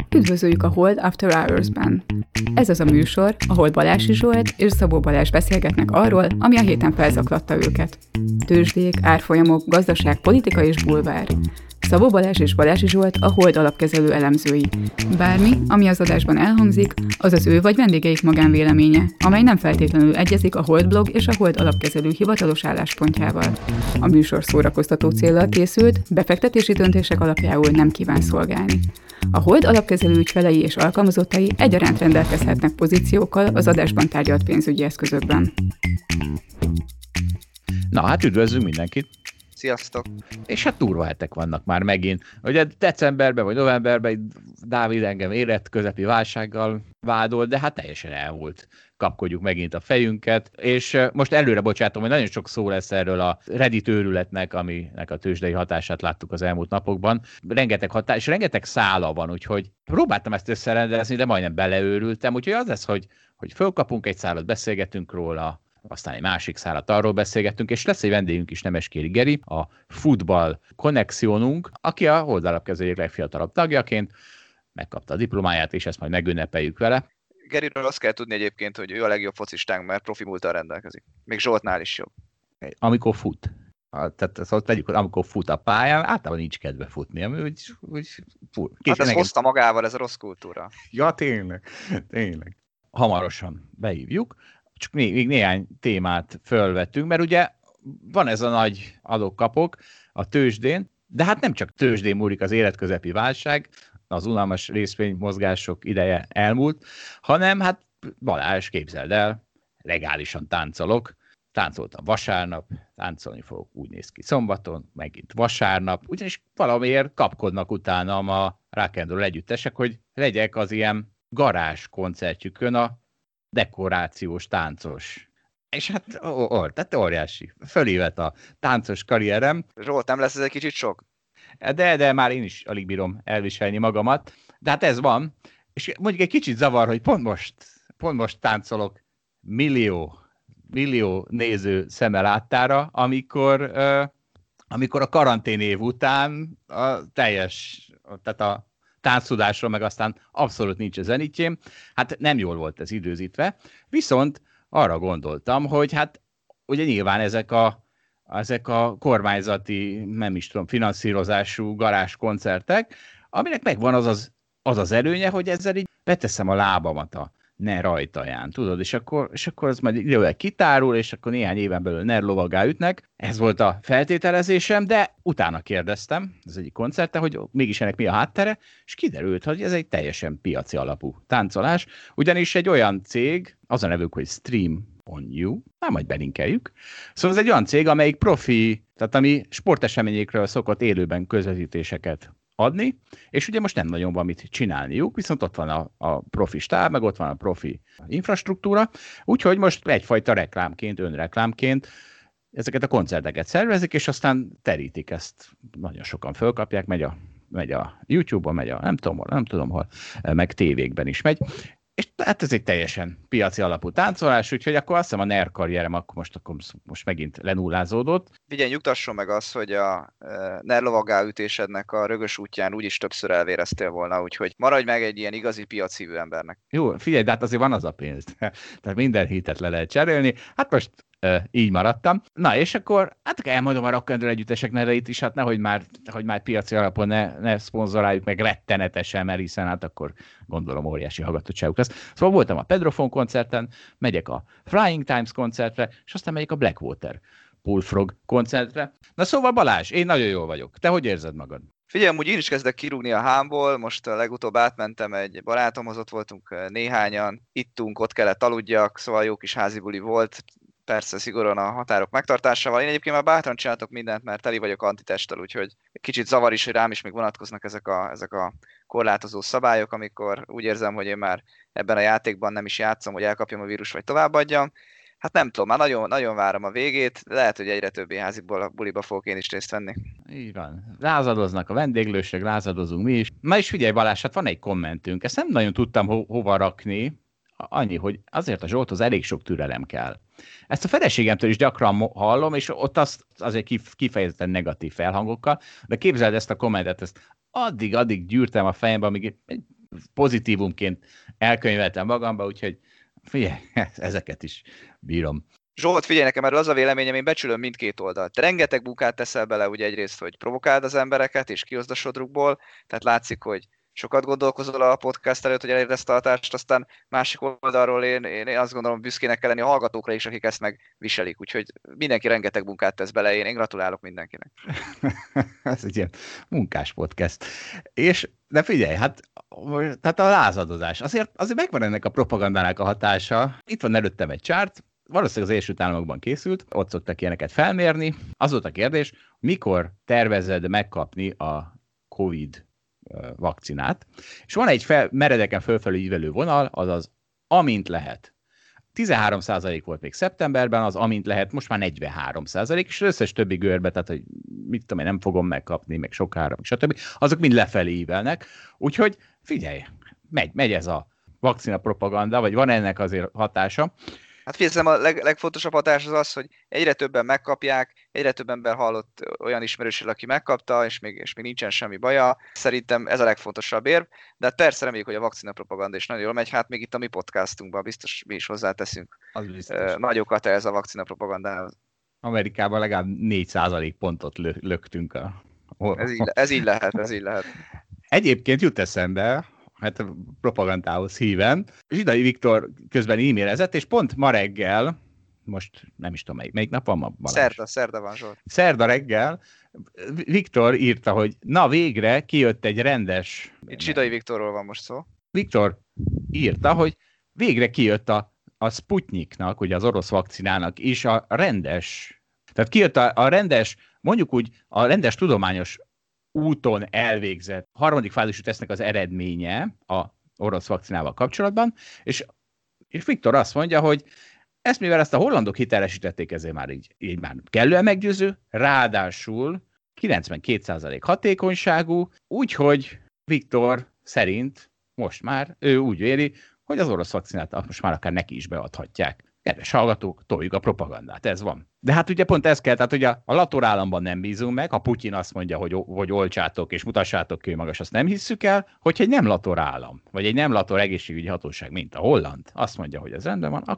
Üdvözöljük a Hold After Hours-ben! Ez az a műsor, ahol Balási Zsolt és Szabó Balázs beszélgetnek arról, ami a héten felzaklatta őket. Tőzsdék, árfolyamok, gazdaság, politika és bulvár. Szabó Balázs és Balási Zsolt a Hold alapkezelő elemzői. Bármi, ami az adásban elhangzik, az az ő vagy vendégeik magánvéleménye, amely nem feltétlenül egyezik a Hold blog és a Hold alapkezelő hivatalos álláspontjával. A műsor szórakoztató céllal készült, befektetési döntések alapjául nem kíván szolgálni. A Hold alapkezelő ügyfelei és alkalmazottai egyaránt rendelkezhetnek pozíciókkal az adásban tárgyalt pénzügyi eszközökben. Na hát üdvözlünk mindenkit! Sziasztok! És hát durva hetek vannak már megint. Ugye decemberben vagy novemberben Dávid engem életközepi válsággal vádol, de hát teljesen elmúlt. Kapkodjuk megint a fejünket, és most előre bocsátom, hogy nagyon sok szó lesz erről a Reddit őrületnek, aminek a tőzsdei hatását láttuk az elmúlt napokban. Rengeteg hatás, és rengeteg szála van, úgyhogy próbáltam ezt összerendezni, de majdnem beleőrültem, úgyhogy az lesz, hogy fölkapunk egy szálat, beszélgetünk róla, aztán egy másik szálat arról beszélgettünk, és lesz egy vendégünk is, Nemeskéri Geri, a Futball Konnexionunk, aki a Hold alapkezelőjék legfiatalabb tagjaként megkapta a diplomáját, és ezt majd megünnepeljük vele. Geriről azt kell tudni egyébként, hogy ő a legjobb focistánk, mert profi múlttal rendelkezik. Még Zsoltnál is jobb. Amikor fut. Tehát szóval tegyük, hogy amikor fut a pályán, általában nincs kedve futni, ami úgy fut. Hát ez hozta magával, ez a rossz kultúra. Ja, tényleg. Hamarosan beívjuk. Csak még néhány témát fölvettünk, mert ugye van ez a nagy adok-kapok a tőzsdén, de hát nem csak tőzsdén múlik az életközepi válság, az unalmas részvénymozgások ideje elmúlt, hanem hát Balázs, képzeld el, legálisan táncoltam vasárnap, táncolni fogok, úgy néz ki szombaton, megint vasárnap, ugyanis valamiért kapkodnak utánam a Rock and Roll együttesek, hogy legyek az ilyen garázs koncertjükön a dekorációs táncos. És hát tehát óriási. Fölívet a táncos karrierem. Zsolt, nem lesz ez egy kicsit sok? De már én is alig bírom elviselni magamat. De hát ez van. És mondjuk egy kicsit zavar, hogy pont most táncolok millió néző szeme láttára, amikor a karantén év után tehát a tánctudásról meg aztán abszolút nincs a zenitjém. Hát nem jól volt ez időzítve. Viszont arra gondoltam, hogy hát ugye nyilván ezek a kormányzati, nem is tudom, finanszírozású garázskoncertek, aminek megvan az az előnye, hogy ezzel így beteszem a lábamat a NER ajtaján, tudod, és akkor az majd idővel kitárul, és akkor néhány éven belül NER lovaggá ütnek. Ez volt a feltételezésem, de utána kérdeztem az egyik koncerten, hogy mégis ennek mi a háttere, és kiderült, hogy ez egy teljesen piaci alapú táncolás, ugyanis egy olyan cég, az a nevük, hogy Stream on You, majd belinkeljük. Szóval ez egy olyan cég, amelyik profi, tehát ami sporteseményekről szokott élőben közvetítéseket adni, és ugye most nem nagyon van mit csinálniuk, viszont ott van a profi stáb, meg ott van a profi infrastruktúra, úgyhogy most egyfajta reklámként, önreklámként ezeket a koncerteket szervezik, és aztán terítik ezt. Nagyon sokan fölkapják, megy a YouTube-on, megy a nem tudom hol, meg tévékben is megy. És hát ez egy teljesen piaci alapú táncolás, úgyhogy akkor azt hiszem a NER karrierem akkor most megint lenullázódott. Figyelj, nyugtasson meg az, hogy a NER lovaggá ütésednek a rögös útján úgyis többször elvéreztél volna, úgyhogy maradj meg egy ilyen igazi piacívű embernek. Jó, figyelj, de hát azért van az a pénz. Tehát minden hitet le lehet cserélni. Hát most így maradtam. Na, és akkor hát elmondom a Rock and Roll együttesek neveit is, hát nehogy már piaci alapon ne szponzoráljuk meg rettenetesen, mert hiszen hát akkor gondolom óriási hallgatottságuk lesz. Szóval voltam a Pedrofon koncerten, megyek a Flying Times koncertre, és aztán megyek a Blackwater Bullfrog koncertre. Na szóval Balázs, én nagyon jól vagyok. Te hogy érzed magad? Figyelj, amúgy én is kezdek kirúgni a hámból, most legutóbb átmentem egy barátomhoz, ott voltunk néhányan, ittunk, ott kellett aludjak, szóval jó kis házi buli volt, persze szigorúan a határok megtartásával. Én egyébként már bátran csináltok mindent, mert teli vagyok antitesttel, úgyhogy kicsit zavar is, hogy rám is még vonatkoznak ezek a korlátozó szabályok, amikor úgy érzem, hogy én már ebben a játékban nem is játszom, hogy elkapjam a vírus, vagy továbbadjam. Hát nem tudom, már nagyon, nagyon várom a végét, lehet, hogy egyre többi házi buliba fogok én is részt venni. Így van. Lázadoznak a vendéglősök, lázadozunk mi is. Na és figyelj Balázs, hát van egy kommentünk, ezt nem nagyon tudtam hova rakni, annyi, hogy azért a Zsolthoz elég sok türelem kell. Ezt a feleségemtől is gyakran hallom, és ott azért kifejezetten negatív felhangokkal, de képzeld ezt a kommentet, ezt addig gyűrtem a fejembe, amíg pozitívumként elkönyveltem magamba, úgyhogy figyelj, ezeket is bírom. Zsolt, figyelj, nekem erről az a véleményem, én becsülöm mindkét oldalt. Rengeteg munkát teszel bele, ugye egyrészt, hogy provokáld az embereket, és kihozd a sodrukból, tehát látszik, hogy sokat gondolkozol a podcast előtt, hogy elérd ezt a hatást, aztán másik oldalról én azt gondolom, büszkének kell lenni a hallgatókra is, akik ezt megviselik. Úgyhogy mindenki rengeteg munkát tesz bele, én gratulálok mindenkinek. Ez egy ilyen munkás podcast. De figyelj, tehát a lázadozás. Azért megvan ennek a propagandának a hatása. Itt van előttem egy csárt, valószínűleg az Egyesült Államokban készült, ott szoktak ilyeneket felmérni. Az volt a kérdés, mikor tervezed megkapni a COVID vakcinát, és van egy meredeken fölfelé ívelő vonal, azaz amint lehet. 13% volt még szeptemberben, az amint lehet, most már 43%, és az összes többi görbe, tehát hogy mit tudom én, nem fogom megkapni, meg sokára, stb. Azok mind lefelé ívelnek. Úgyhogy figyelj, megy ez a vakcina propaganda, vagy van ennek azért hatása. Hát figyelj, a legfontosabb hatás az, hogy egyre többen megkapják, egyre több ember hallott olyan ismerősről, aki megkapta, és még nincsen semmi baja. Szerintem ez a legfontosabb érv, de hát persze reméljük, hogy a vakcina propaganda is nagyon jól megy, hát még itt a mi podcastunkban biztos mi is hozzáteszünk nagyokat ez a vakcina propagandához. Amerikában legalább 4% pontot löktünk. Ez így lehet. Egyébként jut eszembe, hát a propagandához híven. Zsidai Viktor közben e-mailezett, és pont ma reggel, most nem is tudom melyik nap van ma? Szerda van, Zsolt. Szerda reggel Viktor írta, hogy na végre kijött egy rendes... Itt Zsidai Viktorról van most szó. Viktor írta, hogy végre kijött a Sputniknak, ugye az orosz vakcinának is a rendes, tehát kijött a rendes, mondjuk úgy a rendes tudományos úton elvégzett harmadik fázisú tesztnek az eredménye a orosz vakcinával kapcsolatban, és Viktor azt mondja, hogy mivel ezt a hollandok hitelesítették, ezért már így már kellően meggyőző, ráadásul 92% hatékonyságú, úgyhogy Viktor szerint most már ő úgy véli, hogy az orosz vakcinát most már akár neki is beadhatják. Kedves hallgatók, toljuk a propagandát, ez van. De hát ugye pont ez kell, tehát ugye a Lator államban nem bízunk meg, ha Putyin azt mondja, hogy olcsátok és mutassátok ki, hogy magas, azt nem hisszük el, hogyha egy nem Lator állam, vagy egy nem Lator egészségügyi hatóság, mint a holland, azt mondja, hogy ez rendben van,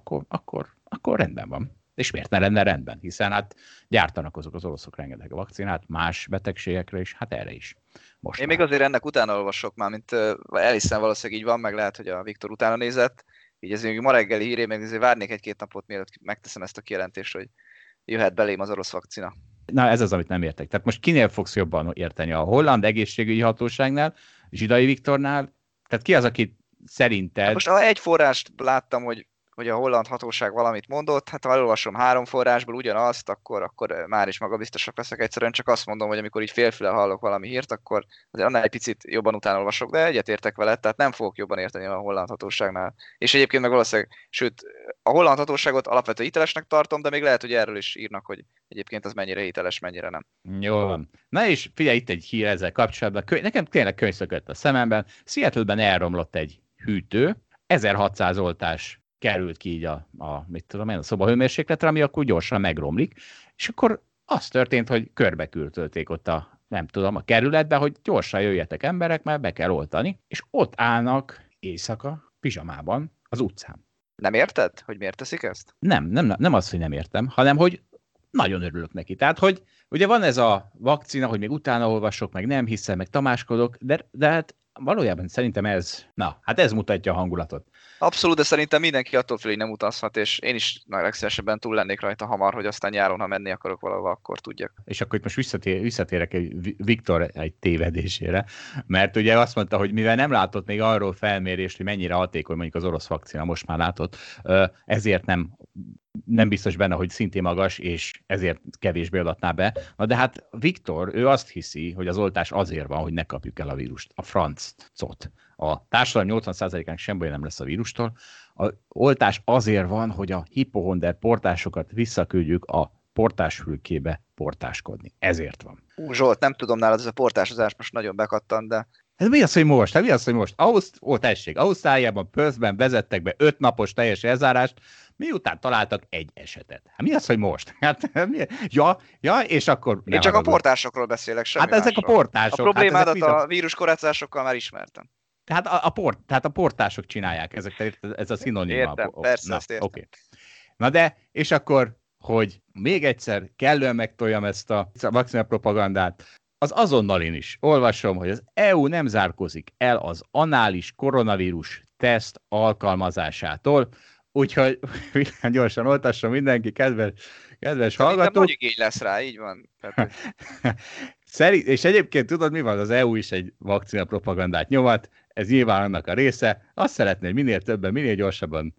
akkor rendben van. És miért ne lenne rendben? Hiszen hát gyártanak azok az oroszok rengeteg vakcinát, más betegségekre is, hát erre is. Most én még azért ennek utána olvasok már, mint elhiszem, valószínűleg így van, meg lehet, hogy a Viktor utána nézett. Így ez még ma reggeli híré, meg azért várnék egy-két napot, mielőtt megteszem ezt a kijelentést, hogy jöhet belém az orosz vakcina. Na ez az, amit nem értek. Tehát most kinél fogsz jobban érteni? A holland egészségügyi hatóságnál, Zsidai Viktornál? Tehát ki az, aki szerinted... Most egy forrást láttam, hogy a holland hatóság valamit mondott, hát ha elolvasom 3 forrásból ugyanazt, akkor már is magabiztosabb leszek. Egyszerűen csak azt mondom, hogy amikor így félfüllel hallok valami hírt, akkor azért annál egy picit jobban utána olvasok, de egyetértek vele, tehát nem fogok jobban érteni a holland hatóságnál. És egyébként meg valószínűleg, sőt, a holland hatóságot alapvetően hitelesnek tartom, de még lehet, hogy erről is írnak, hogy egyébként az mennyire hiteles, mennyire nem. Jól van. Na és figyelj, itt egy hír ezzel kapcsolatban. Nekem tényleg könyv szökött a szememben. Seattle-ben elromlott egy hűtő, 1600 oltás került ki így a szobahőmérsékletre, ami akkor gyorsan megromlik, és akkor az történt, hogy körbeküldték ott a kerületbe, hogy gyorsan jöjjetek emberek, mert be kell oltani, és ott állnak éjszaka, pizsamában az utcán. Nem érted, hogy miért teszik ezt? Nem az, hogy nem értem, hanem hogy nagyon örülök neki. Tehát, hogy ugye van ez a vakcina, hogy még utána olvasok, meg nem hiszem, meg tamáskodok, de hát valójában szerintem ez mutatja a hangulatot. Abszolút, de szerintem mindenki attól fél, hogy nem utazhat, és én is legszívesebben túl lennék rajta hamar, hogy aztán nyáron, ha menni akarok valahova, akkor tudjak. És akkor itt most visszatérek Viktor egy tévedésére, mert ugye azt mondta, hogy mivel nem látott még arról felmérést, hogy mennyire hatékony mondjuk az orosz vakcina, most már látott, ezért nem biztos benne, hogy szintén magas, és ezért kevésbé adatná be. Na de hát Viktor, ő azt hiszi, hogy az oltás azért van, hogy ne kapjuk el a vírust, a francot. A társadalom 80%-ának sem baj nem lesz a vírustól. A oltás azért van, hogy a hipohonder portásokat visszaküldjük a portásfülkébe portáskodni. Ezért van. Zsolt, nem tudom, nálad ez a portásozás most nagyon bekattant, de... Ez mi az, hogy most? Ausztráliában, Perthben vezettek be 5 napos teljes elzárást, miután találtak egy esetet. Hát mi az, hogy most? Hát, és akkor... Én csak a portásokról beszélek, semmi Hát ezek másról. a portások. A problémádat a víruskorátzásokkal már ismertem. Tehát a portások csinálják ezek, ez a szinonima. Értem, persze, ezt értem. Okay. Na de, és akkor, hogy még egyszer kellően megtoljam ezt a vakcina propagandát, az azonnalin is olvasom, hogy az EU nem zárkózik el az anális koronavírus teszt alkalmazásától, úgyhogy gyorsan oltassam mindenki, kedves hallgatók. Nagy igény lesz rá, így van. És egyébként tudod, mi van? Az EU is egy vakcina propagandát nyomat, ez nyilván annak a része. Azt szeretné, hogy minél többen, minél gyorsabban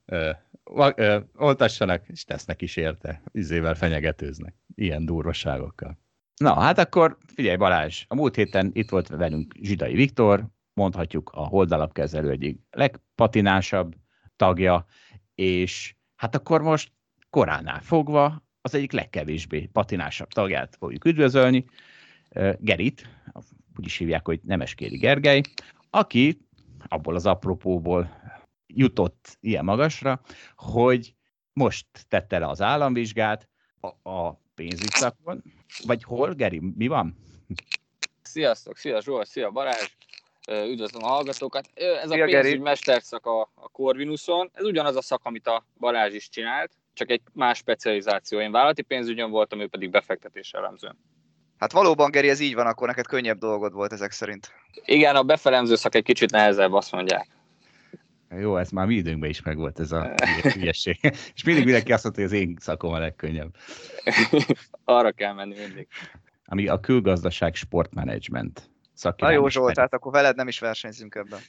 oltassanak, és tesznek is érte. Izével fenyegetőznek. Ilyen durvaságokkal. Na, hát akkor figyelj Balázs, a múlt héten itt volt velünk Zsidai Viktor, mondhatjuk a holdalapkezelő egyik legpatinásabb tagja, és hát akkor most koránál fogva az egyik legkevésbé patinásabb tagját fogjuk üdvözölni, Gerit, úgy is hívják, hogy Nemeskéri Gergely, aki abból az apropóból jutott ilyen magasra, hogy most tette le az államvizsgát a pénzügyszakon, vagy hol, Geri, mi van? Sziasztok, szia Zsolt, szia Balázs, üdvözlöm a hallgatókat. Ez Szia, a pénzügy mesterszak a Corvinuson, ez ugyanaz a szak, amit a Balázs is csinált, csak egy más specializáció. Én vállalati pénzügyön voltam, ő pedig befektetés elemzőn. Hát valóban, Geri, ez így van, akkor neked könnyebb dolgod volt ezek szerint. Igen, a befelemző szak egy kicsit nehezebb, azt mondják. Jó, ez már mi időnkben is megvolt ez a ügyesség. És mindig mindenki azt mondta, hogy az én szakom a legkönnyebb. Arra kell menni mindig. Ami a külgazdaság sportmenedzsment szakirány. Na jó, Zsolt, tehát akkor veled nem is versenyzünk ebben.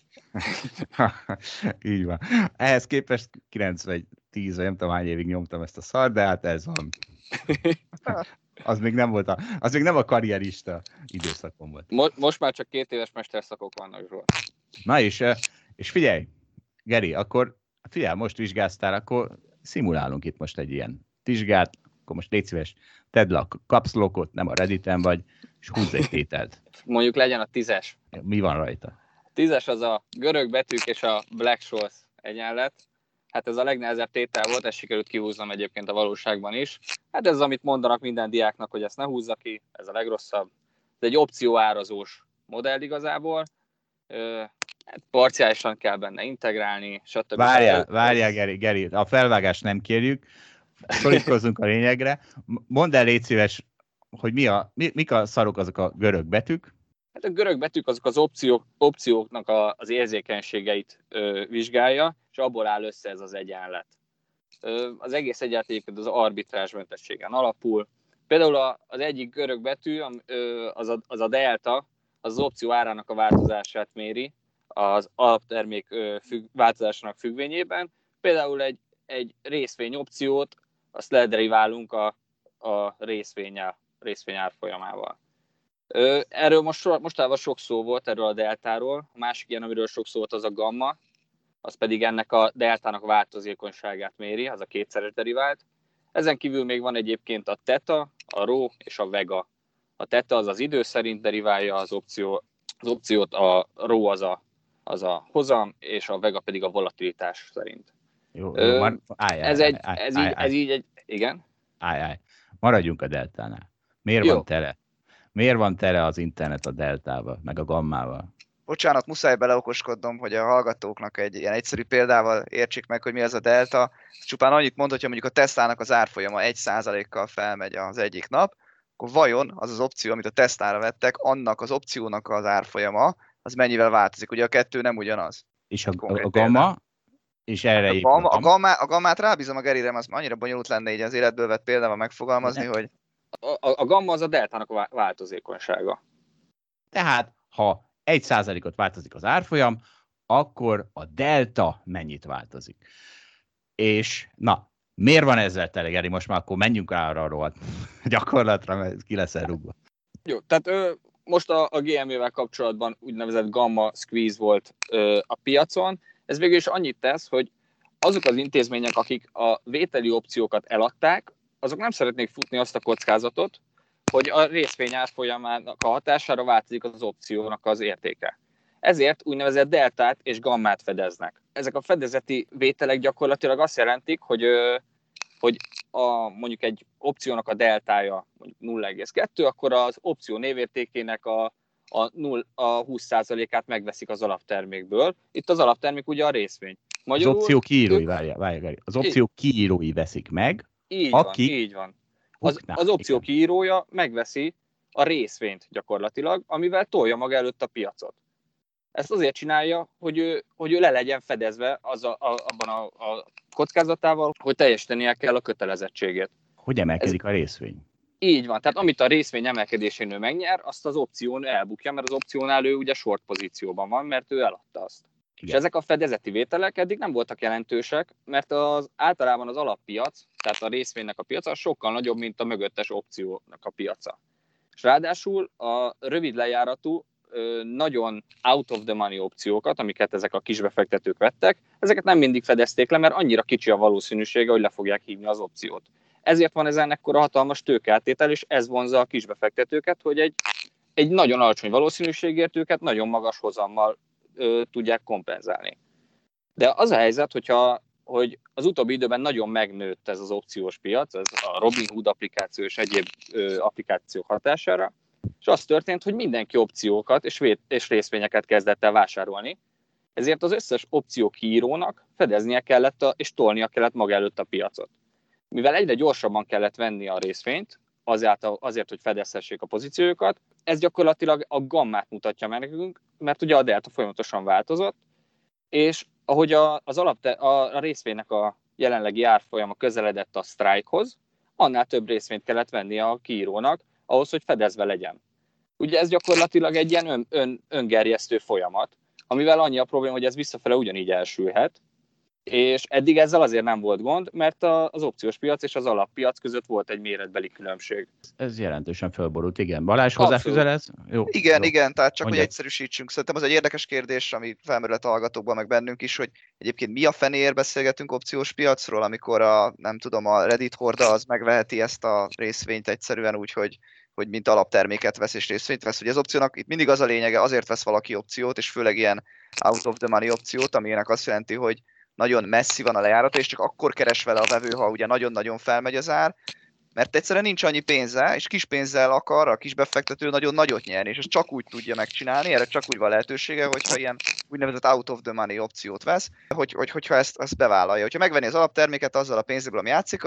Így van. Ehhez képest 9 vagy 10 vagy nem tudom hány évig nyomtam ezt a szart, de hát ez van. Az még nem a karrierista időszakom volt. Most már csak 2 éves mesterszakok vannak, Zsolt. Na és figyelj, Geri, akkor figyelj, most vizsgáztál, akkor szimulálunk itt most egy ilyen vizsgát, akkor most légy szíves, tedd le a kapszlokot, nem a Redditen vagy, és húzz egy tételt. Mondjuk legyen a 10-es. Mi van rajta? 10-es az a görög betűk és a Black-Scholes egyenlet. Hát ez a legnehezebb tétel volt, ezt sikerült kihúznom egyébként a valóságban is. Hát ez az, amit mondanak minden diáknak, hogy ezt ne húzza ki, ez a legrosszabb. Ez egy opcióárazós modell igazából. Hát parciálisan kell benne integrálni, stb. Várjál, Geri, a felvágást nem kérjük, szorítkozzunk a lényegre. Mondd el, légy szíves, hogy mik a szarok azok a görög betűk? Hát a görög betűk azok az opcióknak az érzékenységeit vizsgálja, és abból áll össze ez az egyenlet. Az egész egyenlet egyébként az arbitrázsmentességen alapul. Például az egyik görög betű, az a delta, az opció árának a változását méri az alaptermék változásának függvényében. Például egy részvény opciót, azt lederiválunk a részvény árfolyamával. Erről mostában sok szó volt, erről a deltáról. A másik ilyen, amiről sok szó volt, az a gamma, az pedig ennek a deltának változékonyságát méri, az a kétszeres derivált. Ezen kívül még van egyébként a theta, a rho és a vega. A theta az az idő szerint deriválja az opciót, a rho az a hozam, és a vega pedig a volatilitás szerint. Jó, ez így egy... Igen? Állj. Maradjunk a deltánál. Miért van tele az internet a deltával, meg a gammával? Bocsánat, muszáj beleokoskodnom, hogy a hallgatóknak egy ilyen egyszerű példával értsék meg, hogy mi az a delta. Csupán annyit mond, hogyha mondjuk a Teslának az árfolyama 1%-kal felmegy az egyik nap, akkor vajon az az opció, amit a Teslára vettek, annak az opciónak az árfolyama, az mennyivel változik? Ugye a kettő nem ugyanaz. És a gamma? És erre a gammát rábízom a Gerire, az annyira bonyolult lenne így az életből vett példával megfogalmazni, hogy... A gamma az a deltának a változékonysága. Tehát, ha 1%-ot változik az árfolyam, akkor a delta mennyit változik. És na, miért van ezzel tele, Geri? Most már akkor menjünk arra a rohadt gyakorlatra, mert ki leszel rúgva. Jó, tehát most a GME-vel kapcsolatban úgynevezett gamma squeeze volt a piacon. Ez végül is annyit tesz, hogy azok az intézmények, akik a vételi opciókat eladták, azok nem szeretnék futni azt a kockázatot, hogy a részvény árfolyamának a hatására változik az opciónak az értéke. Ezért úgynevezett deltát és gammát fedeznek. Ezek a fedezeti vételek gyakorlatilag azt jelentik, hogy mondjuk egy opciónak a deltája mondjuk 0,2, akkor az opció névértékének a 20%-át megveszik az alaptermékből. Itt az alaptermék ugye a részvény. Magyarul, az opció kiírói, várj. Az opció kiírói veszik meg, így van. Az opció kiírója megveszi a részvényt gyakorlatilag, amivel tolja maga előtt a piacot. Ezt azért csinálja, hogy ő le legyen fedezve abban a kockázatával, hogy teljesítenie kell a kötelezettségét. Hogy emelkedik a részvény? Így van, tehát amit a részvény emelkedésén ő megnyer, azt az opción elbukja, mert az opciónál ő ugye short pozícióban van, mert ő eladta azt. Igen. És ezek a fedezeti vételek eddig nem voltak jelentősek, mert általában az alappiac, tehát a részvénynek a piaca sokkal nagyobb, mint a mögöttes opciónak a piaca. És ráadásul a rövid lejáratú, nagyon out of the money opciókat, amiket ezek a kisbefektetők vettek, ezeket nem mindig fedezték le, mert annyira kicsi a valószínűsége, hogy le fogják hívni az opciót. Ezért van ezen ekkora hatalmas tőkeáttétel, és ez vonzza a kisbefektetőket, hogy egy nagyon alacsony valószínűségért őket nagyon magas hozammal tudják kompenzálni. De az a helyzet, hogy az utóbbi időben nagyon megnőtt ez az opciós piac, ez a Robinhood applikáció és egyéb applikációk hatására, és az történt, hogy mindenki opciókat és részvényeket kezdett el vásárolni, ezért az összes opció kiírónak fedeznie kellett és tolnia kellett maga előtt a piacot. Mivel egyre gyorsabban kellett venni a részvényt, azért, hogy fedezhessék a pozíciójukat, ez gyakorlatilag a gammát mutatja meg nekünk, mert ugye a delta folyamatosan változott, és ahogy a részvénynek a jelenlegi árfolyama közeledett a strike-hoz, annál több részvényt kellett vennie a kiírónak, ahhoz, hogy fedezve legyen. Ugye ez gyakorlatilag egy ilyen öngerjesztő folyamat, amivel annyi a probléma, hogy ez visszafele ugyanígy elsülhet, és eddig ezzel azért nem volt gond, mert az opciós piac és az alappiac között volt egy méretbeli különbség. Ez jelentősen fölborult, igen. Balázs, hozzáfűzel ez? Jó. Igen, tehát csak hogy egyszerűsítsünk. Szerintem az egy érdekes kérdés, ami felmerült a hallgatókban, meg bennünk is, hogy egyébként mi a fenéért beszélgetünk opciós piacról, amikor a Reddit horda az megveheti ezt a részvényt egyszerűen úgy, hogy mint alapterméket vesz és részvényt vesz. Ugye az opciónak itt mindig az a lényege, azért vesz valaki opciót, és főleg ilyen out of the money opciót, aminek azt jelenti, hogy nagyon messzi van a lejárata, és csak akkor keres vele a vevő, ha ugye nagyon-nagyon felmegy az ár, mert egyszerűen nincs annyi pénze, és kis pénzzel akar a kisbefektető nagyon nagyot nyerni, és ezt csak úgy tudja megcsinálni, erre csak úgy van lehetősége, hogyha ilyen úgynevezett out of the money opciót vesz, hogyha ezt bevállalja. Hogyha megvenni az alapterméket azzal a pénzből, ami játszik,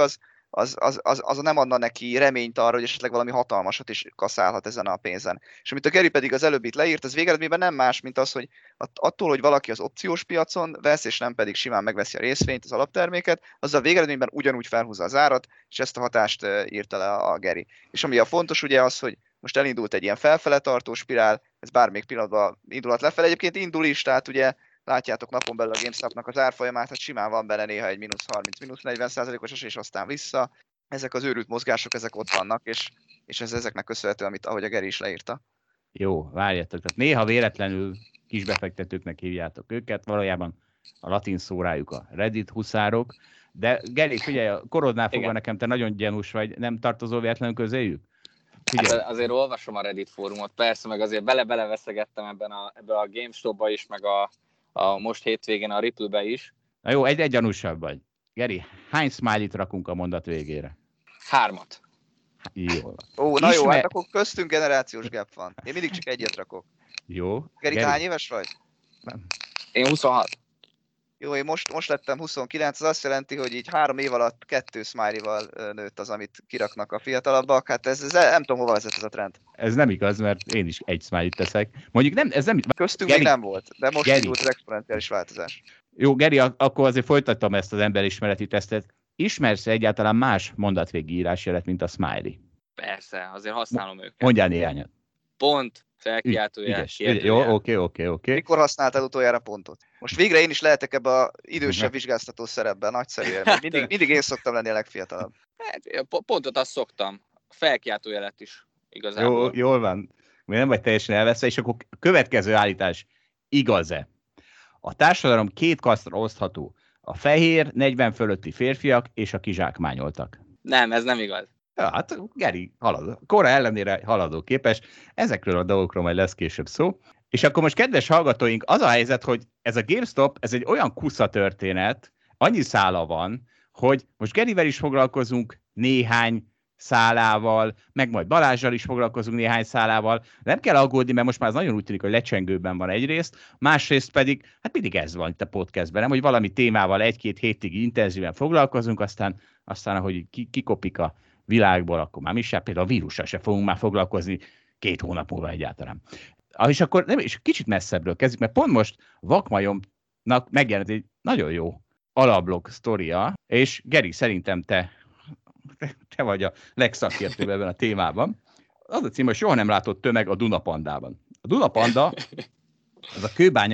az nem adna neki reményt arra, hogy esetleg valami hatalmasat is kaszálhat ezen a pénzen. És amit a Geri pedig az előbb itt leírt, az végeredményben nem más, mint az, hogy attól, hogy valaki az opciós piacon vesz, és nem pedig simán megveszi a részvényt, az alapterméket, azzal végeredményben ugyanúgy felhúzza az árat, és ezt a hatást írta le a Geri. És ami a fontos ugye az, hogy most elindult egy ilyen felfele tartó spirál, ez bármelyik pillanatban indulhat lefelé. Egyébként indul is, tehát ugye látjátok napon belül a GameStopnak az árfolyamát, hát simán van benne néha egy mínusz 30-40%-os, és aztán vissza. Ezek az őrült mozgások, ezek ott vannak, és ez ezeknek köszönhető, ahogy a Geri is leírta. Jó, várjatok. Tehát néha véletlenül kisbefektetőknek hívjátok őket, valójában a latin szó rájuk a Reddit huszárok, de Geri, figyelj, a korodnál fogva nekem te nagyon gyanús vagy, nem tartozol véletlenül közéjük? Hát azért olvasom a Reddit fórumot, persze, meg azért beleveszegettem ebbe a GameStopba is, meg a most hétvégén a Ripple-be is. Na jó, egy gyanúsabb vagy. Geri, hány smiley-t rakunk a mondat végére? 3. Jó. Jó, hát akkor köztünk generációs gap van. Én mindig csak egyet rakok. Jó. Geri, te hány éves vagy? Nem. Én 26. Jó, én most lettem 29, az azt jelenti, hogy így 3 év alatt 2 smiley-val nőtt az, amit kiraknak a fiatalabbak. Hát ez nem tudom, hova vezet ez a trend. Ez nem igaz, mert én is egy smiley-t teszek. Mondjuk nem, ez nem... Köztünk Geri, még nem volt, de most indult az exponenciális változás. Jó, Geri, akkor azért folytattam ezt az emberismereti tesztet. Ismersz egyáltalán más mondatvégi írásjelet, mint a smiley? Persze, azért használom őket. Mondjál néhányat. Pont, felkiáltójel, Jó, oké. Mikor használtad utoljára pontot? Most végre én is lehetek ebbe az idősebb vizsgáztató szerepben, nagyszerűen. Mindig én szoktam lenni a legfiatalabb. Hát, pontot azt szoktam. Felkiáltójelet is igazából. Jól van. Még nem vagy teljesen elveszve, és akkor a következő állítás igaz-e? A társadalom 2 kasztra osztható. A fehér, 40 fölötti férfiak és a kizsákmányoltak. Nem, ez nem igaz. Ja, hát Geri haladó. Kora ellenére haladó képes. Ezekről a dolgokról majd lesz később szó. És akkor most, kedves hallgatóink, az a helyzet, hogy ez a GameStop, ez egy olyan kusza történet, annyi szála van, hogy most Gerivel is foglalkozunk néhány szálával, meg majd Balázsral is foglalkozunk néhány szálával. Nem kell aggódni, mert most már az nagyon úgy tűnik, hogy lecsengőben van egyrészt, másrészt pedig, hát mindig ez van itt a podcastben, nem, hogy valami témával 1-2 hétig intenzíven foglalkozunk, aztán ahogy kikopik a világból, akkor már mi sem, például a vírussal se fogunk már foglalkozni 2 hónap múlva egyáltalán. És akkor és kicsit messzebbről kezdjük, mert pont most Vakmajomnak megjelent egy nagyon jó alablog sztoria, és Geri, szerintem te vagy a legszakértőbb ebben a témában. Az a cím, hogy soha nem látott tömeg a Dunapandában. A Dunapanda az a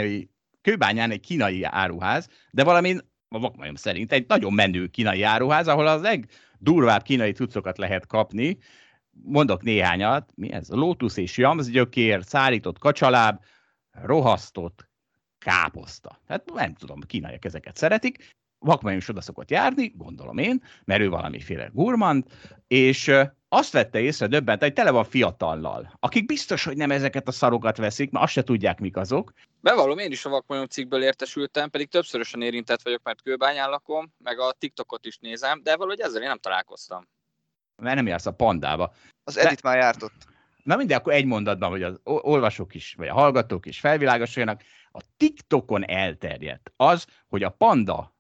Kőbányán egy kínai áruház, de valamin a Vakmajom szerint egy nagyon menő kínai áruház, ahol az legdurvább kínai cuccokat lehet kapni. Mondok néhányat, mi ez? Lótusz és jamszgyökér, szárított kacsaláb, rohasztott káposzta. Hát nem tudom, kínaiak ezeket szeretik. Vakmajom is oda szokott járni, gondolom én, mert ő valamiféle gurmand, és azt vette észre döbbent, hogy tele van fiatallal, akik biztos, hogy nem ezeket a szarokat veszik, mert azt se tudják, mik azok. Bevallom, én is a Vakmajom cikkből értesültem, pedig többszörösen érintett vagyok, mert Kőbányán lakom, meg a TikTokot is nézem, de valahogy ezzel én nem találkoztam. Mert nem jársz a Pandába. Az Edith már járt ott. Na mindegy, akkor egy mondatban, hogy az olvasók is, vagy a hallgatók is felvilágosuljanak, a TikTokon elterjedt az, hogy a Panda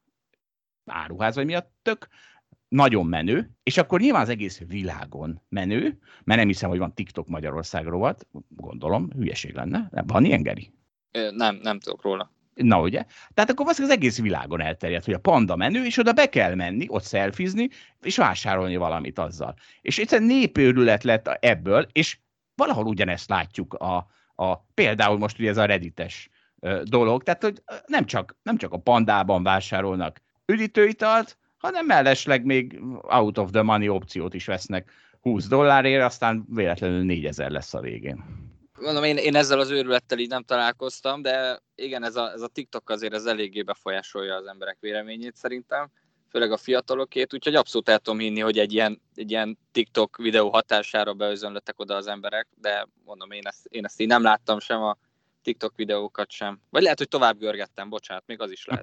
áruház, vagy mi a tök, nagyon menő, és akkor nyilván az egész világon menő, mert nem hiszem, hogy van TikTok Magyarország rovat, gondolom, hülyeség lenne. Van ilyen, Geri? Nem tudok róla. Na ugye? Tehát akkor az egész világon elterjedt, hogy a Panda menő, és oda be kell menni, ott szelfizni, és vásárolni valamit azzal. És egyszerűen népőrület lett ebből, és valahol ugyanezt látjuk például most ugye ez a Reddites dolog, tehát hogy nem csak a Pandában vásárolnak üdítőitalt, hanem mellesleg még out of the money opciót is vesznek $20, aztán véletlenül 4000 lesz a végén. Mondom, én ezzel az őrülettel így nem találkoztam, de igen, ez a TikTok azért ez eléggé befolyásolja az emberek véleményét szerintem, főleg a fiatalokét, úgyhogy abszolút el tudom hinni, hogy egy ilyen TikTok videó hatására beözönlöttek oda az emberek, de mondom, én ezt így nem láttam sem a TikTok videókat sem. Vagy lehet, hogy tovább görgettem, bocsánat, még az is lehet.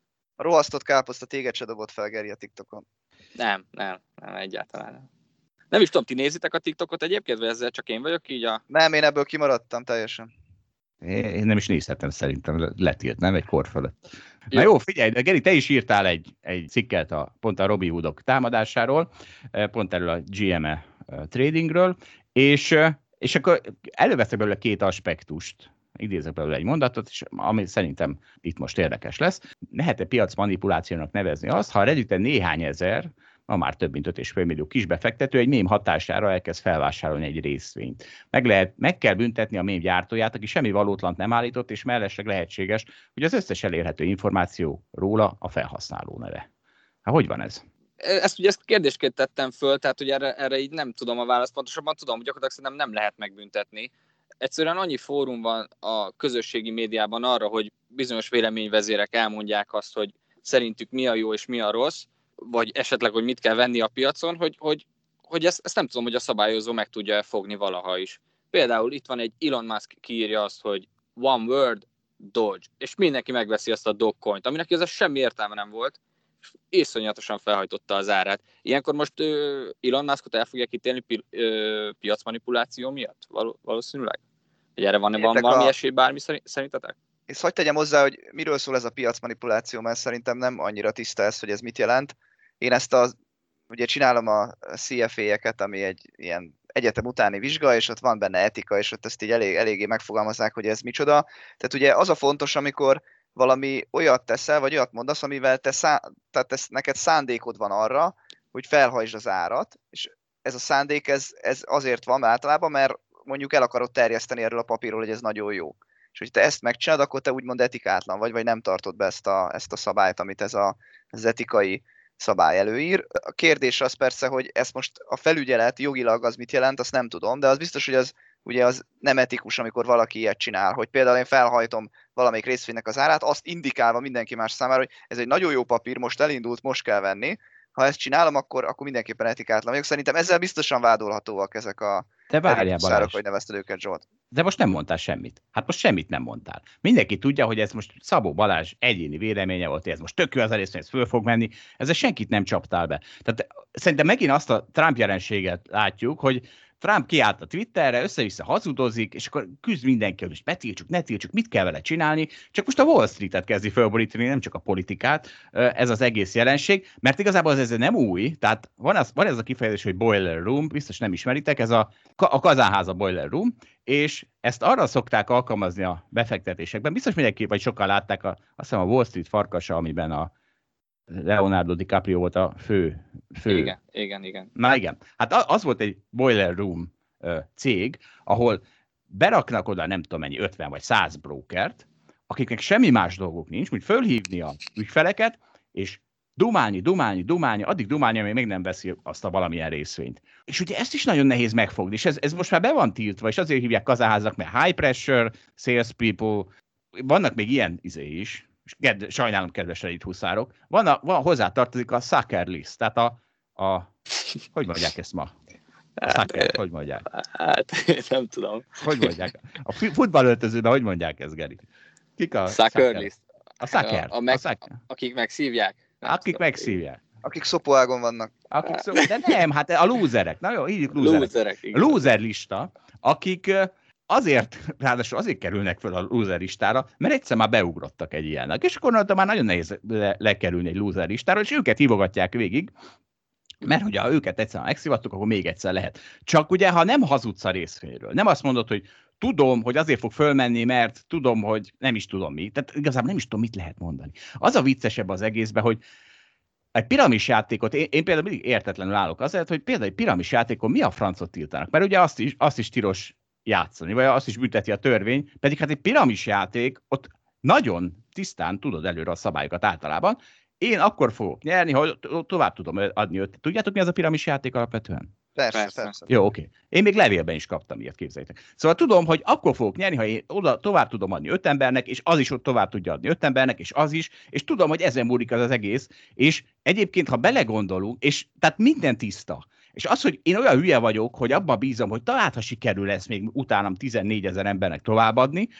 A rohasztott káposzta téged se dobott fel, Geri, a TikTokon. Nem, egyáltalán nem. Nem is tudom, ti nézitek a TikTokot egyébként, vagy ezzel csak én vagyok így Nem, én ebből kimaradtam teljesen. Én nem is nézhetem, szerintem letilt, nem? Egy kor fölött. Na jó, figyelj, de Geri, te is írtál egy cikket pont a Robinhoodok támadásáról, pont erről a GME tradingről, és akkor előveszek belőle 2 aspektust, idézek belőle egy mondatot, és ami szerintem itt most érdekes lesz. Lehet-e piacmanipulációnak nevezni azt, ha a Redditen néhány ezer, ma már több mint 5,5 millió kisbefektető egy mém hatására elkezd felvásárolni egy részvényt. Meg kell büntetni a mém gyártóját, aki semmi valótlant nem állított, és mellesleg lehetséges, hogy az összes elérhető információ róla a felhasználó neve. Hát hogy van ez? Ezt kérdésként tettem föl, tehát hogy erre így nem tudom a választ, pontosabban tudom, hogy gyakorlatilag szerintem nem lehet megbüntetni. Egyszerűen annyi fórum van a közösségi médiában arra, hogy bizonyos véleményvezérek elmondják azt, hogy szerintük mi a jó és mi a rossz, vagy esetleg, hogy mit kell venni a piacon, hogy ezt nem tudom, hogy a szabályozó meg tudja fogni valaha is. Például itt van egy Elon Musk, kiírja azt, hogy one word, Doge, és mindenki megveszi azt a Dogecoint, aminek ez semmi értelme nem volt, és iszonyatosan felhajtotta az árát. Ilyenkor most Elon Muskot el fogják ítélni piacmanipuláció miatt? Valószínűleg? Hogy erre van valami esély bármi szerintetek? És hadd tegyem hozzá, hogy miről szól ez a piacmanipuláció, mert szerintem nem annyira tiszta ez, hogy ez mit jelent. Én ugye csinálom a CFA-eket, ami egy ilyen egyetem utáni vizsga, és ott van benne etika, és ott ezt így eléggé megfogalmazzák, hogy ez micsoda. Tehát ugye az a fontos, amikor valami olyat teszel, vagy olyat mondasz, amivel neked szándékod van arra, hogy felhajtsd az árat, és ez a szándék ez azért van általában, mert mondjuk el akarod terjeszteni erről a papírról, hogy ez nagyon jó. És hogy te ezt megcsinálod, akkor te úgymond etikátlan vagy nem tartod be ezt a szabályt, amit ez az etikai szabály előír. A kérdés az persze, hogy ezt most a felügyelet jogilag az mit jelent, azt nem tudom, de az biztos, hogy az nem etikus, amikor valaki ilyet csinál, hogy például én felhajtom valamelyik részvénynek az árát, azt indikálva mindenki más számára, hogy ez egy nagyon jó papír, most elindult, most kell venni. Ha ezt csinálom, akkor mindenképpen etikátlan vagyok. Szerintem ezzel biztosan vádolhatóak ezek a szárok, hogy nevezted őket, Zsolt. De most nem mondtál semmit. Hát most semmit nem mondtál. Mindenki tudja, hogy ez most Szabó Balázs egyéni véleménye volt, hogy ez most tök jó az részvény, ez föl fog menni. Ezzel senkit nem csaptál be. Tehát szerintem megint azt a Trump jelenséget látjuk, hogy Trump kiállt a Twitterre, össze-vissza hazudozik, és akkor küzd mindenki, hogy most betiltsuk, ne tiltsuk, mit kell vele csinálni, csak most a Wall Street-et kezdi fölborítani, nem csak a politikát, ez az egész jelenség, mert igazából ez nem új, tehát van ez a kifejezés, hogy boiler room, biztos nem ismeritek, ez a kazánháza boiler room, és ezt arra szokták alkalmazni a befektetésekben, biztos mindenki, vagy sokan látták, azt hiszem a Wall Street farkasa, amiben a Leonardo DiCaprio volt a fő. Igen. Na igen. Hát az volt egy boiler room cég, ahol beraknak oda nem tudom mennyi, 50 vagy 100 brokert, akiknek semmi más dolguk nincs, mint fölhívni a ügyfeleket, és dumálni, addig dumálni, amíg még nem veszi azt a valamilyen részvényt. És ugye ezt is nagyon nehéz megfogni, és ez most már be van tiltva, és azért hívják kazaházak, mert high pressure, sales people, vannak még ilyen is, sajnálom, kedves Reddit huszárok, van hozzá tartozik a sucker list, tehát hogy mondják ezt ma? A sucker, hogy mondják? Hát, nem tudom. Hogy mondják? A futballöltözőben hogy mondják ezt, Geri? Kik a sucker list? A sucker. Akik megszívják? Akik megszívják. Akik szopóágon vannak. De nem, hát a lúzerek. Na jó, hívjuk lúzerek. Lúzer lista, akik ráadásul azért kerülnek fel a lúzer listára, mert egyszer már beugrottak egy ilyennek, és akkor már nagyon nehéz lekerülni egy lúzer listára, és őket hívogatják végig, mert ugye ha őket egyszer megszívattuk, akkor még egyszer lehet. Csak ugye, ha nem hazudsz a részvényről, nem azt mondod, hogy tudom, hogy azért fog fölmenni, mert tudom, hogy nem is tudom mi. Tehát igazából nem is tudom, mit lehet mondani. Az a viccesebb az egészben, hogy egy piramis játékot, én például mindig értetlenül állok azért, hogy például egy piramis játékon mi a francot tiltanak, mert ugye azt is tilos játszani, vagy azt is bünteti a törvény, pedig hát egy piramis játék, ott nagyon tisztán tudod előre a szabályokat általában. Én akkor fogok nyerni, ha tovább tudom adni őt. Tudjátok, mi az a piramis játék alapvetően? Persze. Jó, oké. Én még levélben is kaptam ilyet, képzeljétek. Szóval tudom, hogy akkor fogok nyerni, ha én oda tovább tudom adni 5 embernek, és az is ott tovább tudja adni 5 embernek, és az is, és tudom, hogy ezen múlik az egész, és egyébként, ha belegondolunk, és tehát minden tiszta, és az, hogy én olyan hülye vagyok, hogy abban bízom, hogy talán, ha sikerül ezt még utánam 14 000 embernek továbbadni,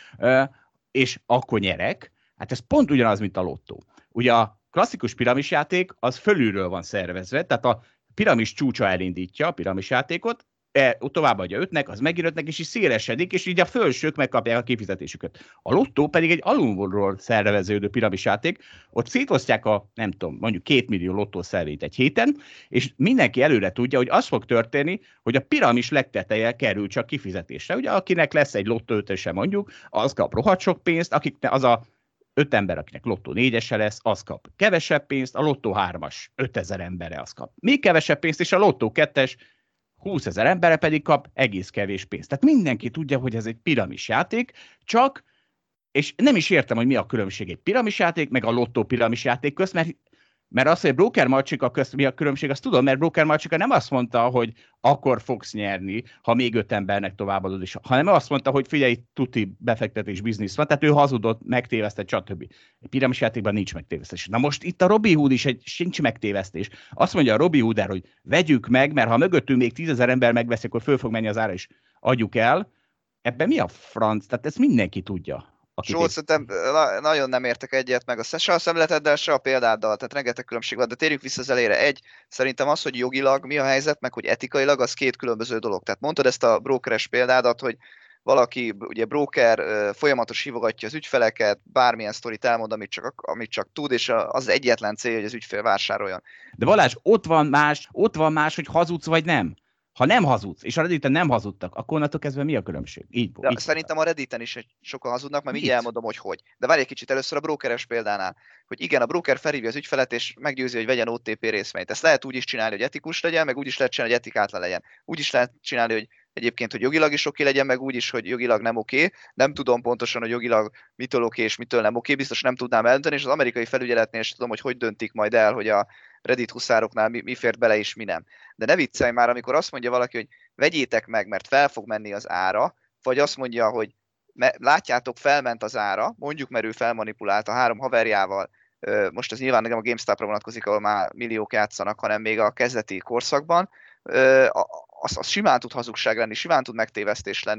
és akkor nyerek, hát ez pont ugyanaz, mint a lottó. Ugye a klasszikus piramisjáték az fölülről van szervezve, tehát a piramis csúcsa elindítja a piramisjátékot, továbbadja 5-nek, az megír 5-nek, és így szélesedik, és így a fölsők megkapják a kifizetésüket. A lottó pedig egy alulról szerveződő piramisjáték, ott szétosztják nem tudom, mondjuk 2 millió lottószervényt egy héten, és mindenki előre tudja, hogy az fog történni, hogy a piramis legteteje kerül csak kifizetésre. Ugye akinek lesz egy lottó 5-öse mondjuk, az kap rohadt sok pénzt, az a 5 ember, akinek lottó 4-ese lesz, az kap kevesebb pénzt, a lottó 3-as 5000 embere az kap még kevesebb pénzt, és a lottó 2-es 20 000 embere pedig kap egész kevés pénzt. Tehát mindenki tudja, hogy ez egy piramisjáték, csak, és nem is értem, hogy mi a különbség egy piramisjáték, meg a lottó piramisjáték közt, mert az, hogy broker malcsika közt mi a különbség, azt tudom, mert broker malcsika nem azt mondta, hogy akkor fogsz nyerni, ha még 5 embernek továbbadod is, hanem azt mondta, hogy figyelj, tuti befektetés biznisz van, tehát ő hazudott, megtévesztett, stb. Egy piramisjátékban nincs megtévesztés. Na most itt a Robinhood is sincs megtévesztés. Azt mondja a Robinhood, hogy vegyük meg, mert ha mögöttünk még 10 000 ember megveszi, akkor föl fog menni az ára, és adjuk el. Ebben mi a franc? Tehát ezt mindenki tudja. Zsolt, szerintem nagyon nem értek egyet meg se a szemleteddel, se a példáddal, tehát rengeteg különbség van, de térjük vissza az elére. Szerintem az, hogy jogilag mi a helyzet, meg hogy etikailag, az két különböző dolog. Tehát mondtad ezt a brokeres példádat, hogy valaki, ugye broker folyamatos hívogatja az ügyfeleket, bármilyen sztorit elmond, amit csak tud, és az egyetlen cél, hogy az ügyfél vásároljon. De Balázs, ott van más, hogy hazudsz vagy nem. Ha nem hazudsz, és a Redditen nem hazudtak, akkor onnantól kezdve mi a különbség? Így szerintem a Redditen is sokan hazudnak, mert mindjárt elmondom, hogy. De várj egy kicsit először a brokeres példánál, hogy igen, a broker felhívja az ügyfelet, és meggyőzi, hogy vegyen OTP részvényt. Ezt lehet úgy is csinálni, hogy etikus legyen, meg úgy is lehet csinálni, hogy etikátlan legyen. Úgy is lehet csinálni, hogy egyébként, hogy jogilag is oké legyen, meg úgy is, hogy jogilag nem oké. Nem tudom pontosan, hogy jogilag mitől oké és mitől nem oké, biztos nem tudnám eldönteni, és az amerikai felügyeletnél is tudom, hogy döntik majd el, hogy a Reddit huszároknál mi fért bele és mi nem. De ne viccelj már, amikor azt mondja valaki, hogy vegyétek meg, mert fel fog menni az ára, vagy azt mondja, hogy látjátok, felment az ára, mondjuk, mert ő felmanipulálta 3 haverjával, most ez nyilván nem a GameStop-ra vonatkozik, ahol már milliók játszanak, hanem még a kezdeti korszakban, az simán tud hazugság lenni, simán tud megtévesztés lenni,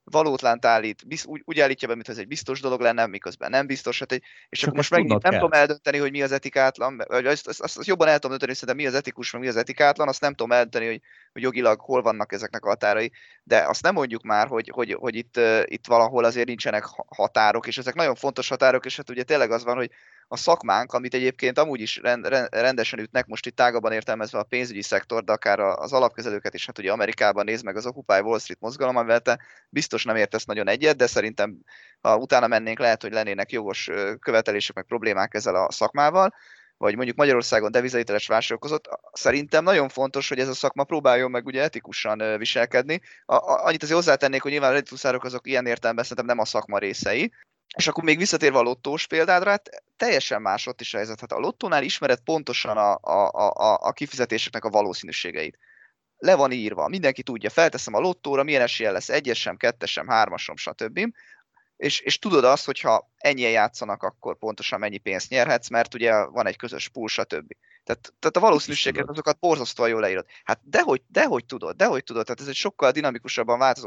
valótlant állít, úgy állítja be, mintha ez egy biztos dolog lenne, miközben nem biztos. Hát és Csak akkor most ezt megint tudnod nem kell. tudom eldönteni, hogy mi az etikátlan, vagy azt jobban el tudom dönteni, hogy szerintem mi az etikus, meg mi az etikátlan, azt nem tudom eldönteni, hogy jogilag hol vannak ezeknek a határai, de azt nem mondjuk már, hogy itt valahol azért nincsenek határok, és ezek nagyon fontos határok, és hát ugye tényleg az van, hogy a szakmánk, amit egyébként amúgy is rendesen ütnek, most itt tágabban értelmezve a pénzügyi szektor, de akár az alapkezelőket is, hát ugye Amerikában néz meg az Occupy Wall Street mozgalom, amivel te biztos nem értesz nagyon egyet, de szerintem ha utána mennénk, lehet, hogy lennének jogos követelések, meg problémák ezzel a szakmával, vagy mondjuk Magyarországon devizahiteles válságozott. Szerintem nagyon fontos, hogy ez a szakma próbáljon meg ugye etikusan viselkedni. Annyit azért hozzátennék, hogy nyilván a redituszárok azok ilyen értelemben szerintem nem a szakma részei. És akkor még visszatérve a lottós példádra, hát teljesen más ott is a helyzet. Hát a lottónál ismered pontosan a kifizetéseknek a valószínűségeit. Le van írva, mindenki tudja, felteszem a lottóra, milyen esélye lesz, 1-es, 2-es, 3-as, stb. És tudod azt, hogy ha ennyien játszanak, akkor pontosan mennyi pénzt nyerhetsz, mert ugye van egy közös pool, stb. Tehát a valószínűséget azokat borzasztóan jól leírod. Hát dehogy tudod. Tehát ez egy sokkal dinamikusabban változó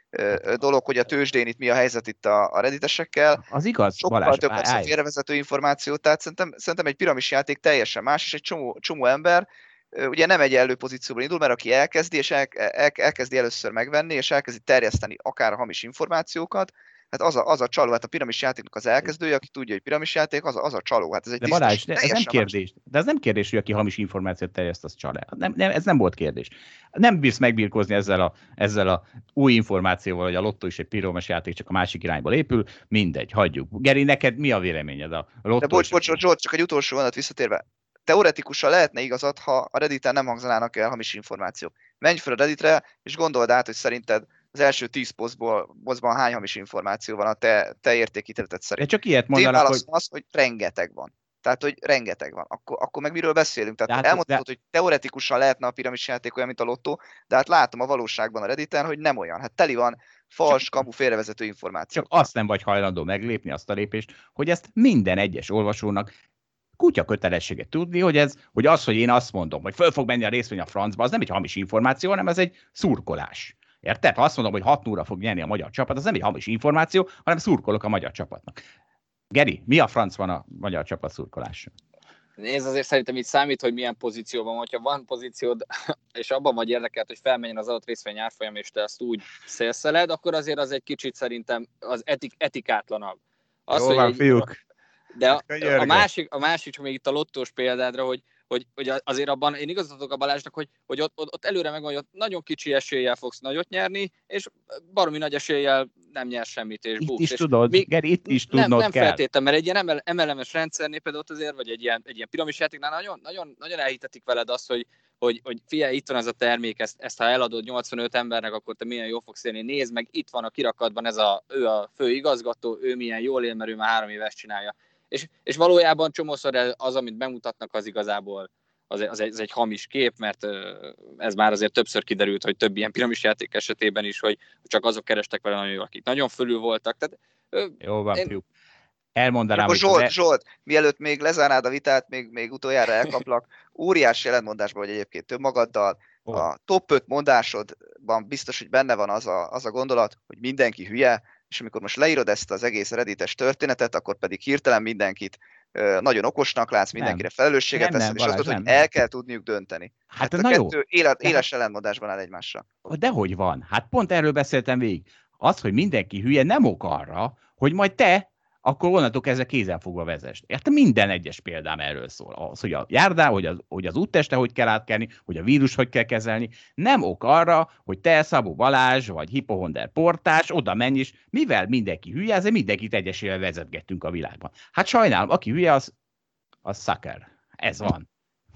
dolog, hogy a tőzsdén itt mi a helyzet itt a redditesekkel. Az igaz, sokkal Balázs, több lesz a félrevezető információ, tehát szerintem egy piramisjáték teljesen más, és egy csomó ember ugye nem egyenlő pozícióban indul, mert aki elkezdi, és elkezdi először megvenni, és elkezdi terjeszteni akár a hamis információkat, hát az a csaló, hát a piramisjátéknak az elkezdője, aki tudja, hogy piramisjáték, az a csaló. Hát ez egy de Balázs, ez nem kérdés. De ez nem kérdés, hogy aki hamis információt terjeszt, az csal. Ez nem volt kérdés. Nem bírsz megbírkozni ezzel a új információval, hogy a lottó is egy piromas játék, csak a másik irányból épül. Mindegy, hagyjuk. Geri, neked mi a véleményed a lottó? De bocs, Zsolt, csak egy utolsó vonat visszatérve. Teoretikusan lehetne igazad, ha a Redditen nem hangzanának el hamis információk. Menj fel a Redditre, és gondold át, hogy szerinted az első 10 posztban hány hamis információ van a te értékítéleted szerint. De csak ilyet mondanak, hogy... az, hogy rengeteg van. Tehát, hogy rengeteg van. Akkor meg miről beszélünk? Tehát elmondhatod, hogy teoretikusan lehetne a piramis játék olyan, mint a lottó, de hát látom a valóságban a Redditen, hogy nem olyan. Hát teli van fals, kamu, félrevezető információ. Csak azt nem vagy hajlandó meglépni, azt a lépést, hogy ezt minden egyes olvasónak kutya kötelességet tudni, hogy hogy én azt mondom, hogy föl fog menni a részvény a francba, az nem egy hamis információ, hanem ez egy szurkolás. Érted? Ha azt mondom, hogy 6-0-ra fog nyerni a magyar csapat, az nem egy hamis információ, hanem szurkolok a magyar csapatnak. Geri, mi a franc van a magyar csapat szurkolása? Nézd, azért szerintem itt számít, hogy milyen pozícióban van. Ha van pozíciód, és abban vagy érdekelt, hogy felmenjen az adott részvény árfolyam, és te ezt úgy szélszeled, akkor azért az egy kicsit szerintem az etikátlanabb. Az, jó van, fiúk. De a másik, csak még itt a lottós példádra, hogy azért abban én igazolok a Balázsnak, hogy ott előre megvan, hogy ott nagyon kicsi eséllyel fogsz nagyot nyerni, és baromi nagy eséllyel nem nyer semmit, és buksz. Itt is tudod, Geri, itt is tudnod nem kell. feltétlenül, mert egy ilyen MLM-es rendszernél például ott azért, vagy egy ilyen piramis játéknál nagyon elhitetik veled azt, hogy figyelj, itt van ez a termék, ezt ha eladod 85 embernek, akkor te milyen jól fogsz élni. Nézd meg, itt van a kirakatban ő a fő igazgató, ő milyen jól él, mert ő már 3 éves csinálja. És valójában csomószor az, amit bemutatnak, az igazából az egy hamis kép, mert ez már azért többször kiderült, hogy több ilyen piramisjáték esetében is, hogy csak azok kerestek vele nagyon jól, akik nagyon fölül voltak. Tehát, jó van, fiúk. Elmondanám, hogy Zsolt, mielőtt még lezárnád a vitát, még utoljára elkaplak, óriási ellentmondásban vagy egyébként több magaddal. A top 5 mondásodban biztos, hogy benne van az a gondolat, hogy mindenki hülye, és amikor most leírod ezt az egész reddites történetet, akkor pedig hirtelen mindenkit nagyon okosnak látsz, mindenkire felelősséget teszed, és azt mondod, hogy el kell tudniuk dönteni. Hát a kettő éles ellentmondásban áll egymással. Dehogy van? Hát pont erről beszéltem végig. Az, hogy mindenki hülye, nem ok arra, hogy majd te akkor onnantól kezdve kézenfogva vezest. Érte, minden egyes példám erről szól. Az, hogy a járdán, hogy az útteste hogy kell átkelni, hogy a vírus hogy kell kezelni, nem ok arra, hogy te, Szabó Balázs, vagy Hippohonder portás, oda menj, és mivel mindenki hülye, ezért mindenkit egyesével vezetgettünk a világban. Hát sajnálom, aki hülye, az sucker. Ez van.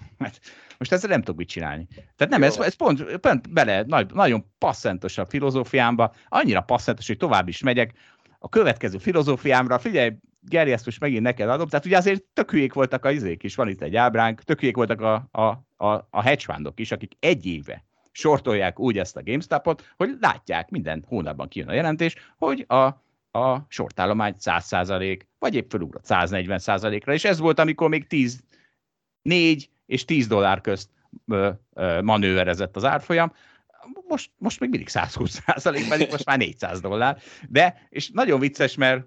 Most ezzel nem tudok mit csinálni. Tehát nem, ez pont bele nagyon passzentos a filozófiámba, annyira passzentos, hogy tovább is megyek. A következő filozófiámra, figyelj, Geri, ezt most megint neked adom, tehát ugye azért tök hülyék voltak a izék is, van itt egy ábránk, tök hülyék voltak a hedge fundok is, akik egy éve sortolják úgy ezt a GameStopot, hogy látják, minden hónapban kijön a jelentés, hogy a sortállomány 100%, vagy épp felugrott 140%-ra, és ez volt, amikor még 4 és $10 közt manőverezett az árfolyam. most még mindig 120%, pedig most már $400. De, és nagyon vicces, mert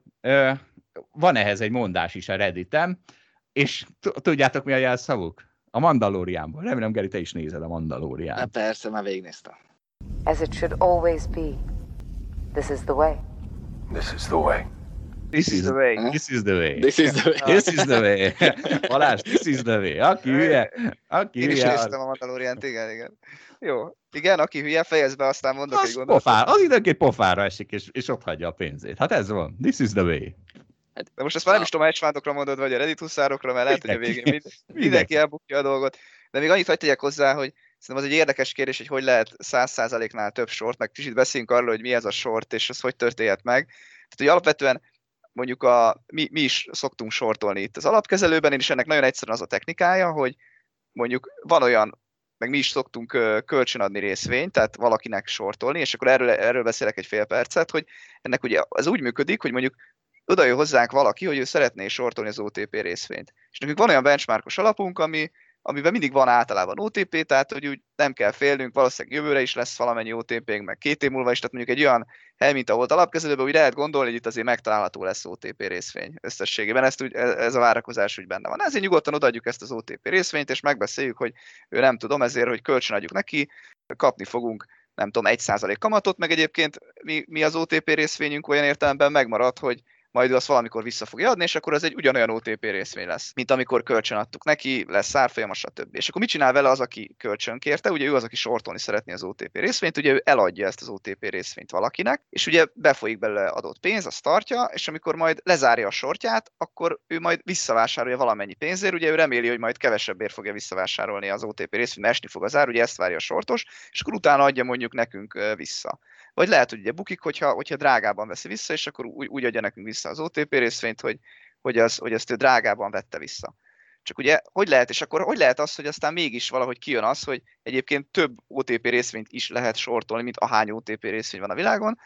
van ehhez egy mondás is a Redditen, és tudjátok, mi a jelszavuk? A Mandalorianból. Remélem, Geri, te is nézed a Mandalorian. Hát persze, már végignéztem. As it should always be. This is the way. This is the way. This is the way. This is the way. This is the way. This is the way. Balázs, this is the way. Aki hülye. Én is néztem a Mandaloriant, igen. Jó. Igen, aki hülye, fejezd be, aztán mondok egy gondolatot. Az időnként pofára esik, és ott hagyja a pénzét. Hát ez van. This is the way. De most ezt már nem is tudom, hedgefundsokra mondod, vagy a Reddit huszárokra, mert lehet, hogy a végén mindenki elbukja a dolgot. De még annyit hadd tegyek hozzá, hogy szerintem az egy érdekes kérdés, hogy lehet 100%-nál több short, meg kicsit beszéljünk arról, hogy mi ez a short, és ez hogy történhet meg. Tehát, hogy alapvetően mondjuk mi is szoktunk shortolni itt az alapkezelőben, és ennek nagyon egyszerűen az a technikája, hogy mondjuk van olyan, meg mi is szoktunk kölcsönadni részvényt, tehát valakinek shortolni, és akkor erről beszélek egy fél percet, hogy ennek ugye az úgy működik, hogy mondjuk oda jön hozzánk valaki, hogy ő szeretné shortolni az OTP részvényt. És nekünk van olyan benchmarkos alapunk, amiben mindig van általában OTP, tehát hogy úgy nem kell félnünk, valószínűleg jövőre is lesz valamennyi OTP-nk, meg 2 év múlva is, tehát mondjuk egy olyan hely, mint a volt alapkezelőben, úgy lehet gondolni, hogy itt azért megtalálható lesz OTP részvény összességében, ez a várakozás úgy benne van. Ezért nyugodtan odaadjuk ezt az OTP részvényt, és megbeszéljük, hogy ő nem tudom, ezért, hogy kölcsönadjuk neki, kapni fogunk, nem tudom, 1% kamatot, meg egyébként mi az OTP részvényünk olyan értelemben megmarad, hogy majd ő azt valamikor vissza fogja adni, és akkor az egy ugyanolyan OTP részvény lesz, mint amikor kölcsön adtuk neki, lesz árfolyama, stb. És akkor mit csinál vele az, aki kölcsön kérte? Ugye ő az, aki sortolni szeretné az OTP részvényt, ugye ő eladja ezt az OTP részvényt valakinek, és ugye befolyik belőle adott pénz, azt tartja, és amikor majd lezárja a sortját, akkor ő majd visszavásárolja valamennyi pénzért, ugye ő reméli, hogy majd kevesebbért fogja visszavásárolni az OTP részvényt, mert esni fog az ár, ugye ezt várja a sortos, és akkor utána adja mondjuk nekünk vissza. Vagy lehet, hogy ugye bukik, hogyha drágában veszi vissza, és akkor úgy adja nekünk vissza az OTP részvényt, hogy azt ő drágában vette vissza. Csak ugye, hogy lehet, és akkor hogy lehet az, hogy aztán mégis valahogy kijön az, hogy egyébként több OTP részvényt is lehet sortolni, mint ahány OTP részvény van a világon,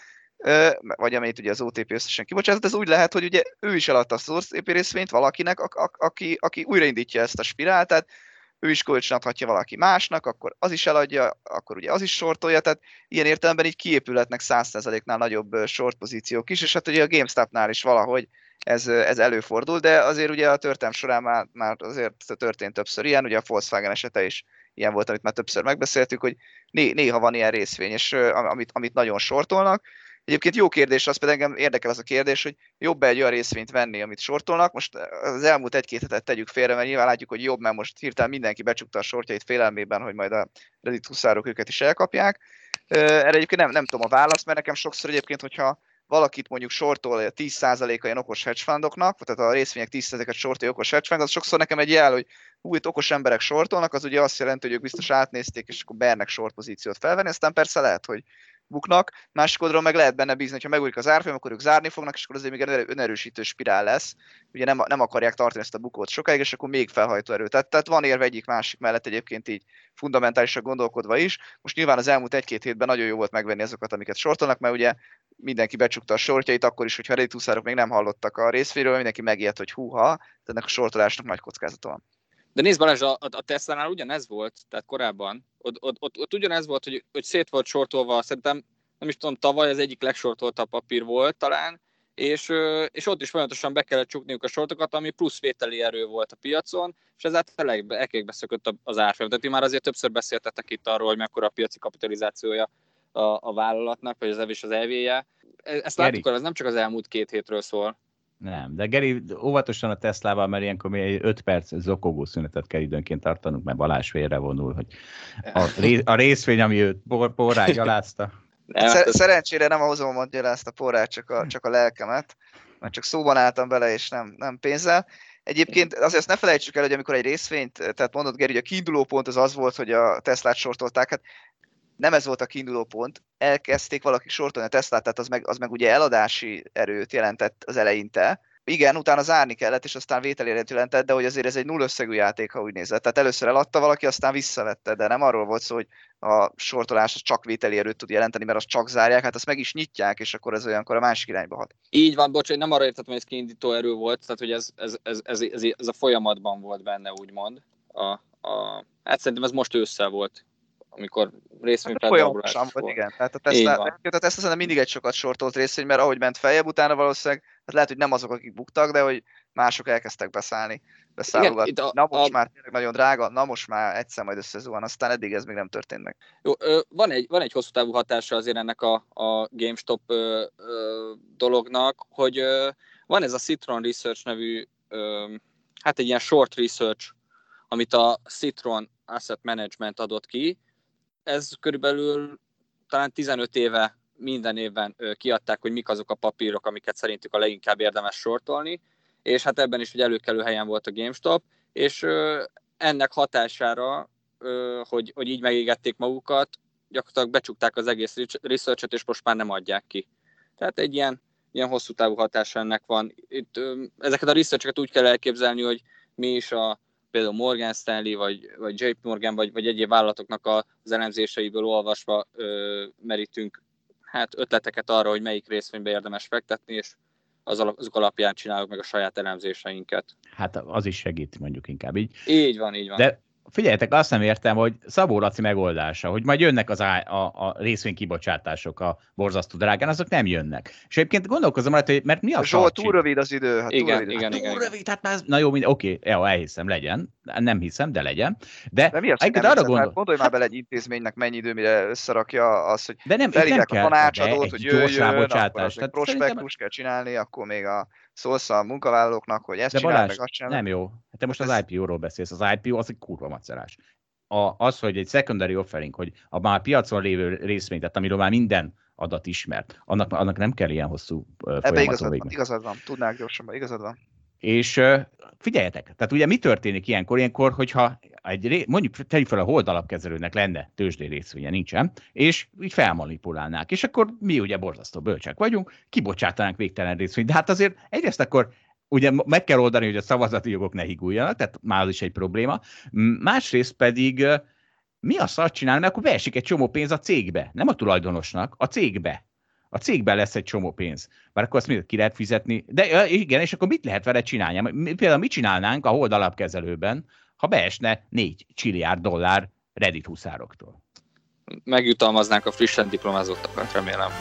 vagy amelyet ugye az OTP összesen kibocsázott, ez úgy lehet, hogy ugye ő is eladta az OTP részvényt valakinek, aki újraindítja ezt a spirált, tehát ő is kölcsönadhatja valaki másnak, akkor az is eladja, akkor ugye az is sortolja, tehát ilyen értelemben így kiépülhetnek 100%-nál nagyobb short pozíciók is, és hát ugye a GameStop-nál is valahogy ez előfordul, de azért ugye a történelem során már azért történt többször ilyen, ugye a Volkswagen esete is ilyen volt, amit már többször megbeszéltük, hogy néha van ilyen részvény, és amit nagyon sortolnak. Egyébként jó kérdés, az pedig engem érdekel az a kérdés, hogy jobb egy olyan részvényt venni, amit sortolnak. Most az elmúlt 1-2 hetet tegyük félre, mert nyilván látjuk, hogy jobb, mert most hirtelen mindenki becsukta a sortjait félelmében, hogy majd a Reddit huszárok őket is elkapják. Erre egyébként nem tudom a választ, mert nekem sokszor egyébként, hogyha valakit mondjuk sortol 10%-a ilyen okos hedgefundoknak, tehát a részvények 10%-et sortolja okos hedgefund, az sokszor nekem egy jel, hogy itt okos emberek sortolnak, az ugye azt jelenti, hogy ők biztos átnézték, és akkor mernek short pozíciót felvenni, aztán persze lehet, hogy buknak, másik oldalon meg lehet benne bízni, hogyha megújik az árfolyam, akkor ők zárni fognak, és akkor azért még önerősítő spirál lesz. Ugye nem akarják tartani ezt a bukót sokáig, és akkor még felhajtó erő. Tehát van érve egyik másik mellett egyébként így fundamentálisan gondolkodva is. Most nyilván az elmúlt 1-2 hétben nagyon jó volt megvenni azokat, amiket sortolnak, mert ugye mindenki becsukta a sortjait, akkor is, hogyha Reddit huszárok még nem hallottak a részféről, mindenki megijedt, hogy húha, ennek a sortolásnak nagy kockázata van. De nézd Balázs, a Tesla-nál ugyanez volt, tehát korábban, ott ugyanez volt, hogy szét volt sortolva, szerintem, nem is tudom, tavaly az egyik legsortoltabb papír volt talán, és ott is folyamatosan be kellett csukniuk a sortokat, ami plusz vételi erő volt a piacon, és ezáltal ekekbe szökött az árfolyam. Tehát ti már azért többször beszéltetek itt arról, hogy mekkora a piaci kapitalizációja a vállalatnak, vagy az EV és az EV-je. Ezt láttuk, hogy ez nem csak az elmúlt 2 hétről szól. Nem, de Geri, óvatosan a Teslával, mert ilyenkor mi 5 perc zokogó szünetet kell időnként tartanunk, mert Balázs félre vonul, hogy a részvény, ami őt porrá gyalázta. Szerencsére nem a hozomomat gyalázta porrá, csak a lelkemet, mert csak szóban álltam bele, és nem pénzzel. Egyébként azért azt ne felejtsük el, hogy amikor egy részvényt, tehát mondod Geri, hogy a kiinduló pont az volt, hogy a Teslát sortolták, hát nem ez volt a kiinduló pont, elkezdték valaki sortolni a Teslát, tehát az meg ugye eladási erőt jelentett az eleinte. Igen, utána zárni kellett, és aztán vételi erőt jelentett, de hogy azért ez egy nullösszegű játék, ha úgy nézed. Tehát először eladta valaki, aztán visszavette, de nem arról volt szó, hogy a sortolás az csak vételi erőt tud jelenteni, mert azt csak zárják, hát azt meg is nyitják, és akkor ez olyankor a másik irányba hat. Így van, bocs, nem arra értettem, hogy ez kiindító erő volt, tehát hogy ez a folyamatban volt benne, úgymond. Hát szerintem ez most ősszel volt. amikor részvényfeldolgozás Folyamatosan volt, igen. Tehát a Így Tesla van. szerintem mindig egy sokat sortolt részvény, mert ahogy ment feljebb, utána valószínűleg, hát lehet, hogy nem azok, akik buktak, de hogy mások elkezdtek beszállógatni. itt Na most már tényleg nagyon drága, na most már egyszer majd összezuhan, aztán eddig ez még nem történt meg. Jó, van egy hosszú távú hatása azért ennek a GameStop dolognak, hogy van ez a Citron Research nevű, hát egy ilyen short research, amit a Citron Asset Management adott ki. Ez körülbelül talán 15 éve minden évben kiadták, hogy mik azok a papírok, amiket szerintük a leginkább érdemes sortolni, és hát ebben is ugye előkelő helyen volt a GameStop, és ennek hatására, hogy így megégették magukat, gyakorlatilag becsukták az egész research-et, és most már nem adják ki. Tehát egy ilyen hosszú távú hatása ennek van. Itt, ezeket a research-eket úgy kell elképzelni, hogy mi is például Morgan Stanley, vagy JP Morgan, vagy egyéb vállalatoknak az elemzéseiből olvasva merítünk hát ötleteket arra, hogy melyik részvénybe érdemes fektetni, és azok alapján csináljuk meg a saját elemzéseinket. Hát az is segít, mondjuk inkább így. Így van. De figyeljetek, azt nem értem, hogy Szabó Laci megoldása, hogy majd jönnek a részvénykibocsátások a borzasztó drágán, azok nem jönnek. És egyébként gondolkozom rá, hogy mert mi a Zsolt, túl rövid az idő. Hát igen. Túl rövid, hát már na jó, oké, elhiszem, legyen. Nem hiszem, de legyen. De mi az, hogy nem hiszem, gondolj már bele egy intézménynek mennyi idő, mire összerakja az, hogy felhívják a tanácsadót, hogy jöjjön, akkor az egy prospektus kell csinálni, akkor még szólsz a munkavállalóknak, hogy ezt csinál, meg azt csinál. Nem jó. Hát te most az IPO-ról beszélsz. Az IPO az egy kurva macerás. Az, hogy egy secondary offering, hogy a már piacon lévő részvényt, tehát amiről már minden adat ismert, annak nem kell ilyen hosszú folyamaton végig. Igazad van, tudnák gyorsabban, igazad van. És figyeljetek, tehát ugye mi történik ilyenkor, hogyha mondjuk tegyük fel a Hold alapkezelőnek lenne tőzsdei részvénye, nincsen, és így felmanipulálnák, és akkor mi ugye borzasztó bölcsek vagyunk, kibocsátanánk végtelen részvényt, de hát azért egyrészt akkor ugye meg kell oldani, hogy a szavazati jogok ne higuljanak, tehát már az is egy probléma, másrészt pedig mi a szart csinálni, mert akkor beesik egy csomó pénz a cégbe, nem a tulajdonosnak, a cégbe. A cégben lesz egy csomó pénz. Bár akkor azt ki lehet fizetni. De igen, és akkor mit lehet vele csinálni? Például mit csinálnánk a Hold alapkezelőben, ha beesne 4 csilliárd dollár Reddit huszároktól? Megjutalmaznánk a frissen diplomázottakat, remélem.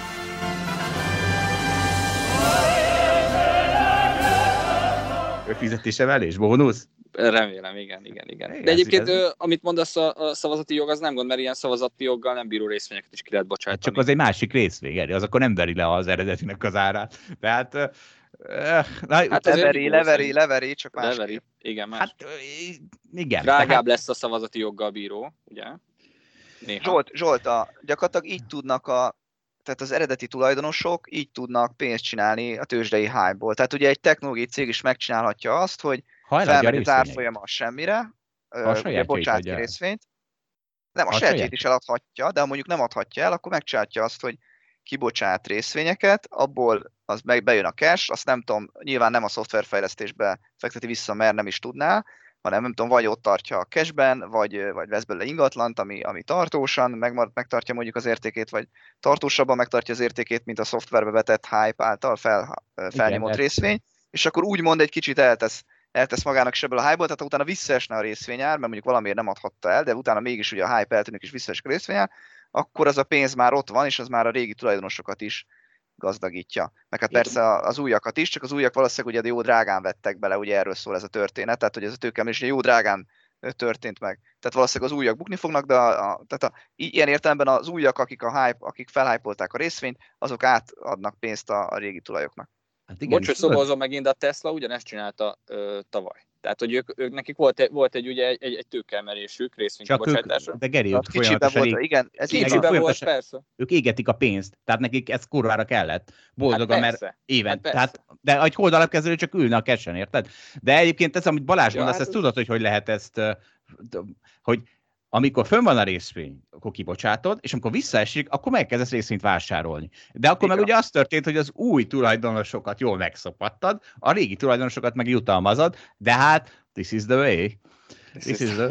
Fizetésemelés, bónusz? Remélem, igen. De egyébként, amit mondasz, a szavazati jog az nem gond, mert ilyen szavazati joggal nem bíró részvényeket is ki lehet bocsátani. Csak az egy másik részvény, az akkor nem veri le az eredetinek az árát. Tehát... leveri, csak másképp. Leveri, igen, más. Hát, igen. Drágább lesz a szavazati joggal a bíró, ugye? Néha. Zsolt, gyakorlatilag így tudnak tehát az eredeti tulajdonosok így tudnak pénzt csinálni a tőzsdei hype-ból. Tehát ugye egy technológiai cég is megcsinálhatja azt, hogy felmegy az árfolyama semmire, ugye bocsát ki részvényt. Nem, a sajátjét is eladhatja, de ha mondjuk nem adhatja el, akkor megcsinálhatja azt, hogy kibocsát részvényeket, abból az bejön a cash, azt nem tudom, nyilván nem a szoftverfejlesztésbe fekteti vissza, mert nem is tudná, hanem nem tudom, vagy ott tartja a cashben, vagy vesz belőle ingatlant, ami tartósan megtartja mondjuk az értékét, vagy tartósabban megtartja az értékét, mint a szoftverbe vetett hype által felnyomott részvény, és akkor úgymond egy kicsit eltesz magának is ebből a hype-ból, tehát utána visszaesne a részvényár, mert mondjuk valamiért nem adhatta el, de utána mégis ugye a hype eltűnik és visszaesik a részvényár, akkor az a pénz már ott van, és az már a régi tulajdonosokat is gazdagítja. Meg hát persze az újakat is, csak az újak valószínűleg ugye jó drágán vettek bele, ugye erről szól ez a történet, tehát hogy ez a tőkeemelés jó drágán történt meg. Tehát valószínűleg az újak bukni fognak, de ilyen értelemben az újak, akik felhypolták a részvényt, azok átadnak pénzt a régi tulajoknak. Hát igen, bocs, hogy szobozom megint, a Tesla ugyanezt csinálta tavaly. Tehát, hogy ők nekik volt egy tőkeemelésük, részvénykibocsátásra. De Geri, ők kicsiben volt, igen. Ez kicsiben volt, persze. Ők égetik a pénzt, tehát nekik ez kurvára kellett. Boldogan, hát mert éven. Hát, de egy Hold alapkezelő csak ülne a cashen, érted? De egyébként ez, amit Balázs mondasz, ezt tudod, hogy lehet ezt, hogy amikor fönn van a részvény, akkor kibocsátod, és amikor visszaesik, akkor megkezdesz részvényt vásárolni. De akkor meg ugye az történt, hogy az új tulajdonosokat jól megszopattad, a régi tulajdonosokat meg jutalmazod, de hát this is the way. This is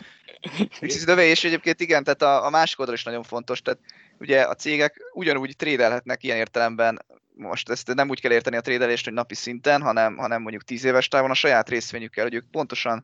the way, és egyébként igen, tehát a másik oldal is nagyon fontos, tehát ugye a cégek ugyanúgy trédelhetnek ilyen értelemben, most ezt nem úgy kell érteni a trédelést, hogy napi szinten, hanem mondjuk 10 éves távon a saját részvényükkel, hogy ők pontosan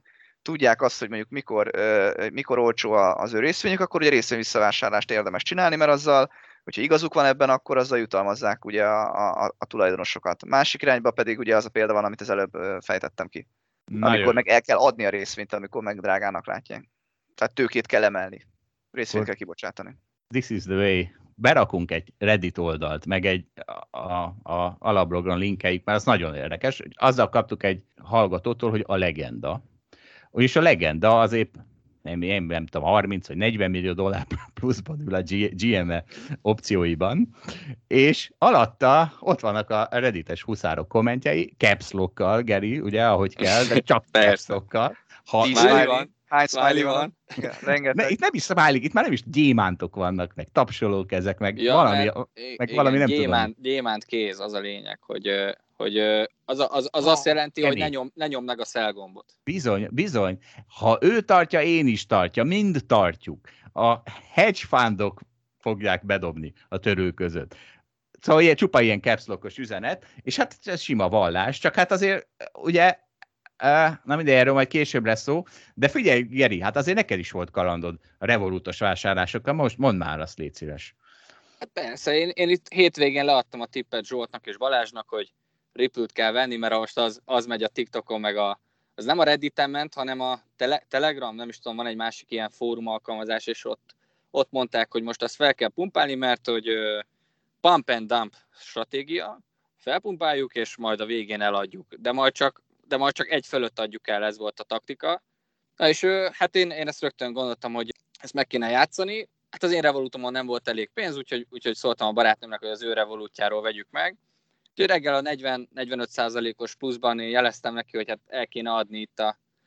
tudják azt, hogy mondjuk mikor olcsó az ő részvényük, akkor ugye részvény visszavásárlást érdemes csinálni, mert azzal, hogyha igazuk van ebben, akkor azzal jutalmazzák ugye a tulajdonosokat. Másik irányba pedig ugye az a példa van, amit az előbb fejtettem ki. Amikor meg el kell adni a részvényt, amikor meg drágának látják. Tehát tőkét kell emelni. Részvényt kell kibocsátani. This is the way. Berakunk egy Reddit oldalt, meg egy a alablogon linkeik, mert az nagyon érdekes. Azzal kaptuk egy hallgatótól, hogy a legenda. Ugyanis a legenda az épp, nem tudom, 30 vagy 40 millió dollár pluszban ül a GME opcióiban, és alatta ott vannak a reddites huszárok kommentjei, caps lockkal, Geri, ugye, ahogy kell, de csak caps lockkal. Hány smiley van? Itt nem is smiley, itt már nem is gyémántok vannak, meg tapsolók ezek, meg ja, valami nem tudom. Gyémánt kéz, az a lényeg, hogy az azt jelenti, hogy ne nyom meg a szelgombot. Bizony. Ha ő tartja, én is tartja, mind tartjuk. A hedge fundok fogják bedobni a törő között. Szóval csupa ilyen capslockos üzenet, és hát ez sima vallás, csak hát azért ugye na mindegy, erről majd később lesz szó, de figyelj, Geri, hát azért neked is volt kalandod a Revolutos vásárlásokkal, most mondd már azt, légy szíves. Hát persze, én itt hétvégén leadtam a tippet Zsoltnak és Balázsnak, hogy Ripple-t kell venni, mert most az megy a TikTokon, meg az nem a Redditen ment, hanem a Telegram, nem is tudom, van egy másik ilyen fórum alkalmazás, és ott mondták, hogy most azt fel kell pumpálni, mert hogy pump and dump stratégia, felpumpáljuk, és majd a végén eladjuk, de majd csak egy fölött adjuk el, ez volt a taktika. Na és hát én ezt rögtön gondoltam, hogy ezt meg kéne játszani. Hát az én Revolutomon nem volt elég pénz, úgyhogy szóltam a barátnőmnek, hogy az ő Revolutjáról vegyük meg. Úgyhogy reggel a 40-45%-os pluszban én jeleztem neki, hogy hát el kéne adni itt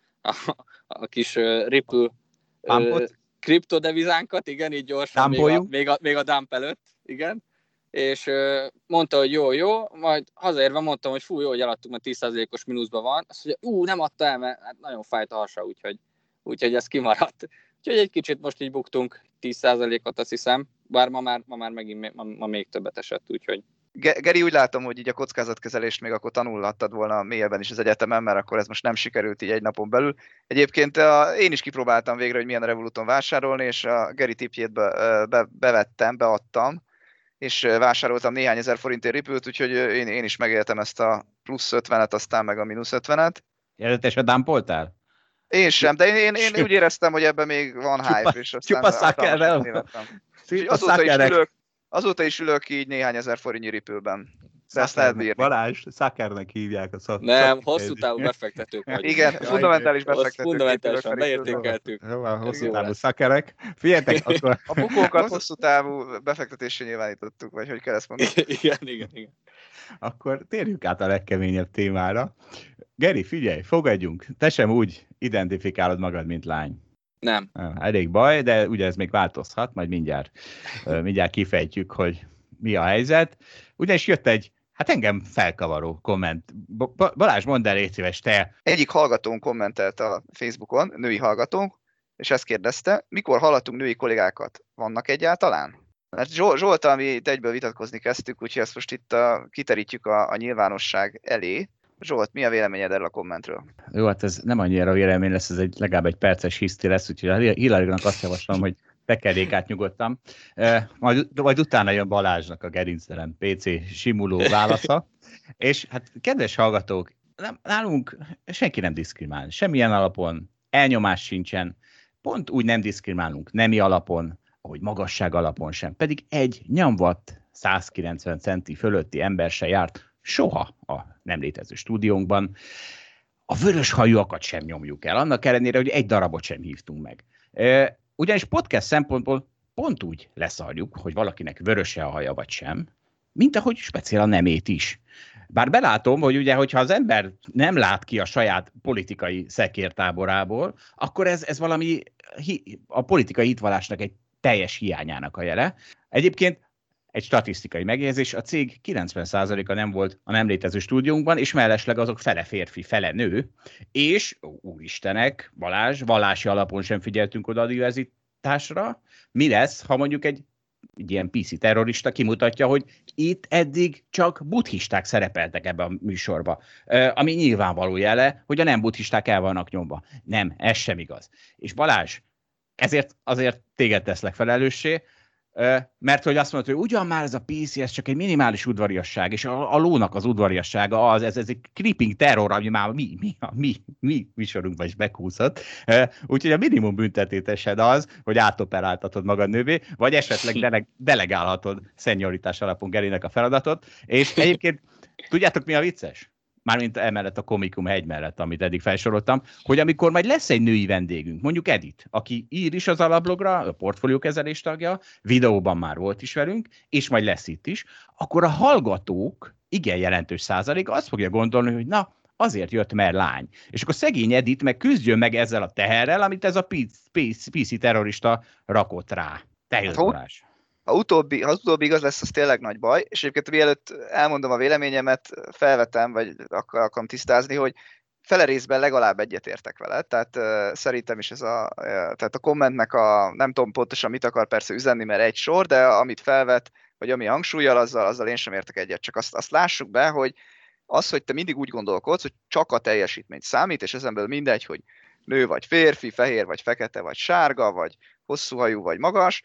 a kis Ripple kriptodevizánkat, igen, így gyorsan, még a dump előtt, igen. És mondta, hogy jó, majd hazaérve mondtam, hogy fú, jó, hogy eladtuk, mert 10%-os mínuszban van. Azt mondja, nem adta el, mert hát nagyon fájt a hasa, úgyhogy ez kimaradt. Úgyhogy egy kicsit most így buktunk 10%-ot, azt hiszem, bár ma már megint még többet esett, úgyhogy. Geri, úgy látom, hogy így a kockázatkezelést még akkor tanulhattad volna mélyebben is az egyetemen, mert akkor ez most nem sikerült így egy napon belül. Egyébként én is kipróbáltam végre, hogy milyen a Revoluton vásárolni, és a Geri tippjét beadtam, és vásároltam néhány ezer forintért Ripple-t, úgyhogy én is megéltem ezt a plusz 50-et, aztán meg a mínusz 50-et. Eredetesen dumpoltál? Én sem, de én úgy éreztem, hogy ebben még van hype, és aztán azóta is ülök így néhány ezer forintnyi Ripple-ben. De ezt lehet bírni. Balázs, Suckernek hívják a Nem, hosszú távú befektetők vagyunk. Igen, fundamentális befektetők. Fundamentálisan beértékeltük. Jó, hosszú távú Suckerek. Figyeljetek, akkor... A bukókat hosszú távú befektetésre nyilvánítottuk, vagy hogy kell ezt mondani? Igen. Akkor térjünk át a legkeményebb témára. Geri, figyelj, fogadjunk. Te sem úgy identifikálod magad, mint lány. Nem. Elég baj, de ugye ez még változhat, majd mindjárt kifejtjük, hogy mi a helyzet. Ugyanis jött egy, hát engem felkavaró komment. Balázs, mondd el, légy szíves, te. Egyik hallgatónk kommentelt a Facebookon, női hallgatónk, és ezt kérdezte, mikor hallatunk női kollégákat? Vannak egyáltalán? Mert Zsoltal mi itt egyből vitatkozni kezdtük, úgyhogy ezt most itt kiterítjük a nyilvánosság elé. Zsolt, mi a véleményed erről a kommentről? Jó, hát ez nem annyira vélemény lesz, ez legalább egy perces hiszti lesz, úgyhogy a Hillary-nak azt javaslom, hogy tekerjék át nyugodtan. Majd utána jön Balázsnak a gerinctelen PC simuló válasza. És hát kedves hallgatók, nálunk senki nem diszkriminál. Semmilyen alapon, elnyomás sincsen. Pont úgy nem diszkriminálunk nemi alapon, ahogy magasság alapon sem. Pedig egy nyomvat 190 centi fölötti ember se járt soha a nem létező stúdiónkban. A vörös hajúakat sem nyomjuk el, annak ellenére, hogy egy darabot sem hívtunk meg. Ugyanis podcast szempontból pont úgy leszarjuk, hogy valakinek vöröse a haja vagy sem, mint ahogy speciál a nemét is. Bár belátom, hogy ugye, hogyha az ember nem lát ki a saját politikai szekértáborából, akkor ez valami a politikai hitvallásnak egy teljes hiányának a jele. Egyébként egy statisztikai megjegyzés, a cég 90%-a nem volt a nem létező stúdiónkban, és mellesleg azok fele férfi, fele nő, és, úristenek, Balázs, vallási alapon sem figyeltünk oda a diverzitásra. Mi lesz, ha mondjuk egy egy ilyen PC terrorista kimutatja, hogy itt eddig csak buddhisták szerepeltek ebben a műsorban, ami nyilvánvaló jele, hogy a nem buddhisták el vannak nyomva. Nem, ez sem igaz. És Balázs, ezért azért téged teszlek felelőssé, mert hogy azt mondod, hogy ugyan már ez a PC, ez csak egy minimális udvariasság, és a lónak az udvariassága ez egy creeping terror, ami már mi műsorunkban is meghúzott. Úgyhogy a minimum büntetésed az, hogy átoperáltatod magad nővé, vagy esetleg delegálhatod szenioritás alapon Gerinek a feladatot. És egyébként tudjátok, mi a vicces? Mármint emellett a komikum hegy mellett, amit eddig felsoroltam, hogy amikor majd lesz egy női vendégünk, mondjuk Edith, aki ír is az alablogra, a portfóliókezelés tagja, videóban már volt is velünk, és majd lesz itt is, akkor a hallgatók, igen jelentős százalék azt fogja gondolni, hogy na, azért jött, mert lány. És akkor szegény Edith meg küzdjön meg ezzel a teherrel, amit ez a PC terrorista rakott rá. Te Balázs. Ha az utóbbi igaz lesz, az tényleg nagy baj, és egyébként mielőtt elmondom a véleményemet, felvetem, vagy akarom tisztázni, hogy fele részben legalább egyetértek vele, tehát szerintem is tehát a kommentnek nem tudom pontosan mit akar persze üzenni, mert egy sor, de amit felvet, vagy ami hangsúlyal, azzal én sem értek egyet, csak azt lássuk be, hogy az, hogy te mindig úgy gondolkodsz, hogy csak a teljesítmény számít, és ezen belül mindegy, hogy nő vagy férfi, fehér vagy fekete vagy sárga, vagy hosszúhajú vagy magas,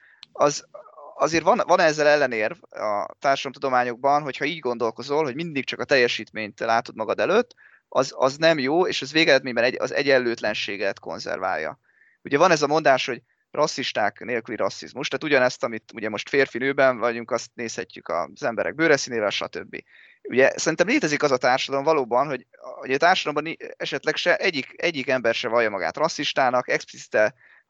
azért van ezzel ellenérv a társadalomtudományokban, hogyha így gondolkozol, hogy mindig csak a teljesítményt látod magad előtt, az nem jó, és az végeredményben az egyenlőtlenséget konzerválja. Ugye van ez a mondás, hogy rasszisták nélküli rasszizmus, tehát ugyanezt, amit ugye most férfi-nőben vagyunk, azt nézhetjük az emberek bőreszínével, stb. Ugye szerintem létezik az a társadalom valóban, hogy a társadalomban esetleg egyik ember se vallja magát rasszistának, explicite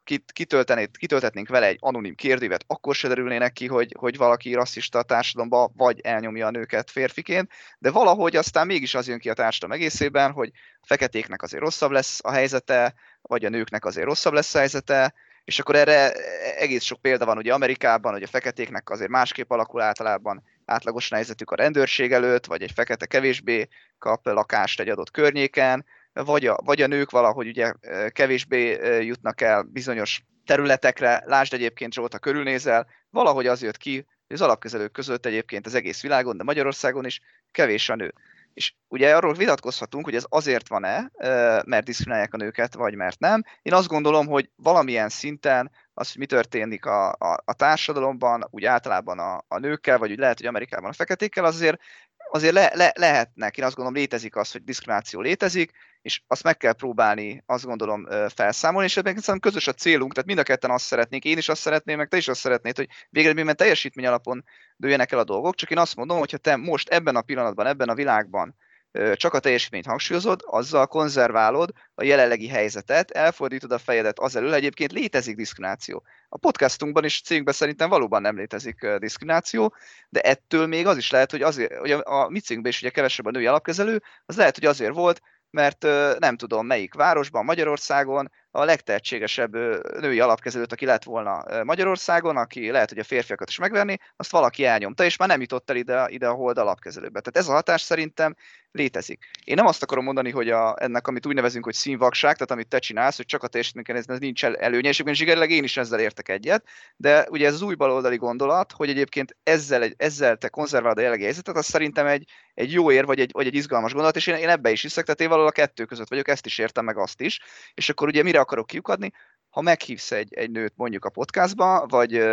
kitöltetnénk vele egy anonim kérdőívet, akkor se derülnének ki, hogy valaki rasszista a társadalomba, vagy elnyomja a nőket férfiként, de valahogy aztán mégis az jön ki a társadalom egészében, hogy a feketéknek azért rosszabb lesz a helyzete, vagy a nőknek azért rosszabb lesz a helyzete, és akkor erre egész sok példa van ugye Amerikában, hogy a feketéknek azért másképp alakul általában átlagosan helyzetük a rendőrség előtt, vagy egy fekete kevésbé kap lakást egy adott környéken, vagy a nők valahogy ugye kevésbé jutnak el bizonyos területekre, lásd egyébként Zsolt, ha körülnézel, valahogy az jött ki, hogy az alapkezelők között egyébként az egész világon, de Magyarországon is kevés a nő. És ugye arról vitatkozhatunk, hogy ez azért van-e, mert diszkriminálják a nőket, vagy mert nem. Én azt gondolom, hogy valamilyen szinten az, hogy mi történik a társadalomban, úgy általában a nőkkel, vagy úgy lehet, hogy Amerikában a feketékkel, azért lehetnek. Én azt gondolom, létezik az, hogy diszkrimináció létezik, és azt meg kell próbálni, azt gondolom, felszámolni, és ebben szerintem közös a célunk, tehát mind a ketten azt szeretnénk, én is azt szeretném, meg te is azt szeretnéd, hogy végeredményben teljesítmény alapon dőljenek el a dolgok, csak én azt mondom, hogy ha te most ebben a pillanatban, ebben a világban csak a teljesítményt hangsúlyozod, azzal konzerválod a jelenlegi helyzetet, elfordítod a fejedet azelől, egyébként létezik diszkrimináció. A podcastunkban és cégünkben szerintem valóban nem létezik diszkrimináció, de ettől még az is lehet, hogy azért, hogy a mi cégünkben is ugye kevesebb a női alapkezelő, az lehet, hogy azért volt, mert nem tudom melyik városban, Magyarországon a legtehetségesebb női alapkezelőt, aki lett volna Magyarországon, aki lehet, hogy a férfiakat is megverni, azt valaki elnyomta, és már nem jutott el ide a hold alapkezelőbe. Tehát ez a hatás szerintem létezik. Én nem azt akarom mondani, hogy ennek, amit úgy nevezünk, hogy színvakság, tehát amit te csinálsz, hogy csak a teljesítményen ez nincs előnye, és egyébként zsigerileg én is ezzel értek egyet, de ugye ez az új baloldali gondolat, hogy egyébként ezzel te konzerválod a jelenlegi helyzetet, az szerintem egy jó ér, vagy egy izgalmas gondolat, és én ebbe is hiszek, tehát én valahol a kettő között vagyok, ezt is értem, meg azt is. És akkor ugye mire akarok kiukadni? Ha meghívsz egy nőt mondjuk a podcastba,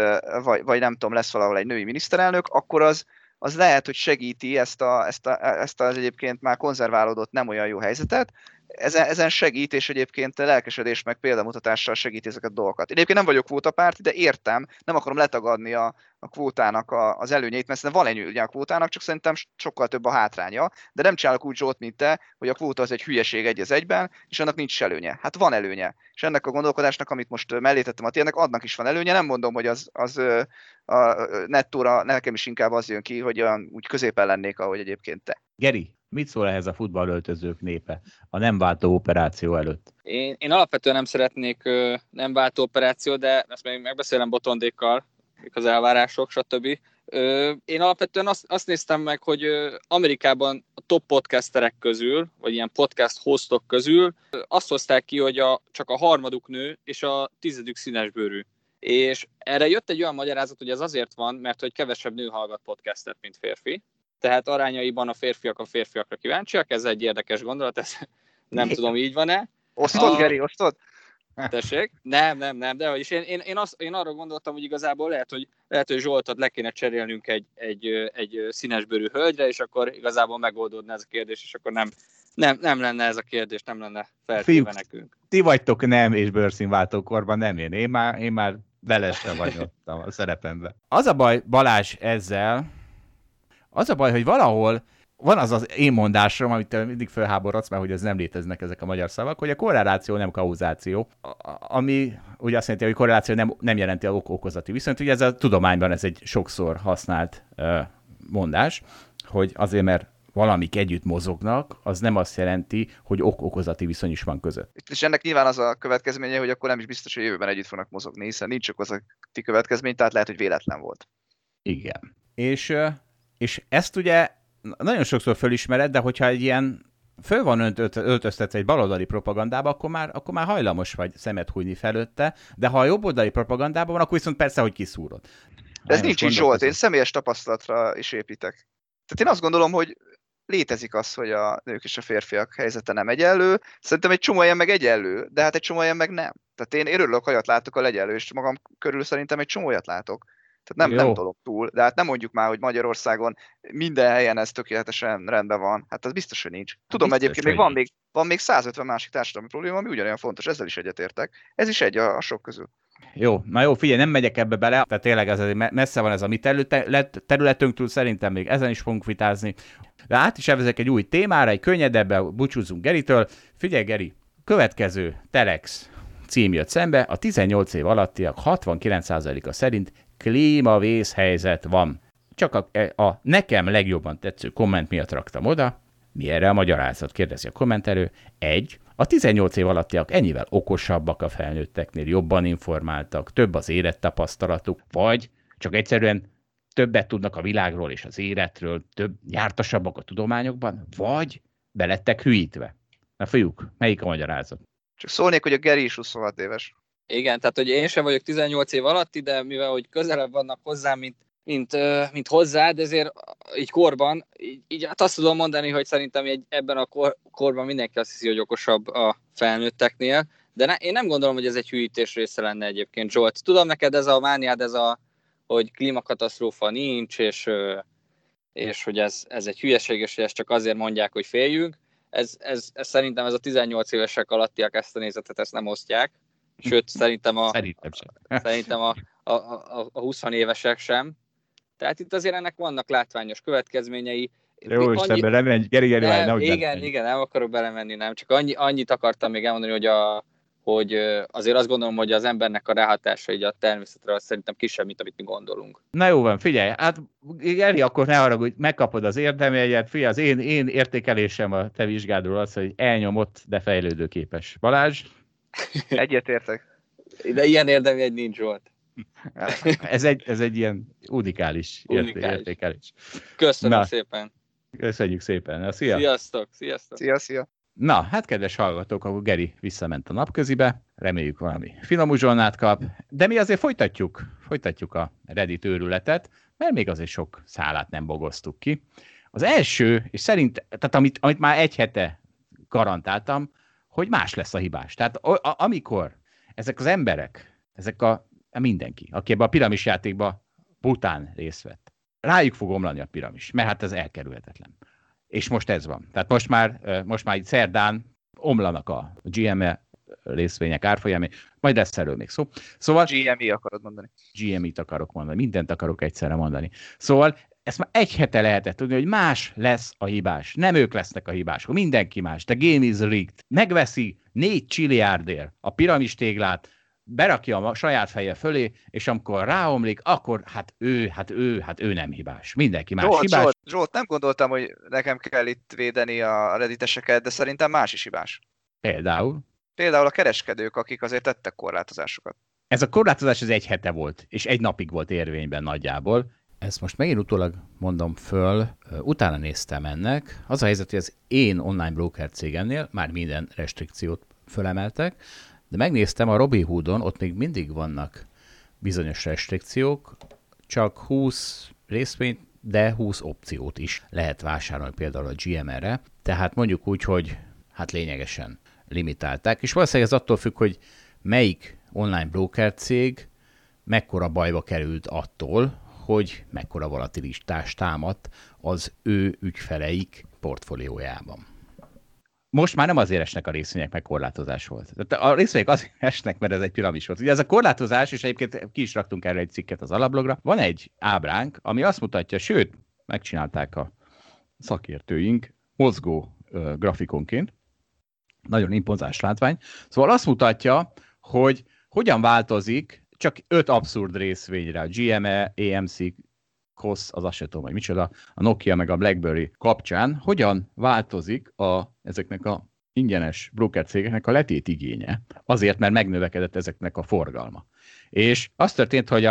vagy nem tudom, lesz valahol egy női miniszterelnök, akkor az lehet, hogy segíti ezt az egyébként már konzerválódott nem olyan jó helyzetet, ezen segít, és egyébként lelkesedés meg példamutatással segíti ezeket a dolgokat. Én egyébként nem vagyok kvótapárti, de értem, nem akarom letagadni a kvótának az előnyeit, mert szerintem van előnye a kvótának, csak szerintem sokkal több a hátránya, de nem csinálok úgy Zsolt, mint te, hogy a kvóta az egy hülyeség egy az egyben, és annak nincs előnye. Hát van előnye. És ennek a gondolkodásnak, amit most mellé tettem a tiédnek, annak is van előnye. Nem mondom, hogy az a nettóra nekem is inkább az jön ki, hogy olyan úgy középen lennék, ahogy egyébként te. Geri, mit szól ehhez a futballöltözők népe a nem váltó operáció előtt? Én alapvetően nem szeretnék nem váltó operáció, de ezt még megbeszélem Botondékkal, mik az elvárások, stb. Én alapvetően azt néztem meg, hogy Amerikában a top podcasterek közül, vagy ilyen podcast hostok közül azt hozták ki, hogy csak a harmaduk nő és a 10. színesbőrű. És erre jött egy olyan magyarázat, hogy ez azért van, mert hogy kevesebb nő hallgat podcastet, mint férfi. Tehát arányaiban a férfiakra kíváncsiak, ez egy érdekes gondolat, ez nem tudom, így van-e. Osztod, Geri, osztod? Tessék? Nem, de vagyis én arra gondoltam, hogy igazából lehet, hogy Zsoltot le kéne cserélnünk egy színesbőrű hölgyre, és akkor igazából megoldódna ez a kérdés, és akkor nem lenne ez a kérdés, nem lenne feltéve nekünk. Ti vagytok nem, és bőrszínváltókorban nem én már belesre vagyok a szerepemben. Az a baj, Balázs, ezzel, az a baj, hogy valahol van az én mondásom, amit te mindig felháborodsz, mert hogy ez nem léteznek ezek a magyar szavak, hogy a korreláció nem kauzáció, ami ugye azt jelenti, hogy korreláció nem jelenti a okozati viszonyt. Ugye ez a tudományban ez egy sokszor használt mondás, hogy azért, mert valamik együtt mozognak, az nem azt jelenti, hogy ok-okozati viszony is van között. És ennek nyilván az a következménye, hogy akkor nem is biztos, hogy jövőben együtt fognak mozogni, hiszen nincs okozati következmény, tehát lehet, hogy véletlen volt. Igen. És ezt ugye nagyon sokszor fölismered, de hogyha egy ilyen föl van öltöztetve egy baloldali propagandába, akkor már hajlamos vagy szemet hújni felőtte, de ha a jobboldali propagandában van, akkor viszont persze, hogy kiszúrod. De ez nincs így, Zsolt, én személyes tapasztalatra is építek. Tehát én azt gondolom, hogy létezik az, hogy a nők és a férfiak helyzete nem egyenlő. Szerintem egy csomó ilyen meg egyenlő, de hát egy csomó ilyen meg nem. Tehát én örülök, hogy látok a egyenlő, és magam körül szerintem egy csomó olyat látok. Tehát nem tolok túl, de hát nem mondjuk már, hogy Magyarországon minden helyen ez tökéletesen rendben van. Hát az biztos, hogy nincs. Tudom, biztos, egyébként még van még 150 másik társadalmi probléma, ami ugyanolyan fontos, ezzel is egyetértek. Ez is egy a sok közül. Jó, na jó, figyelj, nem megyek ebbe bele, tehát tényleg ez messze van ez a mi területünktől, szerintem még ezen is fogunk vitázni. De át is elvezek egy új témára, egy könnyedebbre, búcsúzzunk Geritől. Figyelj, Geri, következő Telex cím jött szembe, a 18 év alattiak 69%-a szerint klímavészhelyzet van. Csak a nekem legjobban tetsző komment miatt raktam oda. Mi erre a magyarázat? Kérdezi a kommentelő. 1. A 18 év alattiak ennyivel okosabbak a felnőtteknél, jobban informáltak, több az élettapasztalatuk, vagy csak egyszerűen többet tudnak a világról és az életről, jártasabbak a tudományokban, vagy belettek hülyítve. Na fiúk, melyik a magyarázat? Csak szólnék, hogy a Geri is 26 éves. Igen, tehát hogy én sem vagyok 18 év alatti, de mivel hogy közelebb vannak hozzám, mint hozzád, ezért így korban, így hát azt tudom mondani, hogy szerintem ebben a korban mindenki azt hiszi, hogy okosabb a felnőtteknél, de én nem gondolom, hogy ez egy hülyítés része lenne egyébként, Zsolt. Tudom, neked ez a mániád, hogy klímakatasztrófa nincs, és hogy ez egy hülyeség, és hogy ezt csak azért mondják, hogy féljünk. Szerintem ez a 18 évesek alattiak ezt a nézetet ezt nem osztják. Sőt, szerintem a 20 évesek sem. Tehát itt azért ennek vannak látványos következményei. Jó, Istenben nem menj, Geri, igen, nem akarok belemenni, nem. Csak annyit akartam még elmondani, hogy azért azt gondolom, hogy az embernek a ráhatása így a természetre az szerintem kisebb, mint amit mi gondolunk. Na jó van, figyelj, hát Geri, akkor ne haragudj, megkapod az érdemjegyet. Figyelj, az én értékelésem a te vizsgádról az, hogy elnyomott, de fejlődőképes. Balázs? Egyetértek. De ilyen érdemjegy nincs volt. Ez egy ilyen unikális értékelés. Köszönöm szépen. Köszönjük szépen. Na, szia. Sziasztok. Szia. Na, hát kedves hallgatók, akkor Geri visszament a napközibe, reméljük valami finom uzsolnát kap, de mi azért folytatjuk a Reddit őrületet, mert még azért sok szálát nem bogoztuk ki. Az első, és tehát amit már egy hete garantáltam, hogy más lesz a hibás. Tehát amikor ezek az emberek, mindenki, aki ebben a piramis játékban bután részt vett, rájuk fog omlani a piramis, mert hát ez elkerülhetetlen. És most ez van. Tehát most már itt szerdán omlanak a GME részvények árfolyamai, majd lesz erről még szó. Szóval, GME akarod mondani. GME-t akarok mondani, mindent akarok egyszerre mondani. Szóval ezt már egy hete lehetett tudni, hogy más lesz a hibás. Nem ők lesznek a hibások, mindenki más. The game is rigged. Megveszi 4 csilliárdért a piramis téglát, berakja a saját feje fölé, és amikor ráomlik, akkor ő nem hibás. Mindenki más hibás. Zsolt, nem gondoltam, hogy nekem kell itt védeni a redditeseket, de szerintem más is hibás. Például a kereskedők, akik azért tettek korlátozásokat. Ez a korlátozás az egy hete volt, és egy napig volt érvényben nagyjából. Ezt most megint utólag mondom föl, utána néztem ennek. Az a helyzet, hogy az én online broker cégemnél már minden restrikciót fölemeltek, de megnéztem a Robinhoodon, ott még mindig vannak bizonyos restrikciók, csak 20 részvényt, de 20 opciót is lehet vásárolni például a GMR-re, tehát mondjuk úgy, hogy hát lényegesen limitálták, és valószínűleg ez attól függ, hogy melyik online broker cég mekkora bajba került attól, hogy mekkora volatilitást támadt az ő ügyfeleik portfóliójában. Most már nem azért esnek a részvények, meg korlátozás volt. Tehát a részvények azért esnek, mert ez egy piramis volt. Ugye ez a korlátozás, és egyébként ki is raktunk erre egy cikket az alablogra, van egy ábránk, ami azt mutatja, sőt, megcsinálták a szakértőink mozgó grafikonként, nagyon impozáns látvány. Szóval azt mutatja, hogy hogyan változik csak 5 abszurd részvényre, a GME, AMC, COS, az azt sem tudom, hogy micsoda, a Nokia meg a BlackBerry kapcsán, hogyan változik ezeknek a ingyenes broker cégeknek a letét igénye, azért, mert megnövekedett ezeknek a forgalma. És az történt, hogy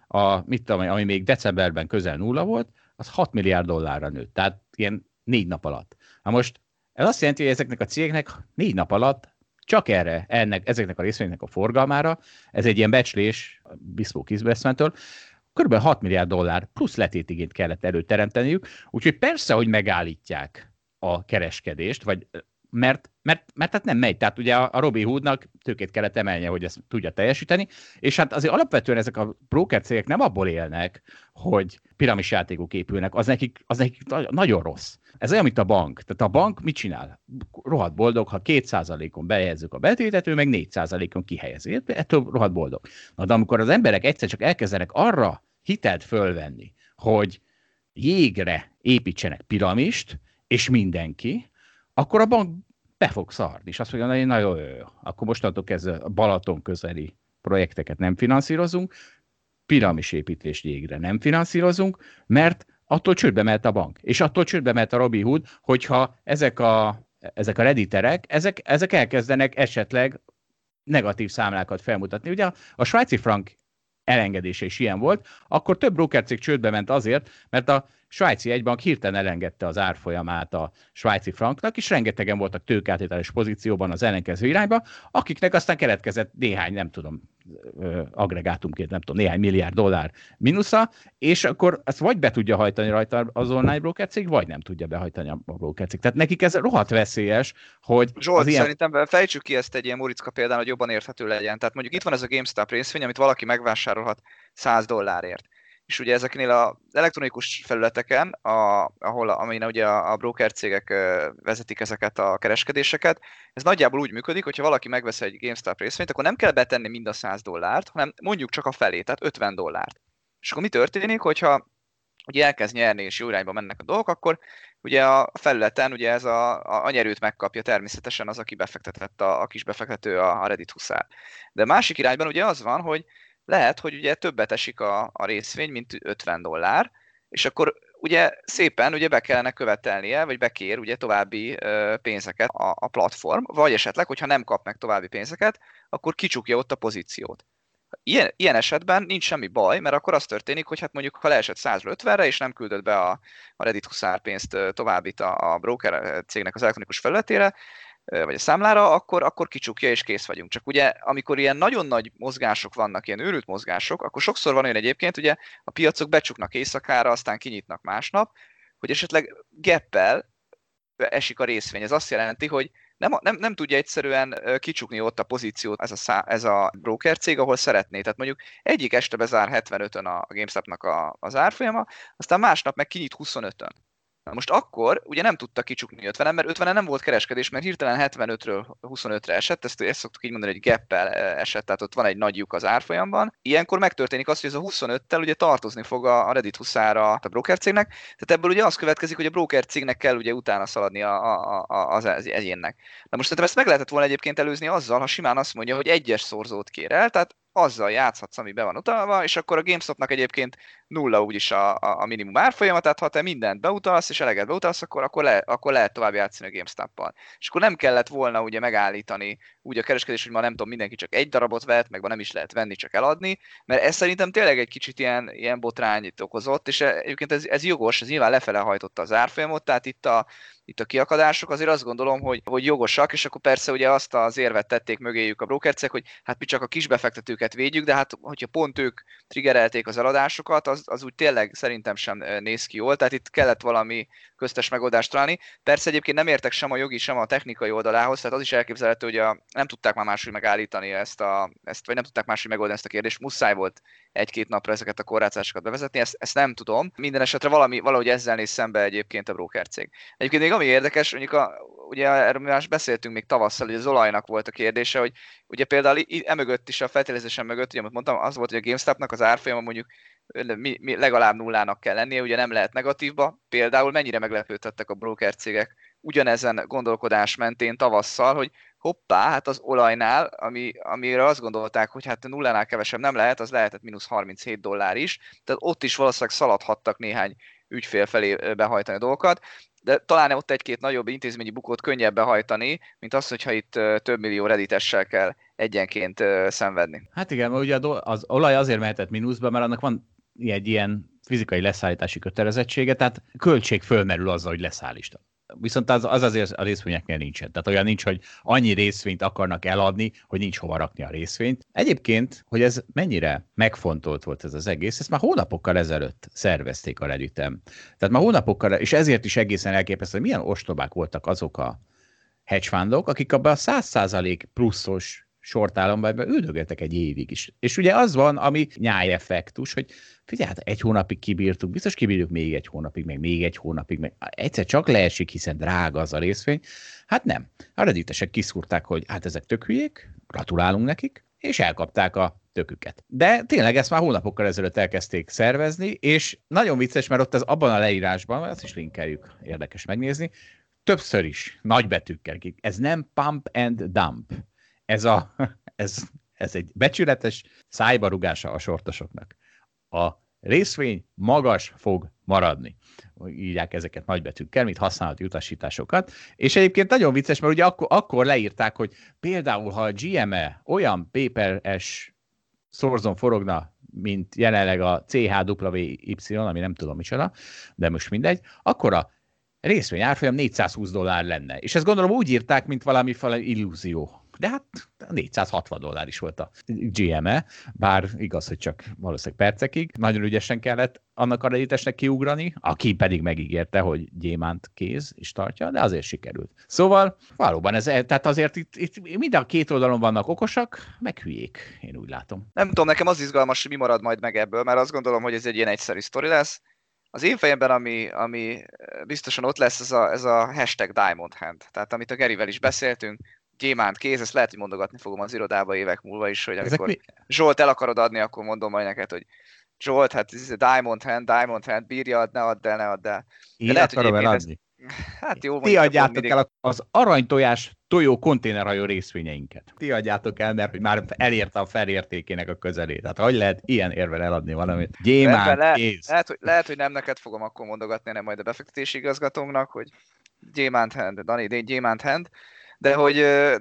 mit tudom, ami még decemberben közel nulla volt, az 6 milliárd dollárra nőtt, tehát ilyen 4 nap alatt. Na most ez azt jelenti, hogy ezeknek a cégeknek 4 nap alatt csak ezeknek a részvényeknek a forgalmára, ez egy ilyen becslés Bespoke Investmenttől, kb. 6 milliárd dollár plusz letétigényt kellett előteremteniük, úgyhogy persze, hogy megállítják a kereskedést, mert hát nem megy. Tehát ugye a Robinhoodnak tőkét kellett emelnie, hogy ezt tudja teljesíteni, és hát azért alapvetően ezek a broker cégek nem abból élnek, hogy piramis játékok épülnek, az nekik nagyon rossz. Ez olyan, mint a bank. Tehát a bank mit csinál? Rohadt boldog, ha 2%-on behelyezzük a betétet, ő meg 4%-on kihelyezi. Ettől rohadt boldog. Na, de amikor az emberek egyszer csak elkezdenek arra hitelt fölvenni, hogy jégre építsenek piramist, és mindenki, akkor a bank be fog szarni, és azt mondja, hogy nagyon jó. Akkor mostantól kezdve a Balaton közeli projekteket nem finanszírozunk, piramisépítést jégre nem finanszírozunk, mert attól csődbe mehet a bank. És attól csődbe mehet a Robinhood, hogyha ezek a redditerek, ezek elkezdenek esetleg negatív számlákat felmutatni. Ugye a svájci frank elengedése is ilyen volt, akkor több brokercég csődbe ment azért, mert a svájci egybank hirtelen elengedte az árfolyamát a svájci franknak, és rengetegen voltak tőkeáttételes pozícióban az ellenkező irányba, akiknek aztán keletkezett néhány, nem tudom, agregátumként, nem tudom, néhány milliárd dollár mínusza, és akkor ezt vagy be tudja hajtani rajta az online brokercég, vagy nem tudja behajtani a brokercég. Tehát nekik ez rohadt veszélyes, hogy Zsolt, szerintem fejtsük ki ezt egy ilyen Muricka példán, hogy jobban érthető legyen. Tehát mondjuk itt van ez a GameStop részvény, amit valaki megvásárolhat $100. És ugye ezeknél az elektronikus felületeken, amin ugye a broker cégek vezetik ezeket a kereskedéseket, ez nagyjából úgy működik, hogyha valaki megvesz egy GameStop részvényt, akkor nem kell betenni mind a $100, hanem mondjuk csak a felét, tehát $50. És akkor mi történik, hogyha ugye elkezd nyerni és jó irányba mennek a dolgok, akkor ugye a felületen ugye ez a nyerőt megkapja természetesen az, aki befektetett, a kis befektető, a Reddit huszár. De másik irányban ugye az van, hogy lehet, hogy ugye többet esik a részvény, mint $50, és akkor ugye szépen ugye be kellene követelnie, vagy bekér ugye további pénzeket a platform, vagy esetleg, hogyha nem kap meg további pénzeket, akkor kicsukja ott a pozíciót. Ilyen esetben nincs semmi baj, mert akkor az történik, hogy hát mondjuk ha leesett 150-re, és nem küldött be a Reddit huszár pénzt továbbit a broker cégnek az elektronikus felületére, vagy a számlára, akkor kicsukja és kész vagyunk. Csak ugye, amikor ilyen nagyon nagy mozgások vannak, ilyen őrült mozgások, akkor sokszor van olyan egyébként, ugye a piacok becsuknak éjszakára, aztán kinyitnak másnap, hogy esetleg geppel esik a részvény. Ez azt jelenti, hogy nem tudja egyszerűen kicsukni ott a pozíciót ez a broker cég, ahol szeretné. Tehát mondjuk egyik este bezár 75-ön a GameStop-nak az árfolyama, aztán másnap meg kinyit 25-ön. Na most akkor ugye nem tudta kicsukni 50-en, mert 50-en nem volt kereskedés, mert hirtelen 75-ről 25-re esett, ezt szoktuk így mondani, hogy gappel esett, tehát ott van egy nagy lyuk az árfolyamban. Ilyenkor megtörténik az, hogy ez a 25-tel ugye tartozni fog a Reddit huszára a broker cégnek, tehát ebből ugye az következik, hogy a broker cégnek kell ugye utána szaladni az egyénnek. Na most szerintem ezt meg lehetett volna egyébként előzni azzal, ha simán azt mondja, hogy egyes szorzót kér el, tehát azzal játszhatsz, ami be van utalva, és akkor a GameStopnak egyébként nulla úgyis a minimum árfolyama, tehát ha te mindent beutalsz, és eleget beutalsz, akkor lehet tovább játszani a GameStop-pal. És akkor nem kellett volna ugye megállítani úgy a kereskedés, hogy ma nem tudom, mindenki csak egy darabot vett, meg ma nem is lehet venni, csak eladni, mert ez szerintem tényleg egy kicsit ilyen botrányit okozott, és egyébként ez jogos, ez nyilván lefele hajtotta az árfolyamot, tehát itt itt a kiakadások, azért azt gondolom, hogy jogosak, és akkor persze ugye azt az érvet tették mögéjük a brokercek, hogy hát mi csak a kisbefektetőket védjük, de hát hogyha pont ők triggerelték az eladásokat, az úgy tényleg szerintem sem néz ki jól, tehát itt kellett valami köztes megoldást találni. Persze egyébként nem értek sem a jogi, sem a technikai oldalához, tehát az is elképzelhető, hogy nem tudták már máshogy megállítani ezt, vagy nem tudták máshogy megoldani ezt a kérdést, muszáj volt egy-két napra ezeket a korlátzásokat bevezetni, ezt nem tudom. Minden esetre valahogy ezzel néz szembe egyébként a brokercég. Egyébként még ami érdekes, mondjuk ugye erről már beszéltünk még tavasszal, hogy az olajnak volt a kérdése, hogy ugye például emögött is a feltételezésen mögött, ugye amit mondtam, az volt, hogy a GameStopnak az árfolyama mondjuk legalább nullának kell lennie, ugye nem lehet negatívba. Például mennyire meglepődtettek a brokercégek ugyanezen gondolkodás mentén tavasszal, hogy hoppá, hát az olajnál, amire azt gondolták, hogy hát nullánál kevesebb nem lehet, az lehetett $-37 is, tehát ott is valószínűleg szaladhattak néhány ügyfél felé behajtani dolgokat, de talán ott egy-két nagyobb intézményi bukót könnyebb behajtani, mint az, hogyha itt több millió redditessel kell egyenként szenvedni. Hát igen, mert ugye az olaj azért mehetett mínuszba, mert annak van egy ilyen fizikai leszállítási kötelezettsége, tehát költség fölmerül azzal, hogy leszállítsd. Viszont az azért a részvényeknél nincsen. Tehát olyan nincs, hogy annyi részvényt akarnak eladni, hogy nincs hova rakni a részvényt. Egyébként, hogy ez mennyire megfontolt volt ez az egész, ezt már hónapokkal ezelőtt szervezték a Redditem. Tehát már hónapokkal, és ezért is egészen elképesztő, hogy milyen ostobák voltak azok a hedge fundok, akik abban a 100% pluszos sortálomban üldögéltek egy évig is. És ugye az van, ami nyájeffektus, hogy figyelj, hát egy hónapig kibírtuk, biztos kibírjuk még egy hónapig, meg még egy hónapig, meg egyszer csak leesik, hiszen drága az a részvény. Hát nem. A redditesek kiszúrták, hogy hát ezek tök hülyék, gratulálunk nekik, és elkapták a töküket. De tényleg ezt már hónapokkal ezelőtt elkezdték szervezni, és nagyon vicces, mert ott abban a leírásban, azt is linkeljük, érdekes megnézni, többször is, nagybetűkkel, ez nem pump and dump. Ez egy becsületes szájbarugása a sortosoknak. A részvény magas fog maradni. Írják ezeket nagybetűkkel, mint használati utasításokat. És egyébként nagyon vicces, mert ugye akkor leírták, hogy például, ha a GME olyan PPS szorzon forogna, mint jelenleg a CHWY, ami nem tudom micsoda, de most mindegy, akkor a részvény árfolyam $420 lenne. És ezt gondolom úgy írták, mint valamiféle illúzió. De hát $460 is volt a GME, bár igaz, hogy csak valószínűleg percekig. Nagyon ügyesen kellett annak a redditesnek kiugrani, aki pedig megígérte, hogy gyémánt kéz is tartja, de azért sikerült. Szóval valóban tehát azért itt mind a két oldalon vannak okosak, meg hülyék, én úgy látom. Nem tudom, nekem az izgalmas, hogy mi marad majd meg ebből, mert azt gondolom, hogy ez egy ilyen egyszerű sztori lesz. Az én fejemben, ami biztosan ott lesz, ez a hashtag Diamond Hand. Tehát amit a Gerivel is beszéltünk, gyémánt kéz, ezt lehet, hogy mondogatni fogom az irodába évek múlva is, hogy amikor Zsolt el akarod adni, akkor mondom majd neked, hogy Zsolt, hát ez a Diamond Hand, bírjad, ne add el. Én akarom eladni. Hát jó, ti adjátok el az aranytojás tojó konténerhajó részvényeinket. Ti adjátok el, mert hogy már elérte a felértékének a közelét. Tehát hogy lehet ilyen érvel eladni valamit? Gyémánt kéz. Lehet, hogy nem neked fogom akkor mondogatni, hanem majd a befektetési igazgatónknak, hogy Gyémánt Hand, Dani, Gyémánt Hand. De hogy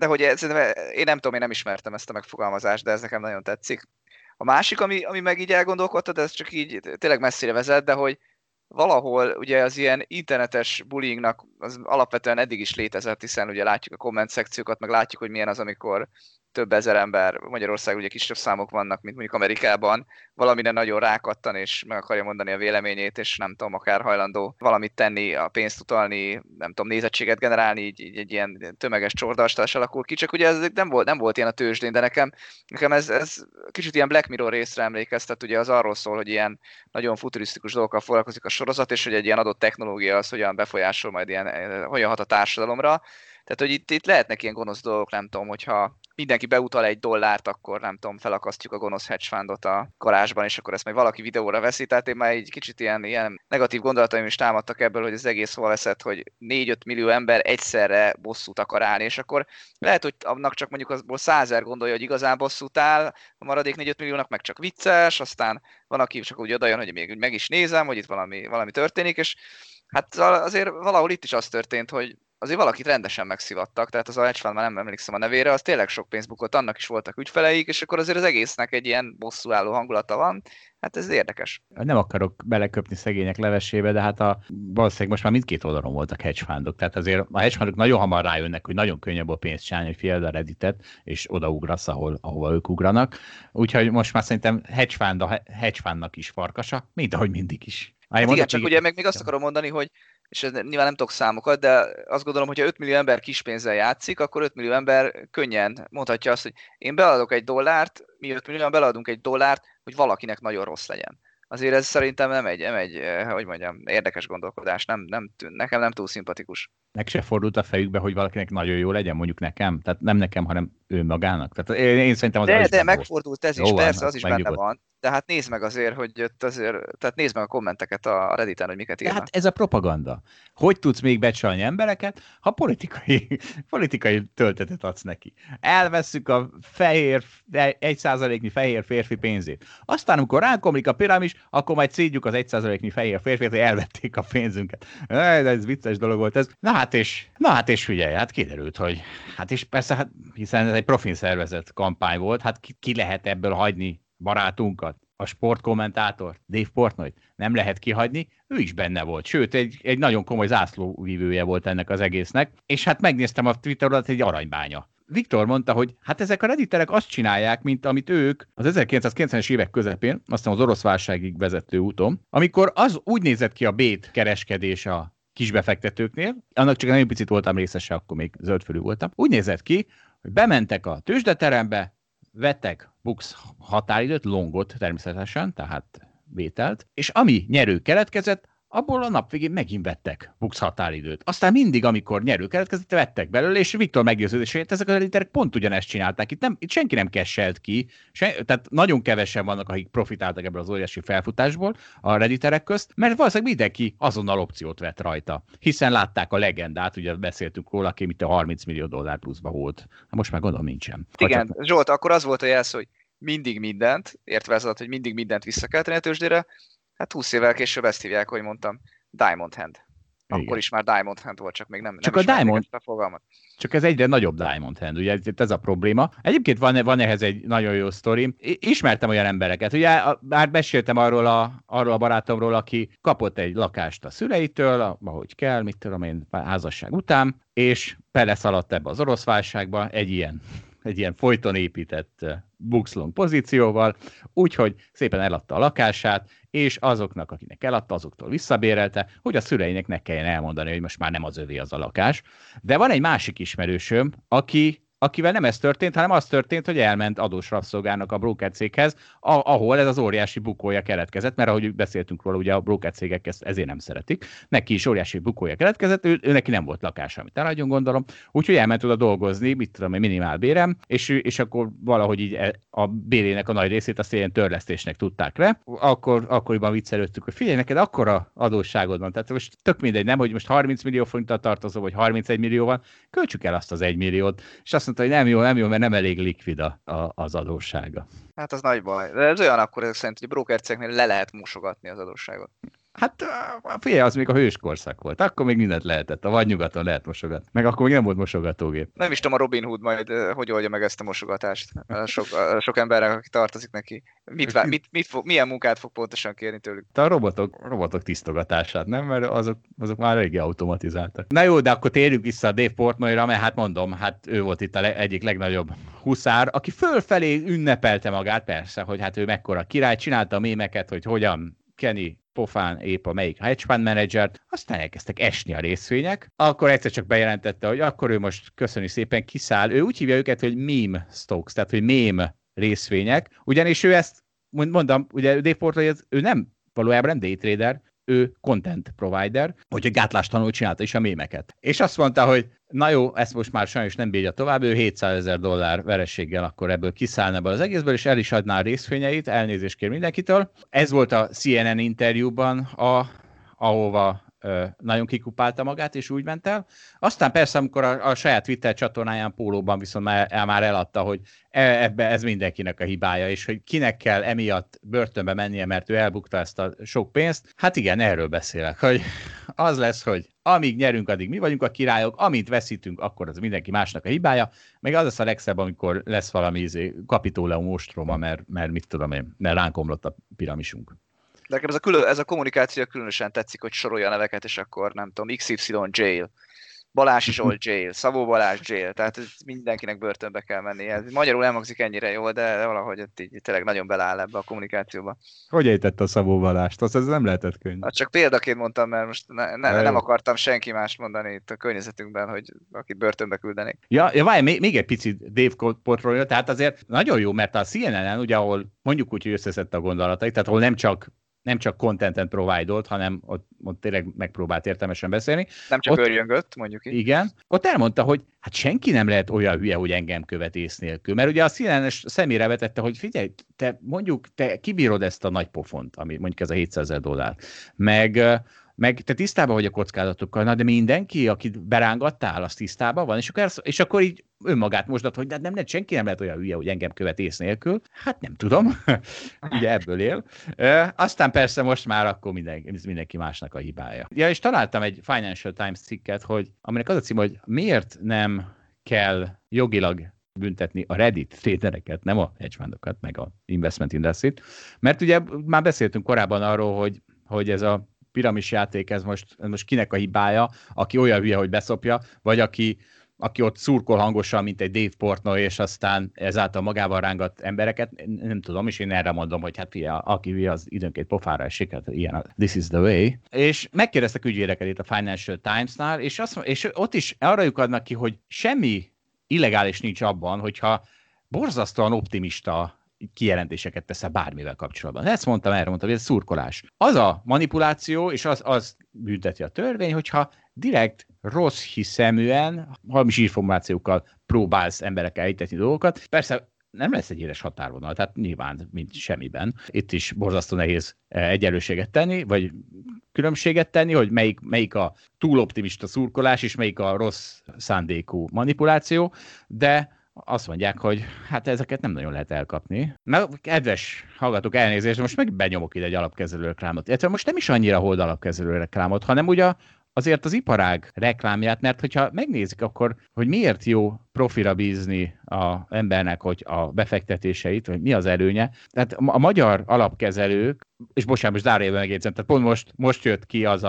én nem tudom, én nem ismertem ezt a megfogalmazást, de ez nekem nagyon tetszik. A másik, ami meg így elgondolkodtad, ez csak így tényleg messzire vezet, de hogy valahol ugye az ilyen internetes bullyingnak az alapvetően eddig is létezett, hiszen ugye látjuk a komment szekciókat, meg látjuk, hogy milyen az, amikor több ezer ember, Magyarországon ugye kisebb számok vannak, mint mondjuk Amerikában, valamire nagyon rákattan, és meg akarja mondani a véleményét, és nem tudom, akár hajlandó valamit tenni, a pénzt utalni, nem tudom, nézettséget generálni, így egy ilyen tömeges csordastás alakul ki, csak ugye ez nem volt ilyen a tőzsdén, de nekem ez kicsit ilyen Black Mirror részre emlékeztet, ugye az arról szól, hogy ilyen nagyon futurisztikus dolgokkal foglalkozik a sorozat, és hogy egy ilyen adott technológia az hogyan befolyásol majd hogyan hat a társadalomra. Tehát, hogy itt lehetnek ilyen gonosz dolgok, nem tudom, hogyha mindenki beutal $1, akkor nem tudom, felakasztjuk a gonosz hedge fundot a garázsban, és akkor ezt majd valaki videóra veszi. Tehát én már egy kicsit ilyen negatív gondolataim is támadtak ebből, hogy az egész hova veszett, hogy 4-5 millió ember egyszerre bosszút akar állni, és akkor lehet, hogy annak csak mondjuk azból 100 000 gondolja, hogy igazán bosszút áll, a maradék 4-5 milliónak meg csak vicces, aztán van, aki csak úgy odajön, hogy még meg is nézem, hogy itt valami történik, és hát azért valahol itt is az történt, hogy azért valakit rendesen megszivattak, tehát az a hedge fund, már nem emlékszem a nevére, az tényleg sok pénzt bukott, annak is voltak ügyfeleik, és akkor azért az egésznek egy ilyen bosszúálló hangulata van. Hát ez érdekes. Nem akarok beleköpni szegények levesébe, de hát valószínűleg most már mindkét oldalon voltak hedge fundok. Tehát azért a hedge fundok nagyon hamar rájönnek, hogy nagyon könnyebb a pénzt csinálni, hogy figyeld a Redditet, és odaugrasz, ahova ők ugranak. Úgyhogy most már szerintem hedge fund a hedge fundnak is farkasa, mint ahogy mindig is. Hát igen, csak ugye még azt akarom mondani, hogy és nyilván nem tudok számokat, de azt gondolom, hogy ha 5 millió ember kispénzzel játszik, akkor 5 millió ember könnyen mondhatja azt, hogy én beadok $1, mi 5 millióan beadunk $1, hogy valakinek nagyon rossz legyen. Azért ez szerintem nem egy hogy mondjam, érdekes gondolkodás, nekem nem túl szimpatikus. Nek se fordult a fejükbe, hogy valakinek nagyon jó legyen, mondjuk nekem? Tehát nem nekem, hanem ő magának. Tehát én szerintem az de megfordult ez is, jó, persze, az is benne van. De hát nézd meg azért, hogy tehát nézd meg a kommenteket a Redditen, hogy miket írnak. Hát ez a propaganda. Hogy tudsz még becsalni embereket, ha politikai töltetet adsz neki? Elvesszük a 1%-nyi fehér férfi pénzét. Aztán, amikor ránkomlik a piramis, akkor majd szídjuk az 1%-nyi fehér férfit, hogy elvették a pénzünket. Ez vicces dolog volt ez. Na hát és figyelj, hát kiderült, hogy hát és persze, hát, hiszen ez egy profin szervezett kampány volt, hát ki lehet ebből hagyni barátunkat, a sportkommentátort, Dave Portnoyt nem lehet kihagyni, ő is benne volt, sőt, egy nagyon komoly zászlóvívője volt ennek az egésznek, és hát megnéztem a Twitter alatt, egy aranybánya. Viktor mondta, hogy hát ezek a redditerek azt csinálják, mint amit ők az 1990-es évek közepén, aztán az orosz válságig vezető úton, amikor az úgy nézett ki a bét kereskedés a kisbefektetőknél, annak csak nagyon picit voltam részese, akkor még zöldfölű voltam, úgy nézett ki, hogy bementek a tőzsdeterembe, vettek bux határidőt, longot természetesen, tehát vételt, és ami nyerő keletkezett, abból a nap végén megint vettek bux határidőt. Aztán mindig, amikor nyerő keletkezett, vettek belőle, és Viktor meggyőződését, ezek a redditerek pont ugyanezt csinálták. Itt senki nem casselt ki, tehát nagyon kevesen vannak, akik profitáltak ebből az óriási felfutásból a redditerek közt, mert valószínűleg mindenki azonnal opciót vett rajta, hiszen látták a legendát, ugye beszéltünk róla, aki mit a $30 millió pluszba volt. Most már gondolom nincsen. Igen, csak... Zsolt, akkor az volt a jelszó, hogy mindig mindent, értve ez alatt, hogy mindig mindent vissza kell tenni a tőzsdére. Hát 20 évvel később ezt hívják, hogy mondtam, Diamond Hand. Akkor igen. Is már Diamond Hand volt, csak még nem csak nem a Diamond a fogalmat. Csak ez egyre nagyobb Diamond Hand, ugye ez a probléma. Egyébként van ehhez egy nagyon jó sztorim. Ismertem olyan embereket, ugye már beszéltem arról a barátomról, aki kapott egy lakást a szüleitől, ahogy kell, mit tudom én, házasság után, és beleszaladt ebbe az orosz válságba egy ilyen folyton épített bux-long pozícióval, úgyhogy szépen eladta a lakását, és azoknak, akinek eladta, azoktól visszabérelte, hogy a szüleinek ne kelljen elmondani, hogy most már nem az övé az a lakás. De van egy másik ismerősöm, akivel nem ez történt, hanem az történt, hogy elment adós rabszolgának a brókercéghez, ahol ez az óriási bukója keletkezett, mert ahogy beszéltünk róla, ugye a brókercégek ezt ezért nem szeretik. Neki is óriási bukója keletkezett, ő neki nem volt lakása, amit eladjon, gondolom. Úgyhogy elment oda dolgozni, mit tudom, egy minimál bérem, és akkor valahogy így a bérének a nagy részét azt ilyen törlesztésnek tudták le. Akkoriban viccelődtük, hogy figyelj, neked akkora adósságod van, tehát most tök mindegy, nem, hogy most 30 millió forinttal tartozol, vagy 31 millió van, költsük el azt az 1 milliót, és azt mondta, hogy nem jó, mert nem elég likvid az adóssága. Hát az nagy baj. De ez olyan akkor ezek szerint, hogy a brókercégnél le lehet mosogatni az adósságot. Hát figyelj, az még a hőskorszak volt. Akkor még mindent lehetett. A vadnyugaton lehet mosogatni. Meg akkor még nem volt mosogatógép. Nem is tudom, a Robin Hood majd hogy oldja meg ezt a mosogatást. Sok embernek, aki tartozik neki. Milyen munkát fog pontosan kérni tőlük? A robotok tisztogatását, nem? Mert azok már eléggé automatizáltak. Na jó, de akkor térjünk vissza a Dave Portnoyra, mert hát mondom, hát ő volt itt egyik legnagyobb huszár, aki fölfelé ünnepelte magát, persze, hogy hát ő mekkora király, csinálta a mémeket, hogy hogyan Kenny pofán épp a melyik hedge fund menedzsert, aztán elkezdtek esni a részvények, akkor egyszer csak bejelentette, hogy akkor ő most köszöni szépen kiszáll, ő úgy hívja őket, hogy meme stocks, tehát hogy meme részvények, ugyanis ő ezt, mondom, ugye Dave Portnoy, ő nem valójában nem day trader, ő content provider, úgyhogy gátlástalanul csinálta is a mémeket. És azt mondta, hogy na jó, ezt most már sajnos nem bírja tovább, ő $700,000 vereséggel akkor ebből kiszállna ebből az egészből, és el is adná a részvényeit, elnézést kér mindenkitől. Ez volt a CNN interjúban, ahova nagyon kikupálta magát, és úgy ment el. Aztán persze, amikor a saját Twitter csatornáján pólóban viszont már eladta, hogy ez mindenkinek a hibája, és hogy kinek kell emiatt börtönbe mennie, mert ő elbukta ezt a sok pénzt. Hát igen, erről beszélek, hogy az lesz, hogy amíg nyerünk, addig mi vagyunk a királyok, amint veszítünk, akkor az mindenki másnak a hibája, meg az lesz a legszebb, amikor lesz valami Kapitoleum ostroma, mert mit tudom én, mert ránk omlott a piramisunk. De nekem ez a kommunikáció különösen tetszik, hogy sorolja a neveket, és akkor nem tudom, XY jail, Balázs Zsolt jail, Szabó Balázs jail, tehát mindenkinek börtönbe kell menni. Ez magyarul nem hangzik ennyire jól, de valahogy ott így tényleg nagyon beleáll ebbe a kommunikációba. Hogy ejtette a Szabó Balást? Az ez nem lehetett könnyű. Hát csak példaként mondtam, mert most nem akartam senki mást mondani itt a környezetünkben, hogy akit börtönbe küldenék. Ja, várj, még egy picit Dave Portfolio, tehát azért nagyon jó, mert a CNN-en, ugye, ahol mondjuk úgy, hogy összeszedte a gondolatait, tehát ahol nem csak content-en provide-olt, hanem ott tényleg megpróbált értelmesen beszélni. Nem csak örjöngött, mondjuk így. Igen. Ott elmondta, hogy hát senki nem lehet olyan hülye, hogy engem követ ész nélkül. Mert ugye a CNN-es szemére vetette, hogy figyelj, te kibírod ezt a nagy pofont, ami mondjuk ez a $700,000. Meg te tisztában vagy a kockázatokkal, na de mindenki, akit berángattál, az tisztában van, és akkor így önmagát mosdat, hogy nem, senki nem lehet olyan hülye, hogy engem követ ész nélkül. Hát nem tudom, ugye ebből él. Aztán persze most már akkor mindenki másnak a hibája. Ja, és találtam egy Financial Times cikket, aminek az a cím, hogy miért nem kell jogilag büntetni a Reddit tradereket, nem a hedge fundokat, meg a investment industry-t, mert ugye már beszéltünk korábban arról, hogy ez a piramis játék, ez most kinek a hibája, aki olyan hülye, hogy beszopja, vagy aki ott szurkol hangosan, mint egy Dave Portnoy, és aztán ezáltal magával rángat embereket, nem tudom, és én erre mondom, hogy hát figyelj, aki hülye, az időnként pofára esik, hát ilyen this is the way. És megkérdeztek ügyvédeket itt a Financial Times-nál, és ott is arra lyukadnak ki, hogy semmi illegális nincs abban, hogyha borzasztóan optimista kijelentéseket teszel bármivel kapcsolatban. Ezt erre mondtam, hogy ez szurkolás. Az a manipuláció, és az bünteti a törvény, hogyha direkt rossz hiszeműen, hamis információkkal próbálsz emberekkel elhitetni dolgokat. Persze nem lesz egy éles határvonal, tehát nyilván, mint semmiben. Itt is borzasztó nehéz egyenlőséget tenni, vagy különbséget tenni, hogy melyik a túloptimista szurkolás, és melyik a rossz szándékú manipuláció, de azt mondják, hogy hát ezeket nem nagyon lehet elkapni. Na, kedves hallgatók, elnézést, most meg benyomok ide egy alapkezelő reklámot. Illetve most nem is annyira hold alapkezelő reklámot, hanem ugye azért az iparág reklámját, mert hogyha megnézik akkor, hogy miért jó profira bízni az embernek, hogy a befektetéseit, hogy mi az előnye. Tehát a magyar alapkezelők, és bocsánat, most zárójelben megjegyzem, tehát pont most jött ki az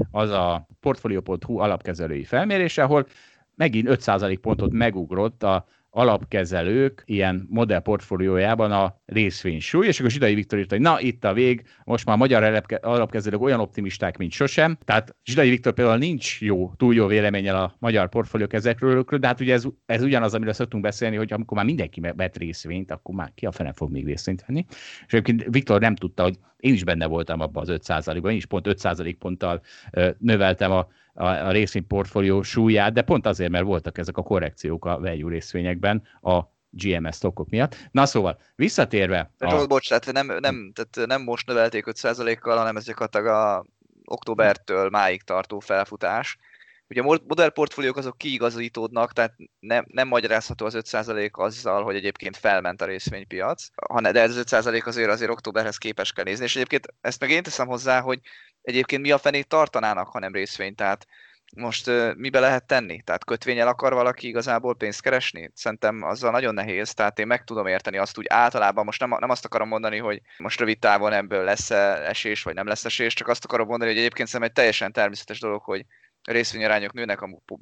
a Portfolio.hu alapkezelői felmérése, ahol megint 5% pontot megugrott a alapkezelők ilyen modell portfóliójában a részvénysúly, és akkor Zsidai Viktor írta, hogy na, itt a vég, most már a magyar alapkezelők olyan optimisták, mint sosem. Tehát Zsidai Viktor például nincs túl jó véleménnyel a magyar portfóliókezelőkről, de hát ugye ez ugyanaz, amiről szoktunk beszélni, hogy amikor már mindenki vett részvényt, akkor már ki a fene fog még részvényt venni. És egyébként Viktor nem tudta, hogy én is benne voltam abban az 5%-ban, én is pont 5% ponttal növeltem a részvényportfólió súlyát, de pont azért, mert voltak ezek a korrekciók a value részvényekben a GMS stockok miatt. Na szóval, visszatérve... Bocs, tehát nem most növelték 5%-kal, hanem ez gyakorlatilag a októbertől máig tartó felfutás. Ugye a modell portfóliók azok kiigazítódnak, tehát nem magyarázható az 5% azzal, hogy egyébként felment a részvénypiac, de ez 5% azért októberhez képes kell nézni, és egyébként ezt meg én teszem hozzá, hogy egyébként mi a fenét tartanának, ha nem részvény, tehát most mibe lehet tenni? Tehát kötvényel akar valaki igazából pénzt keresni? Szerintem azzal nagyon nehéz, tehát én meg tudom érteni azt úgy általában, most nem azt akarom mondani, hogy most rövid távon ebből lesz esés, vagy nem lesz esés, csak azt akarom mondani, hogy egyébként szerintem egy teljesen természetes dolog, hogy részvényarányok nőnek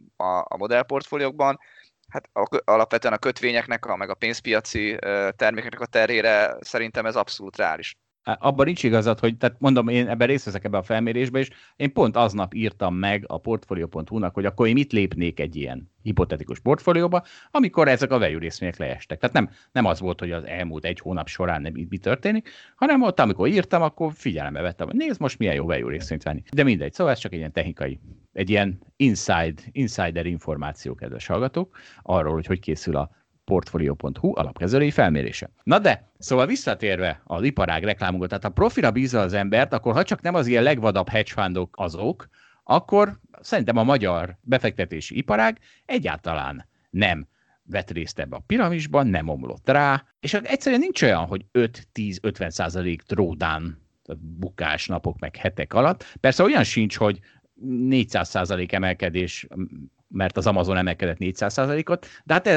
a modellportfóliókban, hát alapvetően a kötvényeknek, meg a pénzpiaci termékeknek a terhére szerintem ez abszolút reális. Abban nincs igazad, hogy, tehát mondom, én ebben részt veszek ebbe a felmérésbe, és én pont aznap írtam meg a Portfolio.hu-nak, hogy akkor én mit lépnék egy ilyen hipotetikus portfólióba, amikor ezek a value részvények leestek. Tehát nem az volt, hogy az elmúlt egy hónap során mi történik, hanem ott, amikor írtam, akkor figyelembe vettem, hogy nézd, most milyen jó value részvényt venni. De mindegy, szóval ez csak egy ilyen technikai, egy ilyen insider információ, kedves hallgatók, arról, hogy készül a Portfolio.hu alapkezelői felmérése. Na de, szóval visszatérve az iparág reklámunkot, tehát ha profira bízza az embert, akkor ha csak nem az ilyen legvadabb hedge fundok azok, akkor szerintem a magyar befektetési iparág egyáltalán nem vett részt ebbe a piramisban, nem omlott rá, és egyszerűen nincs olyan, hogy 5-10-50% drawdown, tehát bukás napok meg hetek alatt. Persze olyan sincs, hogy 400% emelkedés, mert az Amazon emelkedett 400%-ot, de hát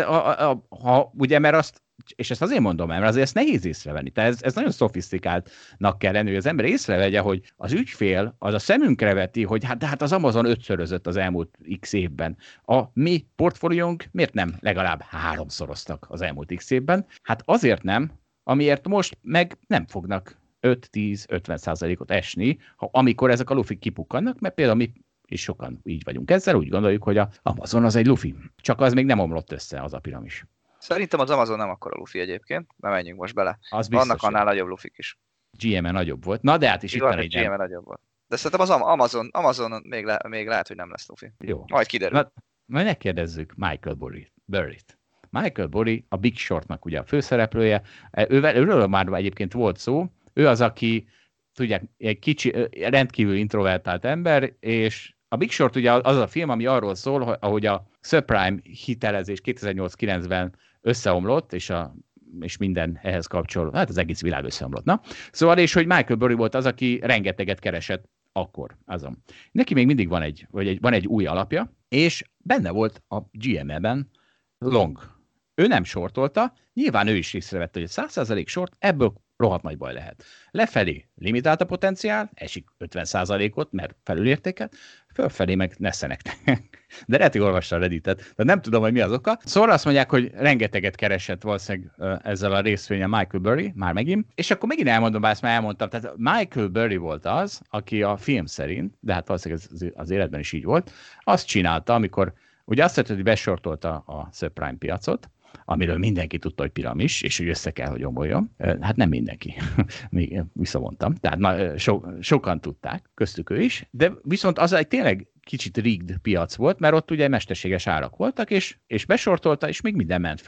ha ugye, mert azt, és ezt azért mondom, mert azért ezt nehéz észrevenni. Tehát ez nagyon szofisztikáltnak kell lenni, hogy az ember észrevegye, hogy az ügyfél az a szemünkre veti, hogy hát az Amazon 5-szörözött az elmúlt x évben. A mi portfóliónk miért nem legalább 3-szoroztak az elmúlt x évben? Hát azért nem, amiért most meg nem fognak 5-10-50%-ot esni, amikor ezek a lufik kipukkannak, mert például mi és sokan így vagyunk ezzel, úgy gondoljuk, hogy a Amazon az egy lufi. Csak az még nem omlott össze, az a piramis. Szerintem az Amazon nem akkora lufi egyébként, nem menjünk most bele. Az biztos, vannak annál nagyobb lufik is. GM-e nagyobb volt. Na de hát is itt van egy GM-e nagyobb volt. De szerintem az Amazon még lehet, hogy nem lesz lufi. Jó. Majd kiderül. Majd megkérdezzük Michael Burry-t. Michael Burry, a Big Shortnak ugye a főszereplője. Őről már egyébként volt szó. Ő az, aki tudják, egy kicsi, rendkívül introvertált ember, és a Big Short ugye az a film, ami arról szól, hogy ahogy a subprime hitelezés 2008-9-ben összeomlott, és minden ehhez kapcsolódó, hát az egész világ összeomlott. Na? Szóval, és hogy Michael Burry volt az, aki rengeteget keresett akkor azon. Neki még mindig van egy új alapja, és benne volt a GME-ben long. Ő nem shortolta, nyilván ő is észrevette, hogy 100% short, ebből rohadt nagy baj lehet. Lefelé limitált a potenciál, esik 50%-ot, mert felülértéket, fölfelé meg neszenektek. De lehet, hogy olvassa a Redditet, de nem tudom, hogy mi az oka. Szóval azt mondják, hogy rengeteget keresett valószínűleg ezzel a részvényen Michael Burry, már megint, és akkor megint elmondom, bár ezt már elmondtam, tehát Michael Burry volt az, aki a film szerint, de hát valószínűleg az életben is így volt, azt csinálta, amikor ugye azt mondta, hogy besortolta a subprime piacot, amiről mindenki tudta, hogy piramis, és hogy össze kell, hogy omoljon. Hát nem mindenki. Még visszavontam. Tehát sokan tudták, köztük ő is, de viszont az egy tényleg kicsit rigged piac volt, mert ott ugye mesterséges árak voltak, és besortolta, és még minden ment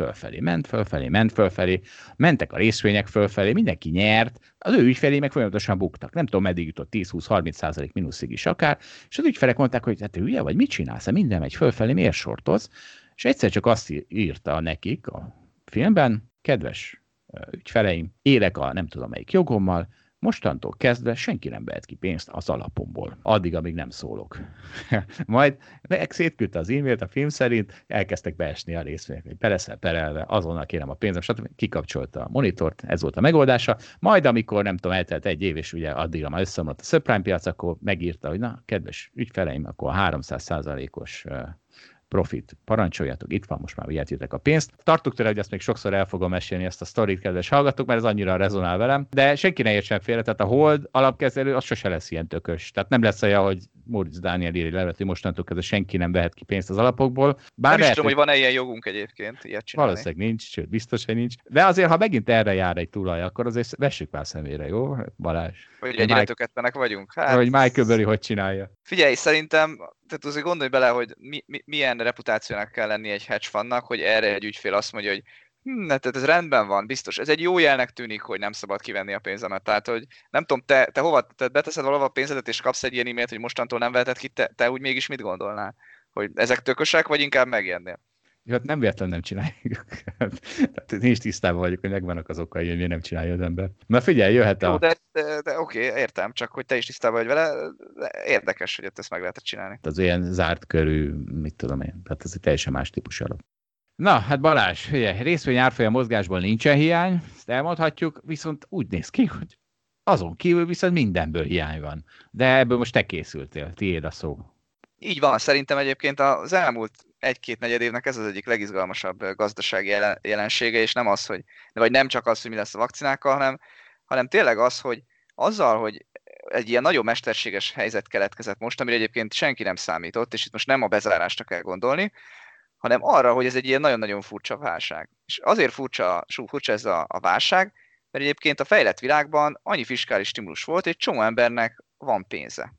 fölfelé, mentek a részvények fölfelé, mindenki nyert, az ő ügyfelé meg folyamatosan buktak. Nem tudom, meddig jutott 10-20-30% mínuszig is akár, és az ügyfelek mondták, hogy hát hülye vagy, mit csinálsz? Minden megy fölfelé, miért sortolsz? És egyszer csak azt írta nekik a filmben, kedves ügyfeleim, élek a nem tudom melyik jogommal, mostantól kezdve senki nem vehet ki pénzt az alapomból. Addig, amíg nem szólok. Majd szétküldte az e-mailt a film szerint, elkezdtek beesni a részvények, hogy be leszel perelve, azonnal kérem a pénzem, stb. Kikapcsolta a monitort, ez volt a megoldása. Majd amikor nem tudom, eltelt egy év, és ugye addigra már összeomlott a subprime piac, akkor megírta, hogy na, kedves ügyfeleim, akkor a 300%-os profit, parancsoljatok, itt van, most már vihetjétek a pénzt. Tartok tőle, hogy ezt még sokszor el fogom mesélni, ezt a sztorit, kedves hallgatók, mert ez annyira rezonál velem, de senki ne értsen félre, tehát a hold alapkezelő, az sose lesz ilyen tökös. Tehát nem lesz olyan, hogy Moritz Dániel írja levet, hogy mostantól kezdve senki nem vehet ki pénzt az alapokból. Bár nem is tudom, hogy van-e ilyen jogunk egyébként ilyet csinálni. Valószínűleg nincs, sőt, biztos, hogy nincs. De azért, ha megint erre jár egy tulaj, akkor azért vessük már szemére, jó, Balázs? Hogy egyre töketlenek vagyunk. Hát, hogy Michael Burry hogy csinálja. Figyelj, szerintem, tehát azért gondolj bele, hogy milyen reputációnak kell lenni egy hedge fundnak, hogy erre egy ügyfél azt mondja, hogy tehát ez rendben van, biztos. Ez egy jó jelnek tűnik, hogy nem szabad kivenni a pénzemet. Tehát, hogy nem tudom, te hova, te beteszed valahova a pénzedet, és kapsz egy ilyen e-mailt, hogy mostantól nem veheted ki, te úgy mégis mit gondolnál? Hogy ezek tökösek, vagy inkább megijednél? Hát nem véletlenül nem csináljuk. Tehát én is tisztában vagyok, hogy megvannak az okai, hogy miért nem csinálja az ember. Na figyelj, jöhet a... Jó, de oké, értem, csak hogy te is tisztában vagy vele, érdekes, hogy ezt meg lehetett csinálni. Az ilyen zárt körű, mit tudom én, tehát ez egy teljesen más típusú alap. Na, hát Balázs, figyelj, részvény árfolyam mozgásból nincsen hiány, ezt elmondhatjuk, viszont úgy néz ki, hogy azon kívül viszont mindenből hiány van. De ebből most te készültél, tiéd a szó. Így van, szerintem egyébként az elmúlt 1-2 negyed évnek ez az egyik legizgalmasabb gazdasági jelensége, és nem az, hogy, vagy nem csak az, hogy mi lesz a vakcinákkal, hanem tényleg az, hogy azzal, hogy egy ilyen nagyon mesterséges helyzet keletkezett most, amire egyébként senki nem számított, és itt most nem a bezárásra kell gondolni, hanem arra, hogy ez egy ilyen nagyon-nagyon furcsa válság. És azért furcsa ez a válság, mert egyébként a fejlett világban annyi fiskális stimulus volt, hogy egy csomó embernek van pénze.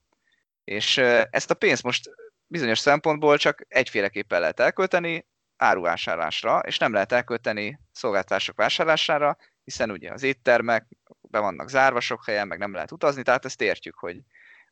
És ezt a pénzt most bizonyos szempontból csak egyféleképpen lehet elkölteni, áruvásárlásra, és nem lehet elkölteni szolgáltatások vásárlására, hiszen ugye az éttermek be vannak zárva sok helyen, meg nem lehet utazni, tehát ezt értjük, hogy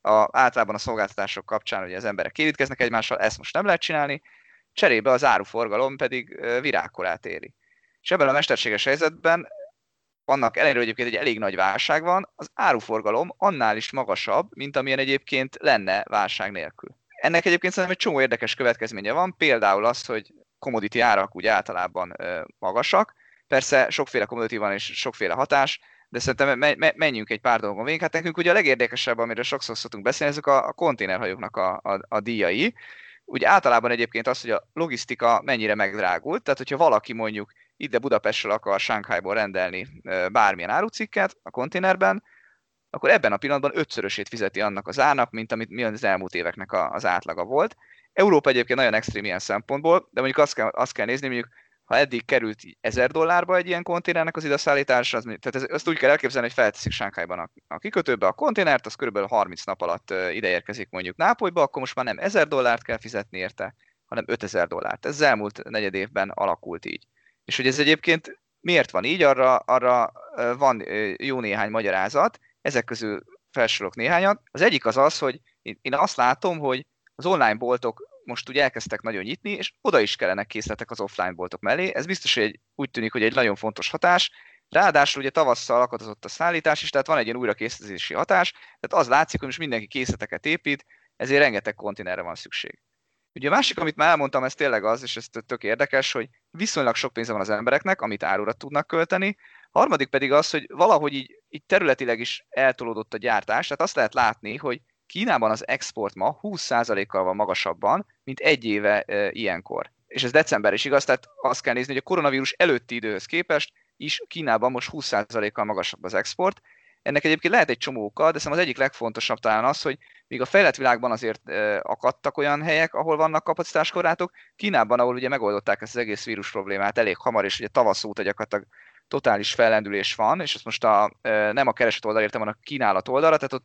általában a szolgáltatások kapcsán ugye az emberek kéritkeznek egymással, ezt most nem lehet csinálni, cserébe az áruforgalom pedig virágkorát éri. És ebben a mesterséges helyzetben, annak ellenére, hogy egyébként egy elég nagy válság van, az áruforgalom annál is magasabb, mint amilyen egyébként lenne válság nélkül. Ennek egyébként szerintem egy csomó érdekes következménye van, például az, hogy commodity árak úgy általában magasak. Persze sokféle commodity van és sokféle hatás, de szerintem menjünk egy pár dolgon végig. Hát nekünk ugye a legérdekesebb, amiről sokszor szoktunk beszélni, ezek a konténerhajóknak a díjai. Ugye általában egyébként az, hogy a logisztika mennyire megdrágult, tehát hogyha valaki mondjuk ide Budapestről akar Shanghaiból rendelni bármilyen árucikket a konténerben, akkor ebben a pillanatban 5-szörösét fizeti annak az árnak, mint amit mi az elmúlt éveknek az átlaga volt. Európa egyébként nagyon extrém ilyen szempontból, de mondjuk azt kell nézni, mondjuk ha eddig került $1000 egy ilyen konténernek az ideszállítása, tehát ezt úgy kell elképzelni, hogy felteszik Shanghaiban a kikötőbe a konténert, az körülbelül 30 nap alatt ide érkezik mondjuk Nápolyba, akkor most már nem $1000 kell fizetni érte, hanem $5000. Ez az elmúlt negyed évben alakult így. És hogy ez egyébként miért van így, arra van jó néhány magyarázat, ezek közül felsorolok néhányat. Az egyik az, hogy én azt látom, hogy az online boltok most ugye elkezdtek nagyon nyitni, és oda is kellene készletek az offline boltok mellé. Ez biztos, hogy úgy tűnik, hogy egy nagyon fontos hatás. Ráadásul ugye tavasszal akadozott a szállítás is, tehát van egy ilyen újrakészletési hatás, tehát az látszik, hogy most mindenki készleteket épít, ezért rengeteg konténerre van szükség. Ugye a másik, amit már elmondtam, ez tényleg az, és ez tök érdekes, hogy viszonylag sok pénze van az embereknek, amit árura tudnak költeni. A harmadik pedig az, hogy valahogy így területileg is eltolódott a gyártás, tehát azt lehet látni, hogy Kínában az export ma 20%-kal van magasabban, mint egy éve ilyenkor. És ez december is igaz, tehát azt kell nézni, hogy a koronavírus előtti időhöz képest is Kínában most 20%-kal magasabb az export. Ennek egyébként lehet egy csomó oka, de szerintem az egyik legfontosabb talán az, hogy míg a fejlett világban azért akadtak olyan helyek, ahol vannak kapacitáskorlátok, Kínában, ahol ugye megoldották ezt az egész vírus problémát elég hamar, és ugye tavasz óta gyakorlatilag totális fellendülés van, és ezt most nem a kereslet oldal értem, hanem a kínálat oldalra, tehát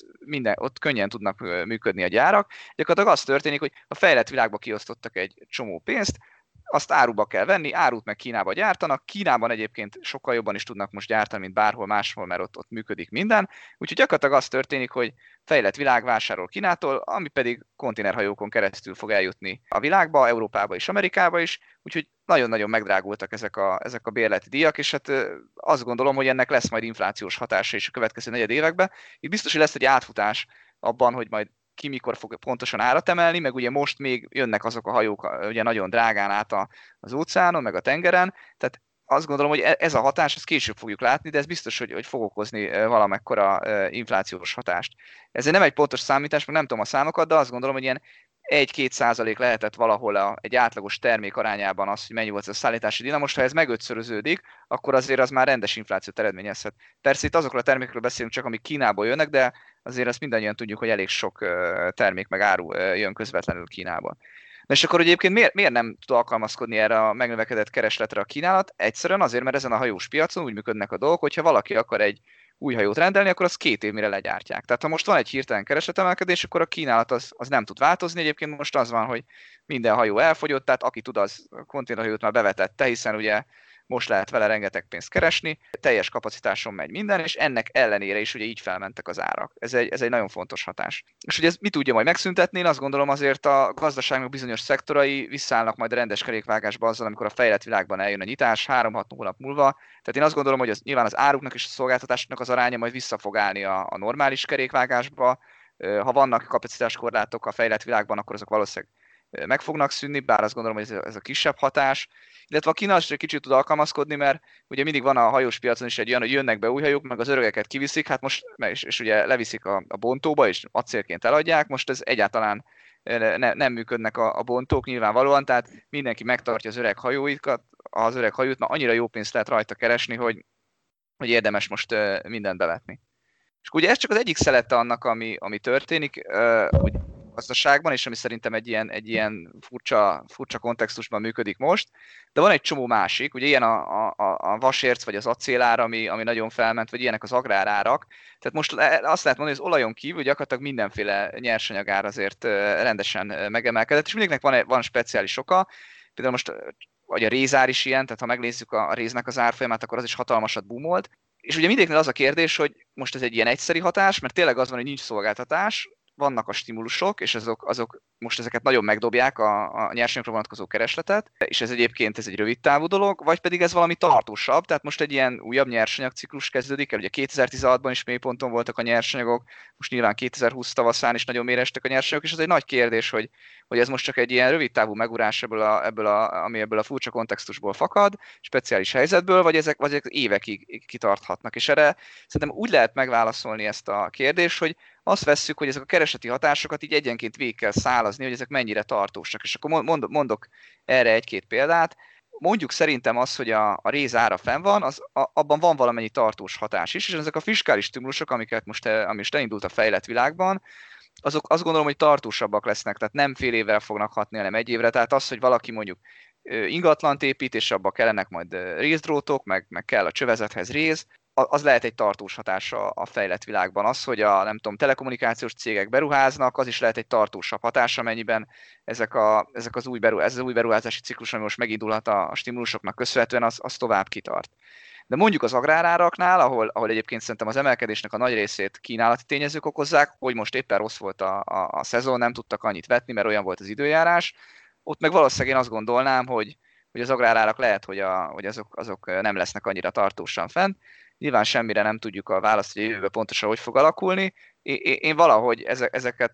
ott könnyen tudnak működni a gyárak. Gyakorlatilag az történik, hogy a fejlett világba kiosztottak egy csomó pénzt, azt áruba kell venni, árut meg Kínába gyártanak. Kínában egyébként sokkal jobban is tudnak most gyártani, mint bárhol máshol, mert ott működik minden. Úgyhogy gyakorlatilag az történik, hogy fejlett világ vásárol Kínától, ami pedig konténerhajókon keresztül fog eljutni a világba, Európába és Amerikába is. Úgyhogy nagyon-nagyon megdrágultak ezek a bérleti díjak, és hát azt gondolom, hogy ennek lesz majd inflációs hatása is a következő negyed években. Itt biztos, hogy lesz egy átfutás abban, hogy majd ki mikor fog pontosan árat emelni, meg ugye most még jönnek azok a hajók ugye nagyon drágán át az óceánon, meg a tengeren, tehát azt gondolom, hogy ez a hatás, ezt később fogjuk látni, de ez biztos, hogy fog okozni valamekkora inflációs hatást. Ez nem egy pontos számítás, meg nem tudom a számokat, de azt gondolom, hogy ilyen 1-2% lehetett valahol egy átlagos termék arányában az, hogy mennyi volt ez a szállítási díj. Most, ha ez megötszöröződik, akkor azért az már rendes inflációt eredményezhet. Persze itt azokról a termékekről beszélünk csak, amik Kínából jönnek, de azért azt mindannyian tudjuk, hogy elég sok termék meg áru jön közvetlenül Kínából. Na és akkor egyébként miért nem tud alkalmazkodni erre a megnövekedett keresletre a kínálat? Egyszerűen azért, mert ezen a hajós piacon úgy működnek a dolgok, hogyha valaki akar egy új hajót rendelni, akkor az 2 év mire legyártják. Tehát ha most van egy hirtelen keresletemelkedés, akkor a kínálat az nem tud változni. Egyébként most az van, hogy minden hajó elfogyott, tehát aki tud, az konténerhajót már bevetette, hiszen ugye most lehet vele rengeteg pénzt keresni, teljes kapacitáson megy minden, és ennek ellenére is ugye így felmentek az árak. Ez egy nagyon fontos hatás. És ugye ez mit tudja majd megszüntetni? Én azt gondolom azért a gazdaságnak bizonyos szektorai visszaállnak majd a rendes kerékvágásba azzal, amikor a fejlett világban eljön a nyitás 3-6 hónap múlva. Tehát én azt gondolom, hogy nyilván az áruknak és a szolgáltatásoknak az aránya majd vissza fog állni a normális kerékvágásba. Ha vannak kapacitáskorlátok a fejlett világban, akkor azok valószínűleg meg fognak szűnni, bár azt gondolom, hogy ez a kisebb hatás. Illetve a Kína is egy kicsit tud alkalmazkodni, mert ugye mindig van a hajós piacon is egy olyan, hogy jönnek be új hajók, meg az öregeket kiviszik, hát most, és ugye leviszik a bontóba, és acélként eladják, most ez egyáltalán nem működnek a bontók nyilvánvalóan, tehát mindenki megtartja az öreg hajóikat, az öreg hajót, mert annyira jó pénzt lehet rajta keresni, hogy érdemes most mindent bevetni. És ugye ez csak az egyik szelete annak, ami történik, hogy gazdaságban, és ami szerintem egy ilyen furcsa kontextusban működik most, de van egy csomó másik, ugye ilyen a vasérc vagy az acélár, ami nagyon felment, vagy ilyenek az agrárárak. Tehát most azt lehet mondani, hogy az olajon kívül gyakorlatilag mindenféle nyersanyagár azért rendesen megemelkedett, és mindegynek van speciális oka. Például most vagy a rézár is ilyen, tehát ha megnézzük a réznek az árfolyamát, akkor az is hatalmasat boomolt. És ugye mindegyiknél az a kérdés, hogy most ez egy ilyen egyszeri hatás, mert tényleg az van, hogy nincs szolgáltatás, vannak a stimulusok, és azok most ezeket nagyon megdobják a nyersanyagokra vonatkozó keresletet, és ez egyébként egy rövid távú dolog, vagy pedig ez valami tartósabb, tehát most egy ilyen újabb nyersanyagciklus kezdődik el, ugye 2016-ban is mélyponton voltak a nyersanyagok, most nyilván 2020 tavaszán is nagyon mélyre estek a nyersanyagok, és ez egy nagy kérdés, hogy ez most csak egy ilyen rövid távú megurás ami ebből a furcsa kontextusból fakad, speciális helyzetből, vagy ezek évekig kitarthatnak. És erre szerintem úgy lehet megválaszolni ezt a kérdést, hogy azt vesszük, hogy ezek a keresleti hatásokat így egyenként végig kell szálazni, hogy ezek mennyire tartósak. És akkor mondok erre egy-két példát. Mondjuk szerintem az, hogy a réz ára fenn van, abban van valamennyi tartós hatás is, és ezek a fiskális stimulusok, amiket most elindult a fejlett világban, azok azt gondolom, hogy tartósabbak lesznek, tehát nem fél évvel fognak hatni, hanem egy évre. Tehát az, hogy valaki mondjuk ingatlant épít, és abba kellenek majd rézdrótok, meg kell a csövezethez réz, az lehet egy tartós hatása a fejlett világban. Az, hogy nem tudom, telekommunikációs cégek beruháznak, az is lehet egy tartósabb hatás, amennyiben ez az új beruházási ciklus, ami most megindulhat a stimulusoknak köszönhetően, az tovább kitart. De mondjuk az agráráraknál, ahol egyébként szerintem az emelkedésnek a nagy részét kínálati tényezők okozzák, hogy most éppen rossz volt a szezon, nem tudtak annyit vetni, mert olyan volt az időjárás, ott meg valószínűleg én azt gondolnám, hogy az agrárárak lehet, hogy azok nem lesznek annyira tartósan fenn. Nyilván semmire nem tudjuk a választ, hogy a jövőben pontosan hogy fog alakulni. Én valahogy ezeket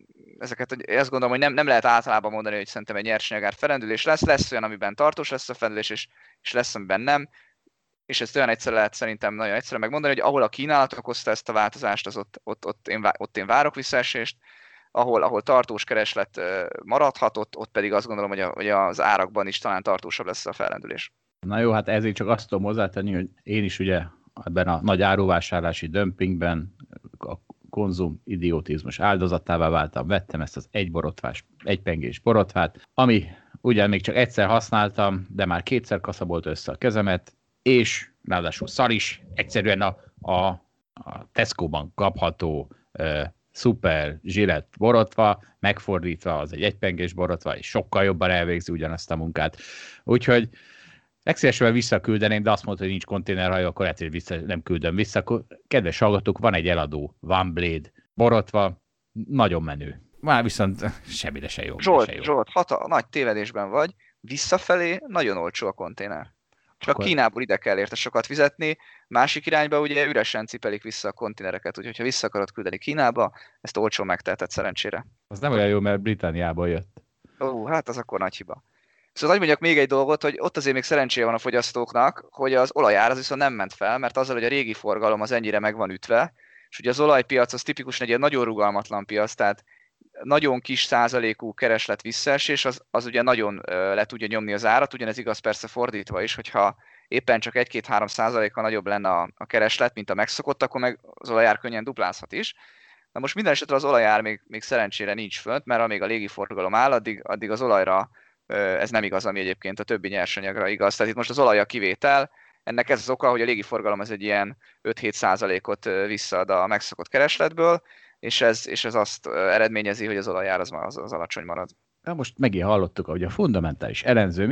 azt gondolom, hogy nem lehet általában mondani, hogy szerintem egy nyersanyagár felendülés lesz olyan, amiben tartós lesz a felendülés, és lesz, amiben nem. És ezt olyan egyszer lehet szerintem nagyon egyszerűen megmondani, hogy ahol a kínálat okozta ezt a változást, ott én várok visszaesést, ahol tartós kereslet maradhat, ott pedig azt gondolom, hogy az árakban is talán tartósabb lesz a fellendülés. Na jó, hát ezért csak azt tudom hozzátenni, hogy én is ugye ebben a nagy áruvásárlási dömpingben a konzum idiotizmus áldozatává váltam, vettem ezt az egypengés borotvát, ami ugyan még csak egyszer használtam, de már kétszer kaszabolt össze a kezemet, és ráadásul szar is, egyszerűen a Tesco-ban kapható szuper zsilett borotva, megfordítva az egy egypengés borotva, és sokkal jobban elvégzi ugyanazt a munkát. Úgyhogy legszívesebben visszaküldeném, de azt mondta, hogy nincs konténerhajó, akkor lehet, hogy nem küldöm vissza. Akkor, kedves hallgatók, van egy eladó One Blade borotva, nagyon menő. Már viszont semmire se jó. Zsolt, nagy tévedésben vagy, visszafelé nagyon olcsó a konténer. Csak Kínából ide kell érte sokat fizetni, másik irányba ugye üresen cipelik vissza a konténereket, úgyhogy ha vissza akarod küldeni Kínába, ezt olcsó megteheted szerencsére. Az nem olyan jó, mert Britanniából jött. Hát az akkor nagy hiba. Szóval mondjak még egy dolgot, hogy ott azért még szerencséje van a fogyasztóknak, hogy az olajár az viszont nem ment fel, mert azzal, hogy a régi forgalom az ennyire meg van ütve, és ugye az olajpiac az tipikusan egy ilyen nagyon rugalmatlan piac, tehát nagyon kis százalékú kereslet visszaesés, az ugye nagyon le tudja nyomni az árat, ugyanez igaz persze fordítva is, hogyha éppen csak 1-2-3% nagyobb lenne a kereslet, mint a megszokott, akkor meg az olajár könnyen duplázhat is. Na most minden esetre az olajár még szerencsére nincs fönt, mert amíg a légiforgalom áll, addig az olajra ez nem igaz, ami egyébként a többi nyersanyagra igaz. Tehát itt most az olaj a kivétel, ennek ez az oka, hogy a légiforgalom az egy ilyen 5-7%-ot visszaad a megszokott keresletből, és ez azt eredményezi, hogy az olajár az alacsony marad. Na most megint hallottuk, hogy a fundamentális elemző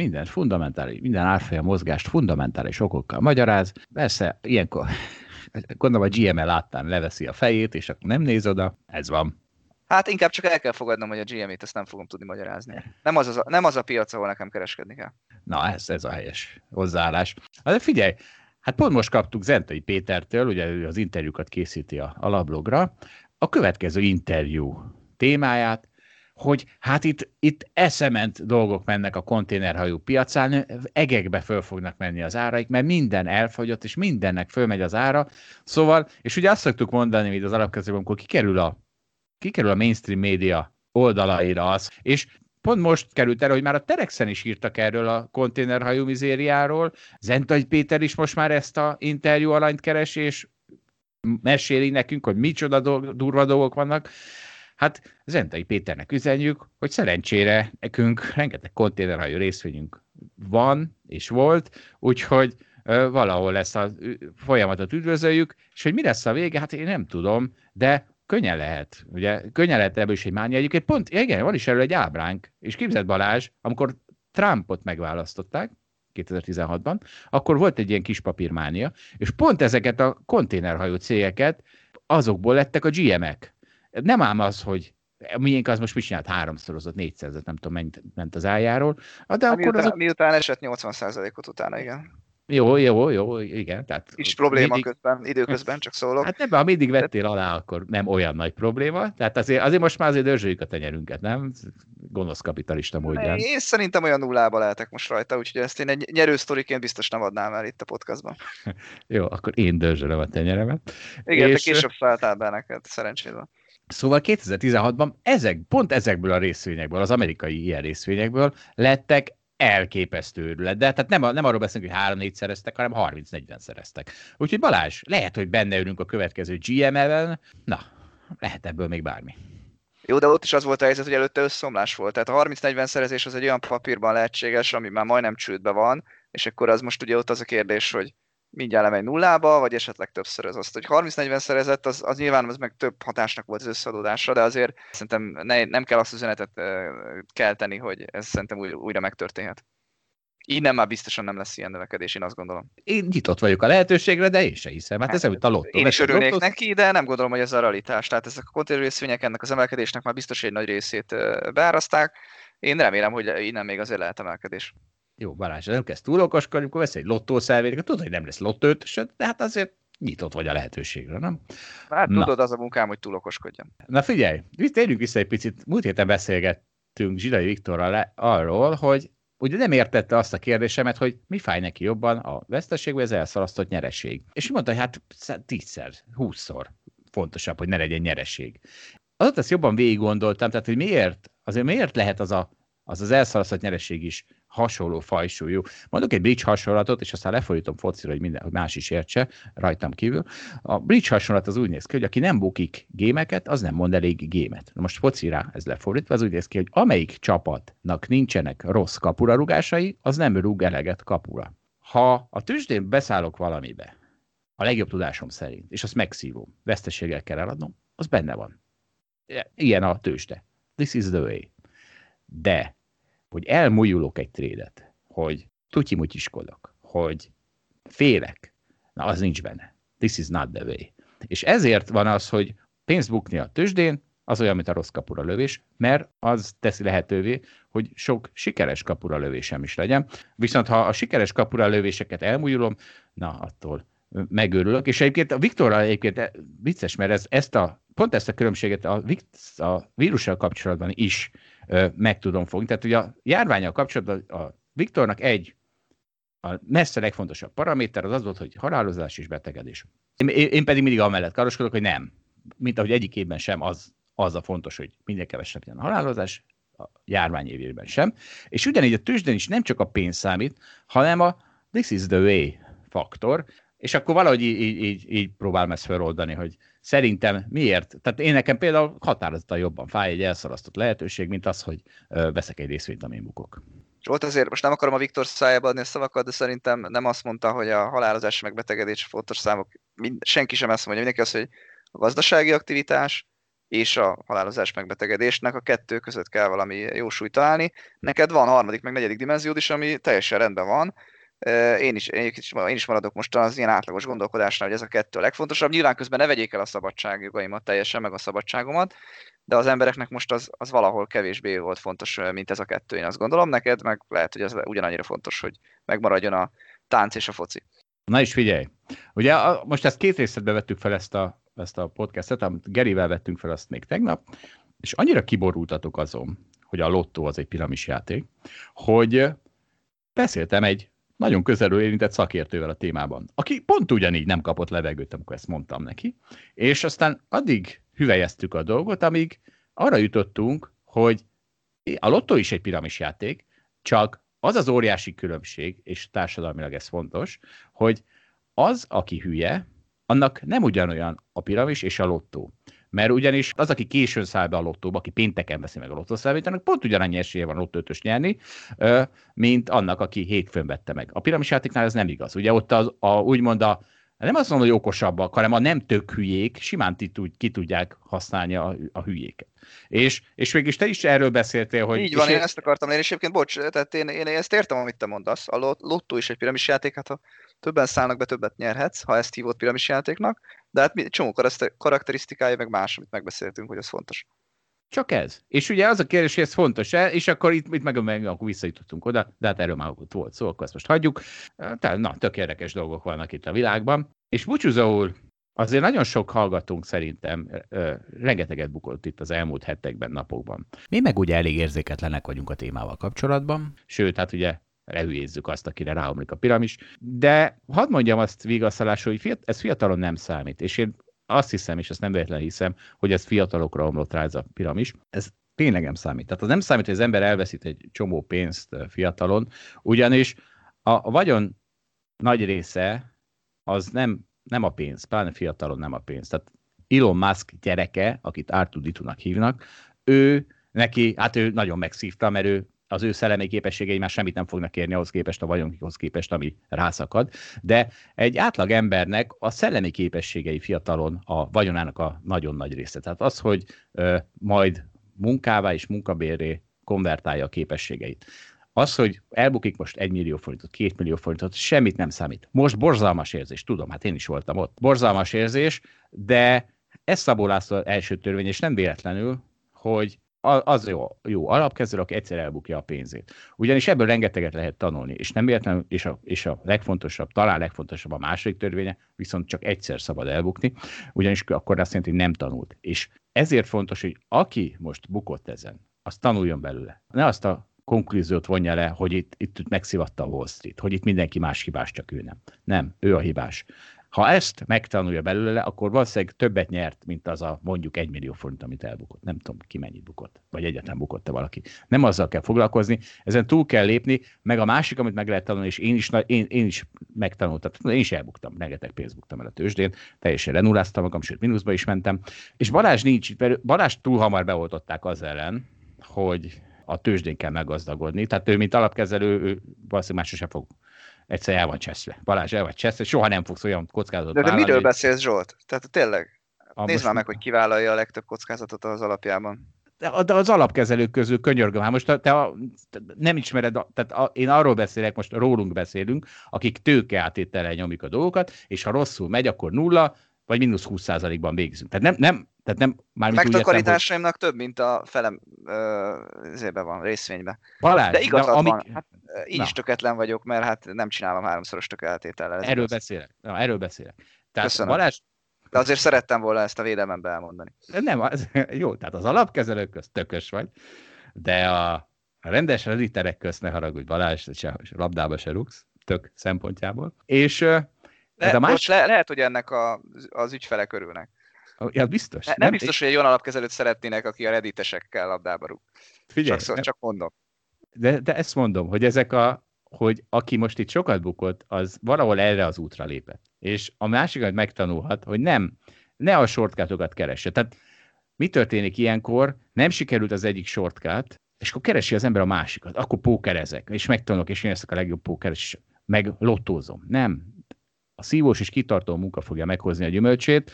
minden árfolyam mozgást fundamentális okokkal magyaráz. Persze, ilyenkor gondolom a GML láttán leveszi a fejét, és akkor nem néz oda. Ez van. Hát inkább csak el kell fogadnom, hogy a GM-t ezt nem fogom tudni magyarázni. Nem az a piac, ahol nekem kereskedni kell. Na, ez a helyes hozzáállás. De figyelj, hát pont most kaptuk Zentai Pétertől, ugye ő az interjúkat készíti a alablogra, a következő interjú témáját, hogy hát itt eszement dolgok mennek a konténerhajó piacán, egekbe föl fognak menni az áraik, mert minden elfogyott, és mindennek fölmegy az ára. Szóval, és ugye azt szoktuk mondani, hogy az alapkezelőben, amikor kikerül a mainstream média oldalaira az, és pont most került el, hogy már a Terexen is írtak erről a konténerhajó mizériáról, Zentai Péter is most már ezt a interjú alanyt keresi, és meséli nekünk, hogy micsoda durva dolgok vannak. Hát Zentai Péternek üzenjük, hogy szerencsére nekünk rengeteg konténerhajó részvényünk van és volt, úgyhogy valahol ezt a folyamatot üdvözöljük, és hogy mi lesz a vége, hát én nem tudom, de könnyen lehet, ugye? Könnyen lehet ebből is egy mánia. Egyébként pont, igen, van is erről egy ábránk, és képzeld Balázs, amikor Trumpot megválasztották, 2016-ban, akkor volt egy ilyen kis papírmánia, és pont ezeket a konténerhajó cégeket, azokból lettek a GM-ek. Nem ám az, hogy miénk az most mit csinált, 3-szorozott, 400-et, nem tudom, mennyit ment az ájáról. De akkor miután esett 80%-ot utána, igen. Jó, igen. Tehát kis probléma közben, időközben, csak szólok. Hát nem, ha mindig vettél alá, akkor nem olyan nagy probléma. Tehát azért most már azért dörzsöljük a tenyerünket, nem? Gonosz kapitalista módján. Én szerintem olyan nullába lehetek most rajta, úgyhogy ezt én egy nyerő sztoriként biztos nem adnám el itt a podcastban. Jó, akkor én dörzsölöm a tenyeremet. Igen, és... te később szálltál be neked, szerencséd van. Szóval 2016-ban pont ezekből a részvényekből, az amerikai ilyen részvényekből lettek elképesztő őrület. De tehát nem arról beszélünk, hogy 3-4 szereztek, hanem 30-40 szereztek. Úgyhogy Balázs, lehet, hogy benne ülünk a következő GM-ben, na, lehet ebből még bármi. Jó, de ott is az volt a helyzet, hogy előtte összeomlás volt. Tehát a 30-40 szerezés az egy olyan papírban lehetséges, ami már majdnem csődbe van, és akkor az most ugye ott az a kérdés, hogy mindjárt lemegy nullába, vagy esetleg többször az azt, hogy 30-40 szerezett, az nyilván az meg több hatásnak volt az összeadódásra, de azért szerintem nem kell azt az üzenetet kelteni, hogy ez szerintem újra megtörténhet. Innen már biztosan nem lesz ilyen növekedés, én azt gondolom. Én nyitott vagyok a lehetőségre, de én se hiszem. Hát ez úgy a lottó. Én is örülnék neki, de nem gondolom, hogy ez a realitás. Tehát ezek a konténer részvények ennek az emelkedésnek már biztos egy nagy részét beáraszták. Én remélem, hogy innen még azért lehet emelkedés. Jó, Balázs, nem kezd túl okoskodni, akkor vesz egy lottószelvényt, tudod, hogy nem lesz lottóötösöd, de hát azért nyitott vagy a lehetőségre, nem? Hát tudod, az a munkám, hogy túl okoskodjam. Na figyelj, térjünk vissza egy picit. Múlt héten beszélgettünk Zsidai Viktorral arról, hogy ugye nem értette azt a kérdésemet, hogy mi fáj neki jobban, a veszteség vagy az elszalasztott nyereség. És mondta, hogy hát 10-szer, 20-szor fontosabb, hogy ne legyen nyereség. Azot ezt jobban végig gondoltam, tehát hogy miért lehet az elszalasztott nyereség is hasonló fajsúlyú. Mondok egy bridge hasonlatot, és aztán lefordítom focira, hogy más is értse rajtam kívül. A bridge hasonlat az úgy néz ki, hogy aki nem bukik gémeket, az nem mond elég gémet. Na most focira ez lefordítva, az úgy néz ki, hogy amelyik csapatnak nincsenek rossz kapurarugásai, az nem rúg eleget kapura. Ha a tőzsdén beszállok valamibe, a legjobb tudásom szerint, és azt megszívom, veszteséggel kell eladnom, az benne van. Ilyen a tőzsde. This is the way. De hogy elmújulok egy trédet, hogy tutyimutyiskodok, hogy félek, na az nincs benne. This is not the way. És ezért van az, hogy pénzt bukni a tőzsdén, az olyan, mint a rossz kapura lövés, mert az teszi lehetővé, hogy sok sikeres kapura lövésem is legyen. Viszont ha a sikeres kapura lövéseket elmújulom, na attól megőrülök. És egyébként a Viktorral egyébként vicces, mert pont ezt a különbséget a vírussal kapcsolatban is meg tudom fogni. Tehát ugye a járvánnyal kapcsolatban a Viktornak a messze legfontosabb paraméter az volt, hogy halálozás és betegedés. Én pedig mindig amellett karoskodok, hogy nem. Mint ahogy egyik évben sem az a fontos, hogy minél kevesebb legyen a halálozás, a járvány évében sem. És ugyanígy a tőzsdén is nem csak a pénz számít, hanem a this is the way faktor, és akkor valahogy így próbálom ezt feloldani, hogy szerintem miért? Tehát én nekem például határozottan jobban fáj egy elszalasztott lehetőség, mint az, hogy veszek egy részvényt, amin bukok. Zsolt, azért most nem akarom a Viktor szájába adni a szavakat, de szerintem nem azt mondta, hogy a halálozás meg betegedés fontos számok. Senki sem ezt mondja, mindenki azt, hogy a gazdasági aktivitás és a halálozás megbetegedésnek a kettő között kell valami jó súlyt találni. Neked van harmadik, meg negyedik dimenziód is, ami teljesen rendben van. Én is maradok most az ilyen átlagos gondolkodásnál, hogy ez a kettő a legfontosabb. Nyilván közben ne vegyék el a szabadságjogaimat teljesen, meg a szabadságomat, de az embereknek most az valahol kevésbé volt fontos, mint ez a kettő, én azt gondolom. Neked meg lehet, hogy ez ugyanannyira fontos, hogy megmaradjon a tánc és a foci. Na is figyelj! Ugye most ezt két részletbe vettük fel ezt a podcastet, amit Gerivel vettünk fel azt még tegnap, és annyira kiborultatok azon, hogy a lottó az egy piramisjáték, hogy beszéltem egy nagyon közelről érintett szakértővel a témában, aki pont ugyanígy nem kapott levegőt, amikor ezt mondtam neki, és aztán addig hüvelyeztük a dolgot, amíg arra jutottunk, hogy a lottó is egy piramisjáték, csak az az óriási különbség, és társadalmilag ez fontos, hogy az, aki hülye, annak nem ugyanolyan a piramis és a lottó. Mert ugyanis az, aki későn száll be a lottóba, aki pénteken veszi meg a lottószelvényt, annak pont ugyanannyi esélye van lottóötös nyerni, mint annak, aki hétfőn vette meg. A piramisjátéknál ez nem igaz. Ugye ott úgymond a nem azt mondom, hogy okosabbak, hanem a nem tök hülyék simán ki tudják használni a hülyéket. És mégis te is erről beszéltél, hogy... Így van, én ezt akartam lenni, és egyébként, bocs, tehát én ezt értem, amit te mondasz. A lottó is egy piramisjáték, hát ha többen szállnak be, többet nyerhetsz, ha ezt hívod piramisjátéknak, de hát csomó karakterisztikája meg más, amit megbeszéltünk, hogy az fontos. Csak ez. És ugye az a kérdés, hogy ez fontos-e, és akkor itt meg akkor visszajutottunk oda, de hát erről már ott volt szó, akkor ezt most hagyjuk. Tehát, tök érdekes dolgok vannak itt a világban. És Búcsúzó úr, azért nagyon sok hallgatónk szerintem rengeteget bukott itt az elmúlt hetekben, napokban. Mi meg ugye elég érzéketlenek vagyunk a témával kapcsolatban. Sőt, hát ugye lehülyézzük azt, akire ráomlik a piramis. De hadd mondjam azt vigasztalásról, hogy ez fiatalon nem számít. És én azt hiszem, és ezt nem véletlenül hiszem, hogy ez fiatalokra omlott rá ez a piramis. Ez tényleg nem számít. Tehát az nem számít, hogy az ember elveszít egy csomó pénzt fiatalon, ugyanis a vagyon nagy része az nem a pénz, pláne fiatalon nem a pénz. Tehát Elon Musk gyereke, akit R2D2-nak hívnak, ő nagyon megszívta, mert az ő szellemi képességei már semmit nem fognak érni ahhoz képest, a vagyonhoz képest, ami rászakad. De egy átlag embernek a szellemi képességei fiatalon a vagyonának a nagyon nagy része. Tehát az, hogy majd munkává és munkabérré konvertálja a képességeit. Az, hogy elbukik most 1 millió forintot, 2 millió forintot, semmit nem számít. Most borzalmas érzés, tudom, hát én is voltam ott. Borzalmas érzés, de ez Szabó László első törvény, és nem véletlenül, hogy az jó alapkezelő, aki egyszer elbukja a pénzét. Ugyanis ebből rengeteget lehet tanulni, és nem véletlenül, és a legfontosabb, talán legfontosabb a második törvénye, viszont csak egyszer szabad elbukni, ugyanis akkor azt jelenti, hogy nem tanult. És ezért fontos, hogy aki most bukott ezen, az tanuljon belőle. Ne azt a konklúziót vonja le, hogy itt megszivatta a Wall Street, hogy itt mindenki más hibás, csak ő nem. Nem, ő a hibás. Ha ezt megtanulja belőle, akkor valószínűleg többet nyert, mint az a mondjuk 1 millió forint, amit elbukott. Nem tudom, ki mennyit bukott, vagy egyáltalán bukott-e valaki. Nem azzal kell foglalkozni, ezen túl kell lépni, meg a másik, amit meg lehet tanulni, és én is megtanultam, én is elbuktam, rengeteg pénzt buktam el a tőzsdén, teljesen lenulláztam magam, sőt mínuszba is mentem. És Balázs nincs, Balázs túl hamar beoltották az ellen, hogy a tőzsdén kell meggazdagodni. Tehát ő, mint alapkezelő, ő valószínűleg más sem fog. Egyszer el van cseszve. Balázs el van cseszve, soha nem fogsz olyan kockázatot vállalni. De miről beszélsz, beszélsz, Zsolt? Tehát tényleg, nézd már meg, hogy kivállalja a legtöbb kockázatot az alapjában. De az alapkezelők közül könyörgöm. Hát most te nem ismered, tehát én arról beszélek, most rólunk beszélünk, akik tőkeátétellel nyomjuk a dolgokat, és ha rosszul megy, akkor 0 vagy mínusz 20%-ban végzünk. Tehát nem megtakarításaimnak több, mint a felem zébe van, részvényben. Balázs, de igazad van. Hát, így is töketlen vagyok, mert hát nem csinálom 3-szoros tökéletétellel. Erről beszélek. Tehát köszönöm. Balázs... De azért szerettem volna ezt a védelmembe elmondani. Nem, jó, tehát az alapkezelők közt tökös vagy, de a rendes rediterek közt ne haragudj, Balázs, labdába se rúgsz, tök szempontjából. És lehet, hogy ennek az ügyfelek örülnek. Ja, biztos. Nem biztos, hogy egy olyan alapkezelőt szeretnének, aki a reditesekkel labdába rúg. Figyelj, csak mondom. De ezt mondom, hogy hogy aki most itt sokat bukott, az valahol erre az útra lépett. És a másikat megtanulhat, hogy ne a shortcutokat keresse. Tehát mi történik ilyenkor? Nem sikerült az egyik shortcut, és akkor keresi az ember a másikat. Akkor pókerezek, és megtanulok, és én ezt a legjobb póker, és meg lottózom. Nem. A szívós és kitartó munka fogja meghozni a gyümölcsét.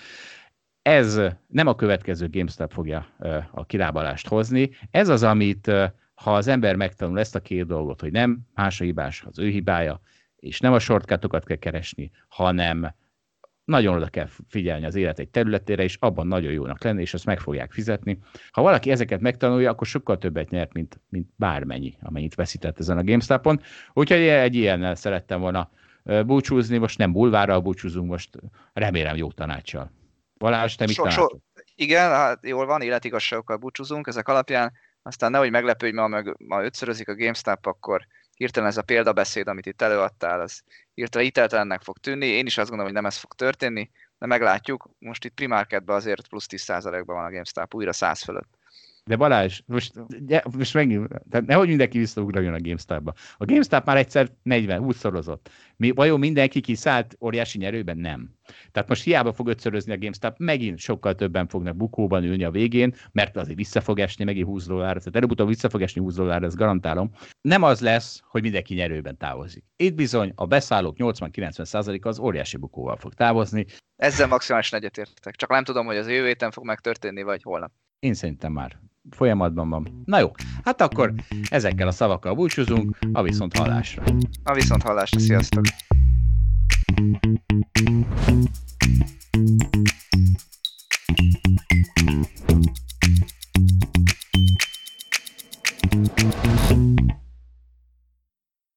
Ez nem a következő GameStop fogja a kilábalást hozni. Ez az, amit ha az ember megtanul ezt a két dolgot, hogy nem más a hibás, az ő hibája, és nem a shortcutokat kell keresni, hanem nagyon oda kell figyelni az élet egy területére, és abban nagyon jónak lenni, és azt meg fogják fizetni. Ha valaki ezeket megtanulja, akkor sokkal többet nyert, mint bármennyi, amennyit veszített ezen a GameStopon. Úgyhogy egy ilyennel szerettem volna búcsúzni, most nem bulvárral búcsúzunk, most remélem jó tanáccsal. Balázs, te mit tanácsol? Igen, hát jól van, életigazságokkal búcsúzunk ezek alapján, aztán nehogy meglepődj, ma ötszörözik a GameStop, akkor hirtelen ez a példabeszéd, amit itt előadtál, az hirtelen hiteltelennek fog tűnni. Én is azt gondolom, hogy nem ez fog történni, de meglátjuk. Most itt pre-marketben azért plusz 10%-ban van a GameStop, újra 100 fölött. De Balázs, most megint, tehát nehogy mindenki visszaugráljon a GameStop-ba. A GameStop már egyszer 40-20-szorozott. Vajon mindenki kiszállt óriási nyerőben? Nem. Tehát most hiába fog 5-szörözni a GameStop, megint sokkal többen fognak bukóban ülni a végén, mert azért vissza fog esni megint $20. Tehát előbb-utóbb vissza fog esni $20, ezt garantálom. Nem az lesz, hogy mindenki nyerőben távozik. Itt bizony a beszállók 80-90%-a az óriási bukóval fog távozni. Ezzel maximálisan egyetértek. Csak nem tudom, hogy az jövő héten fog megtörténni, vagy holnap. Én szerintem már folyamatban van. Na jó, hát akkor ezekkel a szavakkal búcsúzunk, a viszonthallásra. A viszonthallásra, sziasztok!